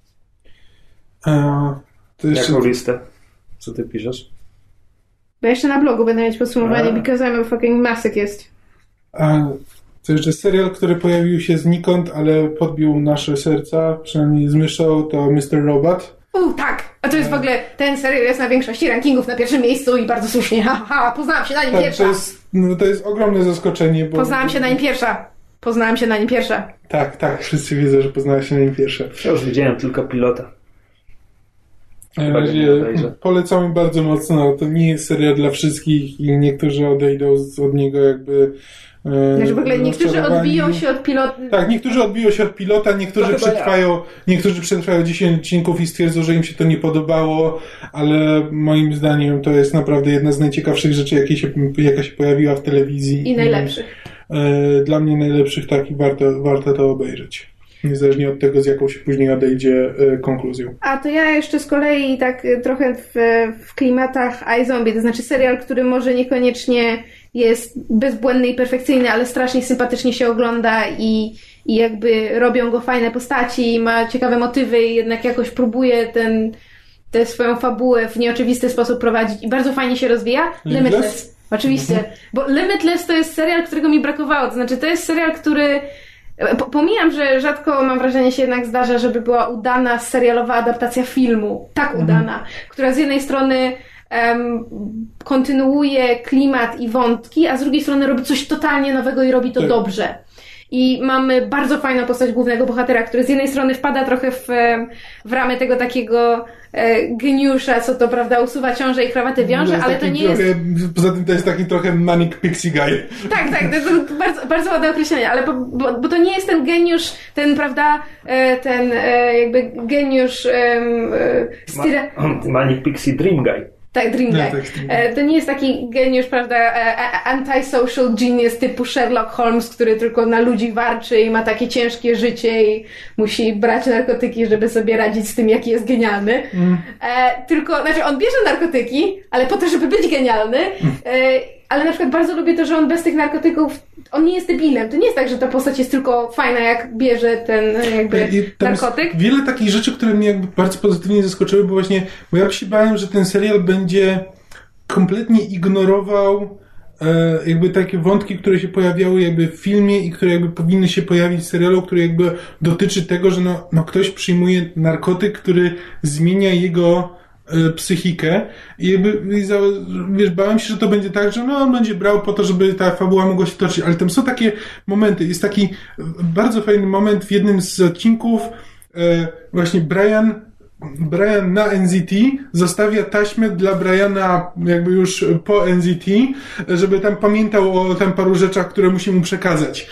S4: E, to jeszcze,
S3: Jaką listę? Co ty piszesz?
S5: Bo jeszcze na blogu będę mieć podsumowanie
S3: A.
S5: Because I'm a fucking masochist.
S4: a, to jeszcze serial, który pojawił się znikąd, ale podbił nasze serca, przynajmniej z myszą, to mister Robot.
S5: U, tak! A to jest w ogóle, ten serial jest na większości rankingów na pierwszym miejscu i bardzo słusznie. Ha, ha, poznałam się na nim
S4: Tak,
S5: pierwsza.
S4: to jest, no, to jest ogromne zaskoczenie, bo...
S5: Poznałam się na nim pierwsza. Poznałam się na nim pierwsza.
S4: Tak, tak, wszyscy wiedzą, że poznała się na nim pierwsze.
S3: Ja już widziałem tylko pilota.
S4: Na razie polecamy bardzo mocno. To nie jest serial dla wszystkich i niektórzy odejdą z, od niego jakby
S5: Znaczy w ogóle niektórzy odbiją się od pilota.
S4: Tak, niektórzy odbiją się od pilota, niektórzy przetrwają, ja. niektórzy przetrwają dziesięć odcinków i stwierdzą, że im się to nie podobało, ale moim zdaniem to jest naprawdę jedna z najciekawszych rzeczy, jakie się, jaka się pojawiła w telewizji.
S5: I najlepszych.
S4: Dla mnie najlepszych, tak, i warto, warto to obejrzeć. Niezależnie od tego, z jaką się później odejdzie konkluzją.
S5: A to ja jeszcze z kolei tak trochę w, w klimatach iZombie, to znaczy serial, który może niekoniecznie jest bezbłędny i perfekcyjny, ale strasznie sympatycznie się ogląda i, i jakby robią go fajne postaci i ma ciekawe motywy i jednak jakoś próbuje ten, tę swoją fabułę w nieoczywisty sposób prowadzić i bardzo fajnie się rozwija.
S4: Limitless?
S5: Limitless. Oczywiście. Mhm. Bo Limitless to jest serial, którego mi brakowało. To znaczy to jest serial, który... Pomijam, że rzadko, mam wrażenie, się jednak zdarza, żeby była udana serialowa adaptacja filmu. Tak mhm. udana. Która z jednej strony um, kontynuuje klimat i wątki, a z drugiej strony robi coś totalnie nowego i robi to tak. dobrze. I mamy bardzo fajną postać głównego bohatera, który z jednej strony wpada trochę w, w ramy tego takiego e, geniusza, co to, prawda, usuwa ciąże i krawaty wiąże, no ale to nie
S4: trochę,
S5: jest...
S4: Poza tym to jest taki trochę manic pixie guy.
S5: Tak, tak, to jest bardzo, bardzo ładne określenie, ale bo, bo, bo to nie jest ten geniusz, ten, prawda, e, ten e, jakby geniusz e, styra...
S3: Ma, manic pixie dream guy.
S5: Tak, Dream Guy. No, tak, to nie jest taki geniusz, prawda, antisocial genius typu Sherlock Holmes, który tylko na ludzi warczy i ma takie ciężkie życie i musi brać narkotyki, żeby sobie radzić z tym, jaki jest genialny. Mm. E, tylko, znaczy on bierze narkotyki, ale po to, żeby być genialny. E, ale na przykład bardzo lubię to, że on bez tych narkotyków, on nie jest debilem. To nie jest tak, że ta postać jest tylko fajna, jak bierze ten jakby narkotyk.
S4: Wiele takich rzeczy, które mnie jakby bardzo pozytywnie zaskoczyły, bo właśnie, bo ja się bałem, że ten serial będzie kompletnie ignorował e, jakby takie wątki, które się pojawiały jakby w filmie i które jakby powinny się pojawić w serialu, który jakby dotyczy tego, że no, no ktoś przyjmuje narkotyk, który zmienia jego psychikę i jakby, wiesz, bałem się, że to będzie tak, że no on będzie brał po to, żeby ta fabuła mogła się toczyć, ale tam są takie momenty, jest taki bardzo fajny moment w jednym z odcinków, e, właśnie Brian Brian na N Z T zostawia taśmę dla Briana jakby już po N Z T, żeby tam pamiętał o tam paru rzeczach, które musi mu przekazać.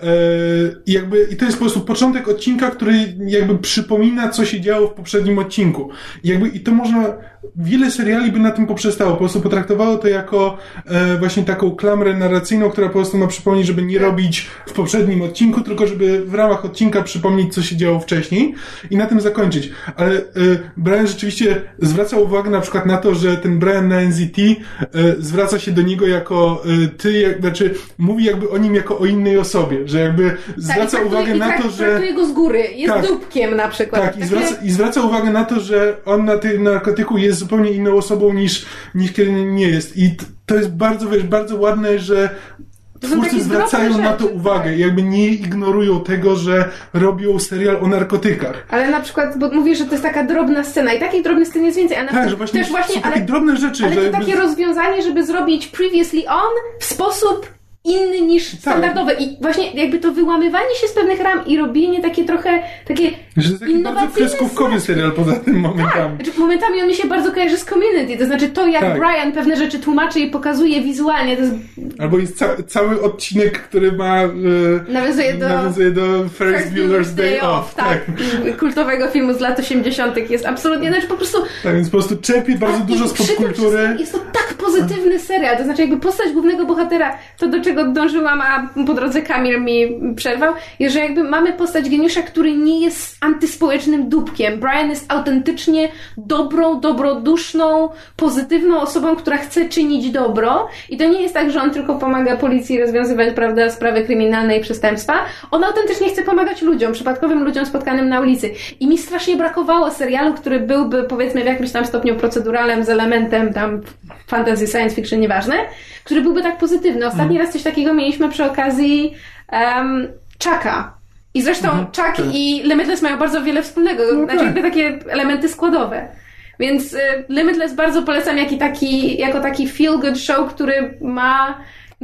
S4: I jakby, i to jest po prostu początek odcinka, który jakby przypomina, co się działo w poprzednim odcinku. I jakby, i to można, wiele seriali by na tym poprzestało, po prostu potraktowało to jako e, właśnie taką klamrę narracyjną, która po prostu ma przypomnieć, żeby nie robić w poprzednim odcinku, tylko żeby w ramach odcinka przypomnieć, co się działo wcześniej i na tym zakończyć. Ale e, Brian rzeczywiście zwraca uwagę na przykład na to, że ten Brian na N Z T e, zwraca się do niego jako e, ty, jak, znaczy mówi jakby o nim jako o innej osobie, że jakby tak, zwraca traktuje, uwagę na to, że...
S5: traktuje go z góry, jest tak, dupkiem na przykład.
S4: Tak, i zwraca, i zwraca uwagę na to, że on na tym narkotyku jest zupełnie inną osobą niż, niż kiedy nie jest. I to jest bardzo, wiesz, bardzo ładne, że twórcy zwracają na to uwagę i jakby nie ignorują tego, że robią serial o narkotykach.
S5: Ale na przykład, bo mówisz, że to jest taka drobna scena i takich drobnych scen jest więcej, a na
S4: tak, że właśnie
S5: też właśnie,
S4: są takie
S5: ale,
S4: drobne rzeczy.
S5: Ale
S4: że
S5: to takie
S4: jakby...
S5: rozwiązanie, żeby zrobić previously on w sposób inny niż tak. standardowy. I właśnie jakby to wyłamywanie się z pewnych ram i robienie takie trochę takie
S4: że to jest taki bardzo kreskówkowy serial poza tym momentami.
S5: Tak. Momentami on mi się bardzo kojarzy z Community. To znaczy to, jak tak. Brian pewne rzeczy tłumaczy i pokazuje wizualnie. To jest...
S4: Albo jest ca- cały odcinek, który ma e,
S5: nawiązuje do,
S4: nawiązuje do Ferris Bueller's Day, Day Off.
S5: Tak. tak. Kultowego filmu z lat osiemdziesiątych. Jest absolutnie, znaczy po prostu...
S4: Tak, więc po prostu czerpie bardzo dużo z popkultury.
S5: Jest to tak pozytywny serial. To znaczy jakby postać głównego bohatera, to do czego dążyłam, a po drodze Kamil mi przerwał, jest, że jakby mamy postać geniusza, który nie jest antyspołecznym dupkiem. Brian jest autentycznie dobrą, dobroduszną, pozytywną osobą, która chce czynić dobro i to nie jest tak, że on tylko pomaga policji rozwiązywać, prawda, sprawy kryminalne i przestępstwa. On autentycznie chce pomagać ludziom, przypadkowym ludziom spotkanym na ulicy. I mi strasznie brakowało serialu, który byłby, powiedzmy, w jakimś tam stopniu proceduralnym z elementem tam fantasy, science fiction, nieważne, który byłby tak pozytywny. Ostatni raz coś takiego mieliśmy przy okazji um, Chucka. I zresztą mhm, Chuck tak. i Limitless mają bardzo wiele wspólnego. No znaczy jakby takie elementy składowe. Więc y, Limitless bardzo polecam jako taki, jako taki feel good show, który ma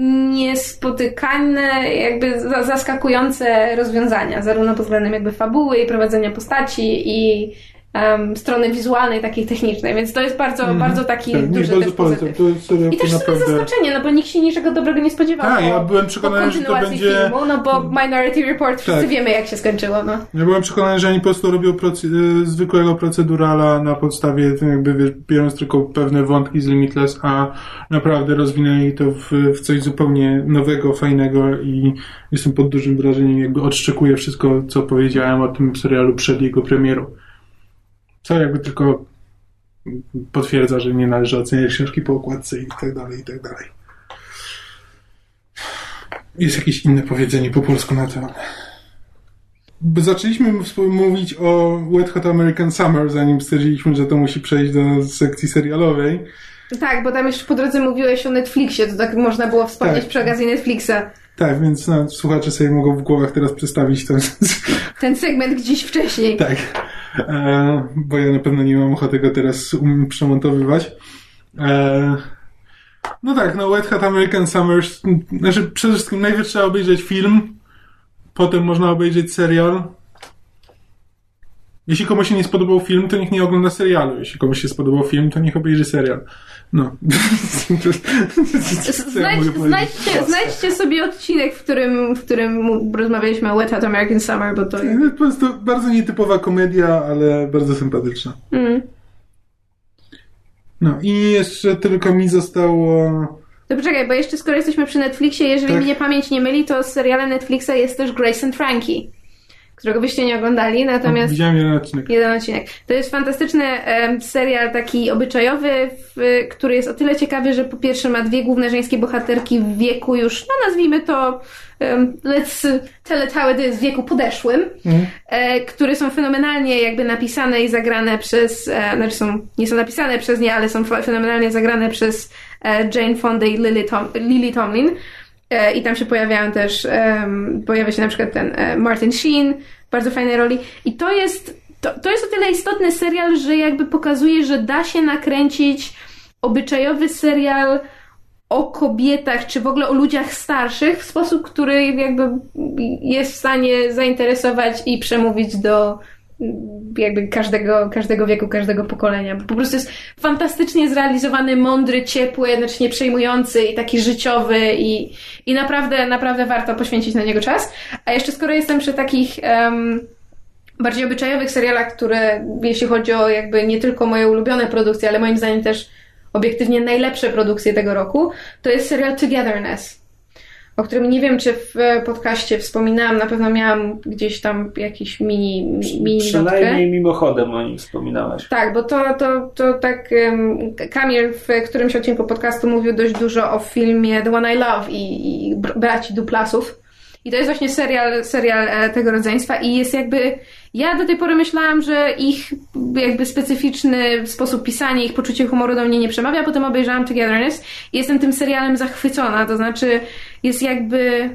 S5: niespotykane, jakby zaskakujące rozwiązania. Zarówno pod względem jakby fabuły i prowadzenia postaci i um, strony wizualnej, takiej technicznej, więc to jest bardzo, mm. bardzo taki
S4: tak,
S5: duży
S4: bardzo
S5: też pozytyw.
S4: To jest
S5: I też
S4: naprawdę...
S5: to zaskoczenie, no bo nikt się niczego dobrego nie spodziewał.
S4: A, ja byłem przekonany, że to będzie...
S5: filmu, no bo Minority Report, wszyscy tak. wiemy jak się skończyło, no.
S4: Ja byłem przekonany, że oni po prostu robią proce- zwykłego procedurala na podstawie, jakby wiesz, biorąc tylko pewne wątki z Limitless, a naprawdę rozwinęli to w, w coś zupełnie nowego, fajnego i jestem pod dużym wrażeniem, jakby odszczekuję wszystko, co powiedziałem o tym serialu przed jego premierą. Co jakby tylko potwierdza, że nie należy oceniać książki po okładce i tak dalej, i tak dalej. Jest jakieś inne powiedzenie po polsku na to. Zaczęliśmy mówić o Wet Hot American Summer, zanim stwierdziliśmy, że to musi przejść do sekcji serialowej.
S5: Tak, bo tam jeszcze po drodze mówiłeś o Netflixie, to tak można było wspomnieć tak. przy okazji Netflixa.
S4: Tak, więc no, słuchacze sobie mogą w głowach teraz przedstawić ten...
S5: ten segment gdzieś wcześniej.
S4: Tak, e, bo ja na pewno nie mam ochoty go teraz um, przemontowywać. E, no tak, no Wet Hot American Summer, znaczy przede wszystkim najpierw trzeba obejrzeć film, potem można obejrzeć serial. Jeśli komuś się nie spodobał film, to niech nie ogląda serialu. Jeśli komuś się spodobał film, to niech obejrzy serial. No.
S5: Znajdź, znajdźcie, znajdźcie sobie odcinek, w którym, w którym rozmawialiśmy o Wet Hot American Summer, bo to...
S4: Po prostu bardzo nietypowa komedia, ale bardzo sympatyczna. Mm. No i jeszcze tylko mi zostało...
S5: To poczekaj, bo jeszcze skoro jesteśmy przy Netflixie, jeżeli tak. mnie pamięć nie myli, to z serialem Netflixa jest też Grace and Frankie, którego byście nie oglądali, natomiast...
S4: Widziałem jeden odcinek.
S5: Jeden odcinek. To jest fantastyczny um, serial taki obyczajowy, w, który jest o tyle ciekawy, że po pierwsze ma dwie główne żeńskie bohaterki w wieku już, no nazwijmy to um, let's tell it how it is, w wieku podeszłym, mm. e, które są fenomenalnie jakby napisane i zagrane przez, e, znaczy są, nie są napisane przez nie, ale są fenomenalnie zagrane przez e, Jane Fonda i Lily, Tom, Lily Tomlin. I tam się pojawiają też, um, pojawia się na przykład ten e, Martin Sheen w bardzo fajnej roli. I to jest, to, to jest o tyle istotny serial, że jakby pokazuje, że da się nakręcić obyczajowy serial o kobietach, czy w ogóle o ludziach starszych w sposób, który jakby jest w stanie zainteresować i przemówić do jakby każdego, każdego wieku, każdego pokolenia. Po prostu jest fantastycznie zrealizowany, mądry, ciepły, jednocześnie przejmujący i taki życiowy i, i naprawdę, naprawdę warto poświęcić na niego czas. A jeszcze skoro jestem przy takich um, bardziej obyczajowych serialach, które jeśli chodzi o jakby nie tylko moje ulubione produkcje, ale moim zdaniem też obiektywnie najlepsze produkcje tego roku, to jest serial Togetherness, o którym nie wiem, czy w podcaście wspominałam, na pewno miałam gdzieś tam jakiś mini, mini
S3: Przynajmniej
S5: notkę.
S3: mimochodem o nim wspominałaś.
S5: Tak, bo to, to, to tak um, Kamil w którymś odcinku podcastu mówił dość dużo o filmie The One I Love i, i braci Duplasów. I to jest właśnie serial, serial tego rodzeństwa i jest jakby... Ja do tej pory myślałam, że ich jakby specyficzny sposób pisania, ich poczucie humoru do mnie nie przemawia, potem obejrzałam Togetherness i jestem tym serialem zachwycona. To znaczy jest jakby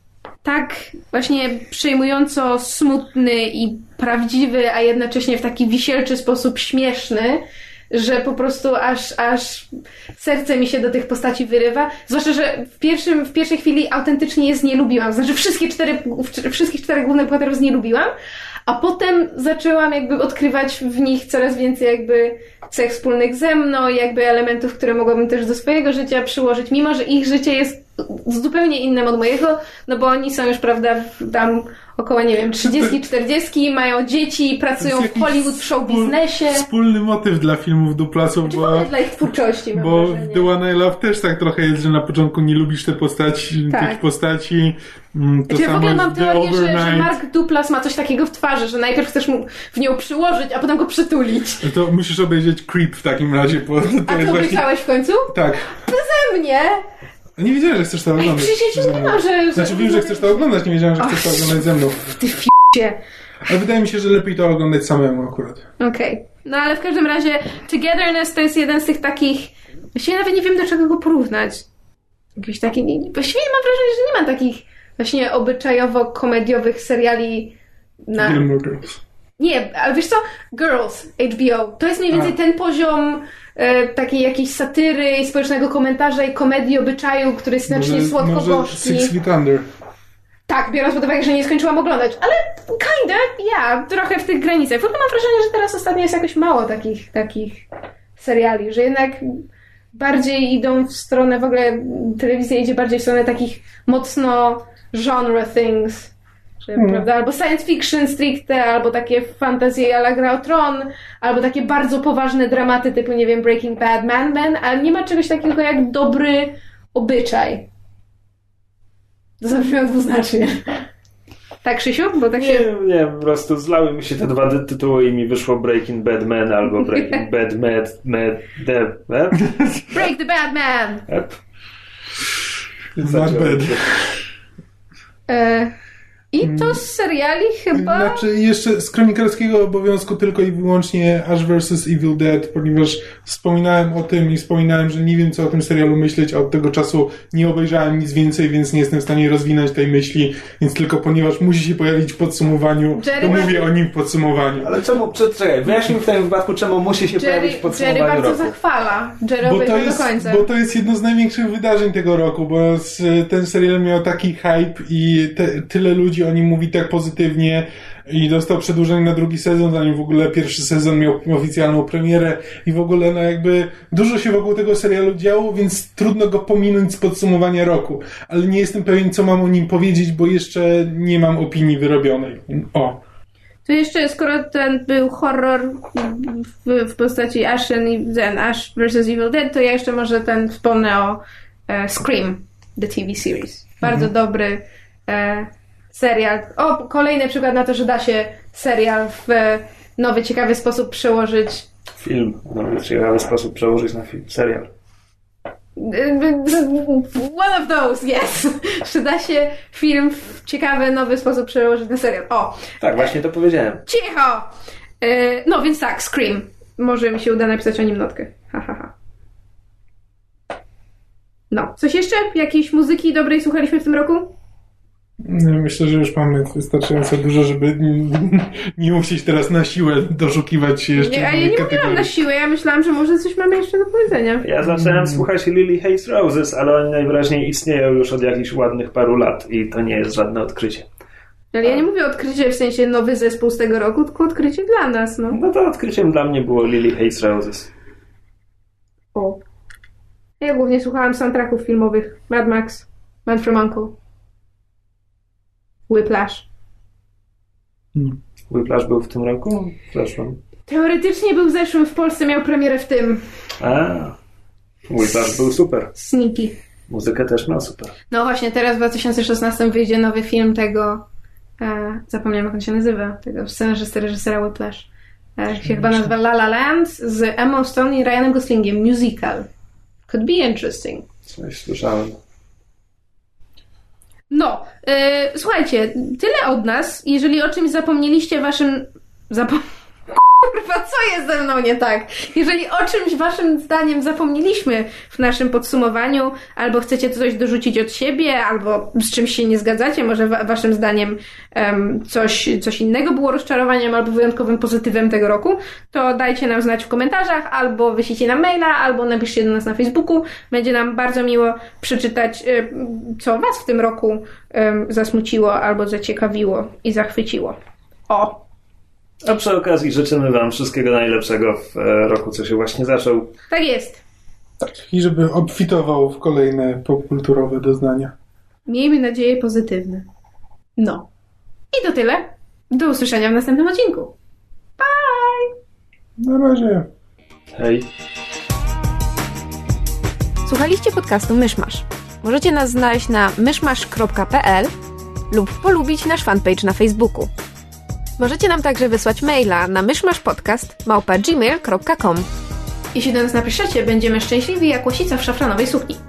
S5: tak właśnie przejmująco smutny i prawdziwy, a jednocześnie w taki wisielczy sposób śmieszny, że po prostu aż, aż serce mi się do tych postaci wyrywa. Zwłaszcza, że w, pierwszym, w pierwszej chwili autentycznie je z nie lubiłam. Znaczy wszystkie cztery, wszystkich czterech głównych bohaterów z nie lubiłam, a potem zaczęłam jakby odkrywać w nich coraz więcej jakby cech wspólnych ze mną, jakby elementów, które mogłabym też do swojego życia przyłożyć, mimo że ich życie jest zupełnie innym od mojego, no bo oni są już, prawda, tam około, nie wiem, trzydzieści czterdzieści, mają dzieci, pracują w Hollywood, w show biznesie.
S4: Wspólny motyw dla filmów Duplasów,
S5: znaczy,
S4: bo,
S5: dla ich twórczości, mam
S4: bo
S5: wrażenie.
S4: w The One I Love też tak trochę jest, że na początku nie lubisz te postaci, tak. tych postaci. To
S5: znaczy,
S4: samo
S5: w ogóle mam
S4: The
S5: teorię, że, że
S4: Overnight.
S5: Mark Duplass ma coś takiego w twarzy, że najpierw chcesz mu w nią przyłożyć, a potem go przytulić.
S4: To musisz obejrzeć Creep w takim razie, bo to
S5: a
S4: jest
S5: to
S4: właśnie...
S5: obiecałeś w końcu?
S4: Tak.
S5: Beze mnie!
S4: Nie wiedziałem, że chcesz to oglądać.
S5: Przecież ja nie mam, że...
S4: Znaczy wiem, że chcesz to oglądać, nie wiedziałem, że chcesz to oglądać ze mną.
S5: Ty f***cie.
S4: Ale wydaje mi się, że lepiej to oglądać samemu akurat.
S5: Okej. Okay. No ale w każdym razie Togetherness to jest jeden z tych takich... Właściwie nawet nie wiem, do czego go porównać. Jakiś taki... Właściwie mam wrażenie, że nie ma takich właśnie obyczajowo-komediowych seriali na...
S4: Gilmore Girls.
S5: Nie, ale wiesz co? Girls, H B O. To jest mniej więcej A. ten poziom e, takiej jakiejś satyry i społecznego komentarza i komedii obyczaju, który jest znacznie słodko-gorzki.
S4: Six Feet Under.
S5: Tak, biorąc pod uwagę, że nie skończyłam oglądać, ale kinda, ja, trochę w tych granicach. W ogóle mam wrażenie, że teraz ostatnio jest jakoś mało takich, takich seriali, że jednak bardziej idą w stronę, w ogóle telewizja idzie bardziej w stronę takich mocno genre things, że, mm. prawda, albo science fiction stricte, albo takie fantasy a la Gra o Tron, albo takie bardzo poważne dramaty typu, nie wiem, Breaking Bad, Mad Men, ale nie ma czegoś takiego jak dobry obyczaj. To zabrzmiało dwuznacznie. Tak, Krzysiu? Bo tak się...
S3: Nie, nie, po prostu zlały mi się te dwa tytuły i mi wyszło Breaking Bad Man albo Breaking Bad Mad, Mad, Dead, Mad?
S5: Break the Bad Man!
S3: Yep.
S4: Bad Bad.
S5: E, I to z seriali chyba...
S4: Znaczy jeszcze z kronikarskiego obowiązku tylko i wyłącznie Ash versus. Evil Dead, ponieważ wspominałem o tym i wspominałem, że nie wiem co o tym serialu myśleć, a od tego czasu nie obejrzałem nic więcej, więc nie jestem w stanie rozwinąć tej myśli, więc tylko ponieważ musi się pojawić w podsumowaniu,
S5: Jerry
S4: to mówię o nim w podsumowaniu.
S3: Ale czemu, czekaj, wyjaśnij w tym wypadku, czemu musi się
S5: Jerry,
S3: pojawić w podsumowaniu
S5: Jerry bardzo
S3: roku.
S5: zachwala. Jerry
S4: Bo to,
S5: obejrzał
S4: jest,
S5: do końca.
S4: bo to jest jedno z największych wydarzeń tego roku, bo z, ten serial miał taki hype i te, tyle ludzi o nim mówi tak pozytywnie i dostał przedłużenie na drugi sezon, zanim w ogóle pierwszy sezon miał oficjalną premierę i w ogóle no jakby dużo się wokół tego serialu działo, więc trudno go pominąć z podsumowania roku. Ale nie jestem pewien, co mam o nim powiedzieć, bo jeszcze nie mam opinii wyrobionej. O.
S5: To jeszcze, skoro ten był horror w, w postaci Ash and ten Ash versus. Evil Dead, to ja jeszcze może ten wspomnę o e, Scream, the T V series. Bardzo mhm. dobry e, serial. O, kolejny przykład na to, że da się serial w nowy, ciekawy sposób przełożyć.
S3: Film w nowy, ciekawy sposób przełożyć na film, serial.
S5: One of those, yes. Że da się film w ciekawy, nowy sposób przełożyć na serial. O!
S3: Tak, właśnie to powiedziałem.
S5: Cicho! No więc tak, Scream. Może mi się uda napisać o nim notkę. Ha, ha, ha. No, coś jeszcze? Jakiejś muzyki dobrej słuchaliśmy w tym roku?
S4: Myślę, że już mamy wystarczająco dużo, żeby nie musieć teraz na siłę doszukiwać się jeszcze.
S5: Nie, a ja nie mówiłam na siłę, ja myślałam, że może coś mamy jeszcze do powiedzenia.
S3: Ja zacząłem hmm. słuchać Lily Haze Roses, ale oni najwyraźniej istnieją już od jakichś ładnych paru lat i to nie jest żadne odkrycie.
S5: Ale ja nie mówię odkrycie w sensie nowy zespół z tego roku, tylko odkrycie dla nas, no.
S3: No to odkryciem dla mnie było Lily Haze Roses.
S5: O. Ja głównie słuchałam soundtracków filmowych. Mad Max, Man from Uncle, Whiplash.
S3: Hmm. Whiplash był w tym roku? W zeszłym.
S5: Teoretycznie był w zeszłym, w Polsce miał premierę w tym.
S3: A, Whiplash był super.
S5: Sneaky.
S3: Muzykę też miał super.
S5: No właśnie, teraz w dwa tysiące szesnastym wyjdzie nowy film tego, e, zapomniałam jak on się nazywa, tego scenarzysty, reżysera Whiplash. E, się chyba nazywa La La Land z Emma Stone i Ryanem Goslingiem. Musical. Could be interesting.
S3: Coś słyszałem.
S5: No, yy, słuchajcie, tyle od nas. Jeżeli o czymś zapomnieliście waszym... Zapom... Kurwa, co jest ze mną nie tak? Jeżeli o czymś waszym zdaniem zapomnieliśmy w naszym podsumowaniu, albo chcecie coś dorzucić od siebie, albo z czymś się nie zgadzacie, może wa- waszym zdaniem um, coś, coś innego było rozczarowaniem albo wyjątkowym pozytywem tego roku, to dajcie nam znać w komentarzach, albo wyślijcie nam maila, albo napiszcie do nas na Facebooku. Będzie nam bardzo miło przeczytać, y, co was w tym roku y, zasmuciło, albo zaciekawiło i zachwyciło. O!
S3: A przy okazji życzymy wam wszystkiego najlepszego w roku, co się właśnie zaczął.
S5: Tak jest.
S4: Tak, i żeby obfitował w kolejne popkulturowe doznania.
S5: Miejmy nadzieję pozytywne. No. I to tyle. Do usłyszenia w następnym odcinku. Bye!
S4: Na razie.
S3: Hej.
S2: Słuchaliście podcastu Myszmasz. Możecie nas znaleźć na myszmasz kropka p l lub polubić nasz fanpage na Facebooku. Możecie nam także wysłać maila na myszmaszpodcast małpa gmail kropka com.
S5: Jeśli do nas napiszecie, będziemy szczęśliwi jak łasica w szafranowej sukni.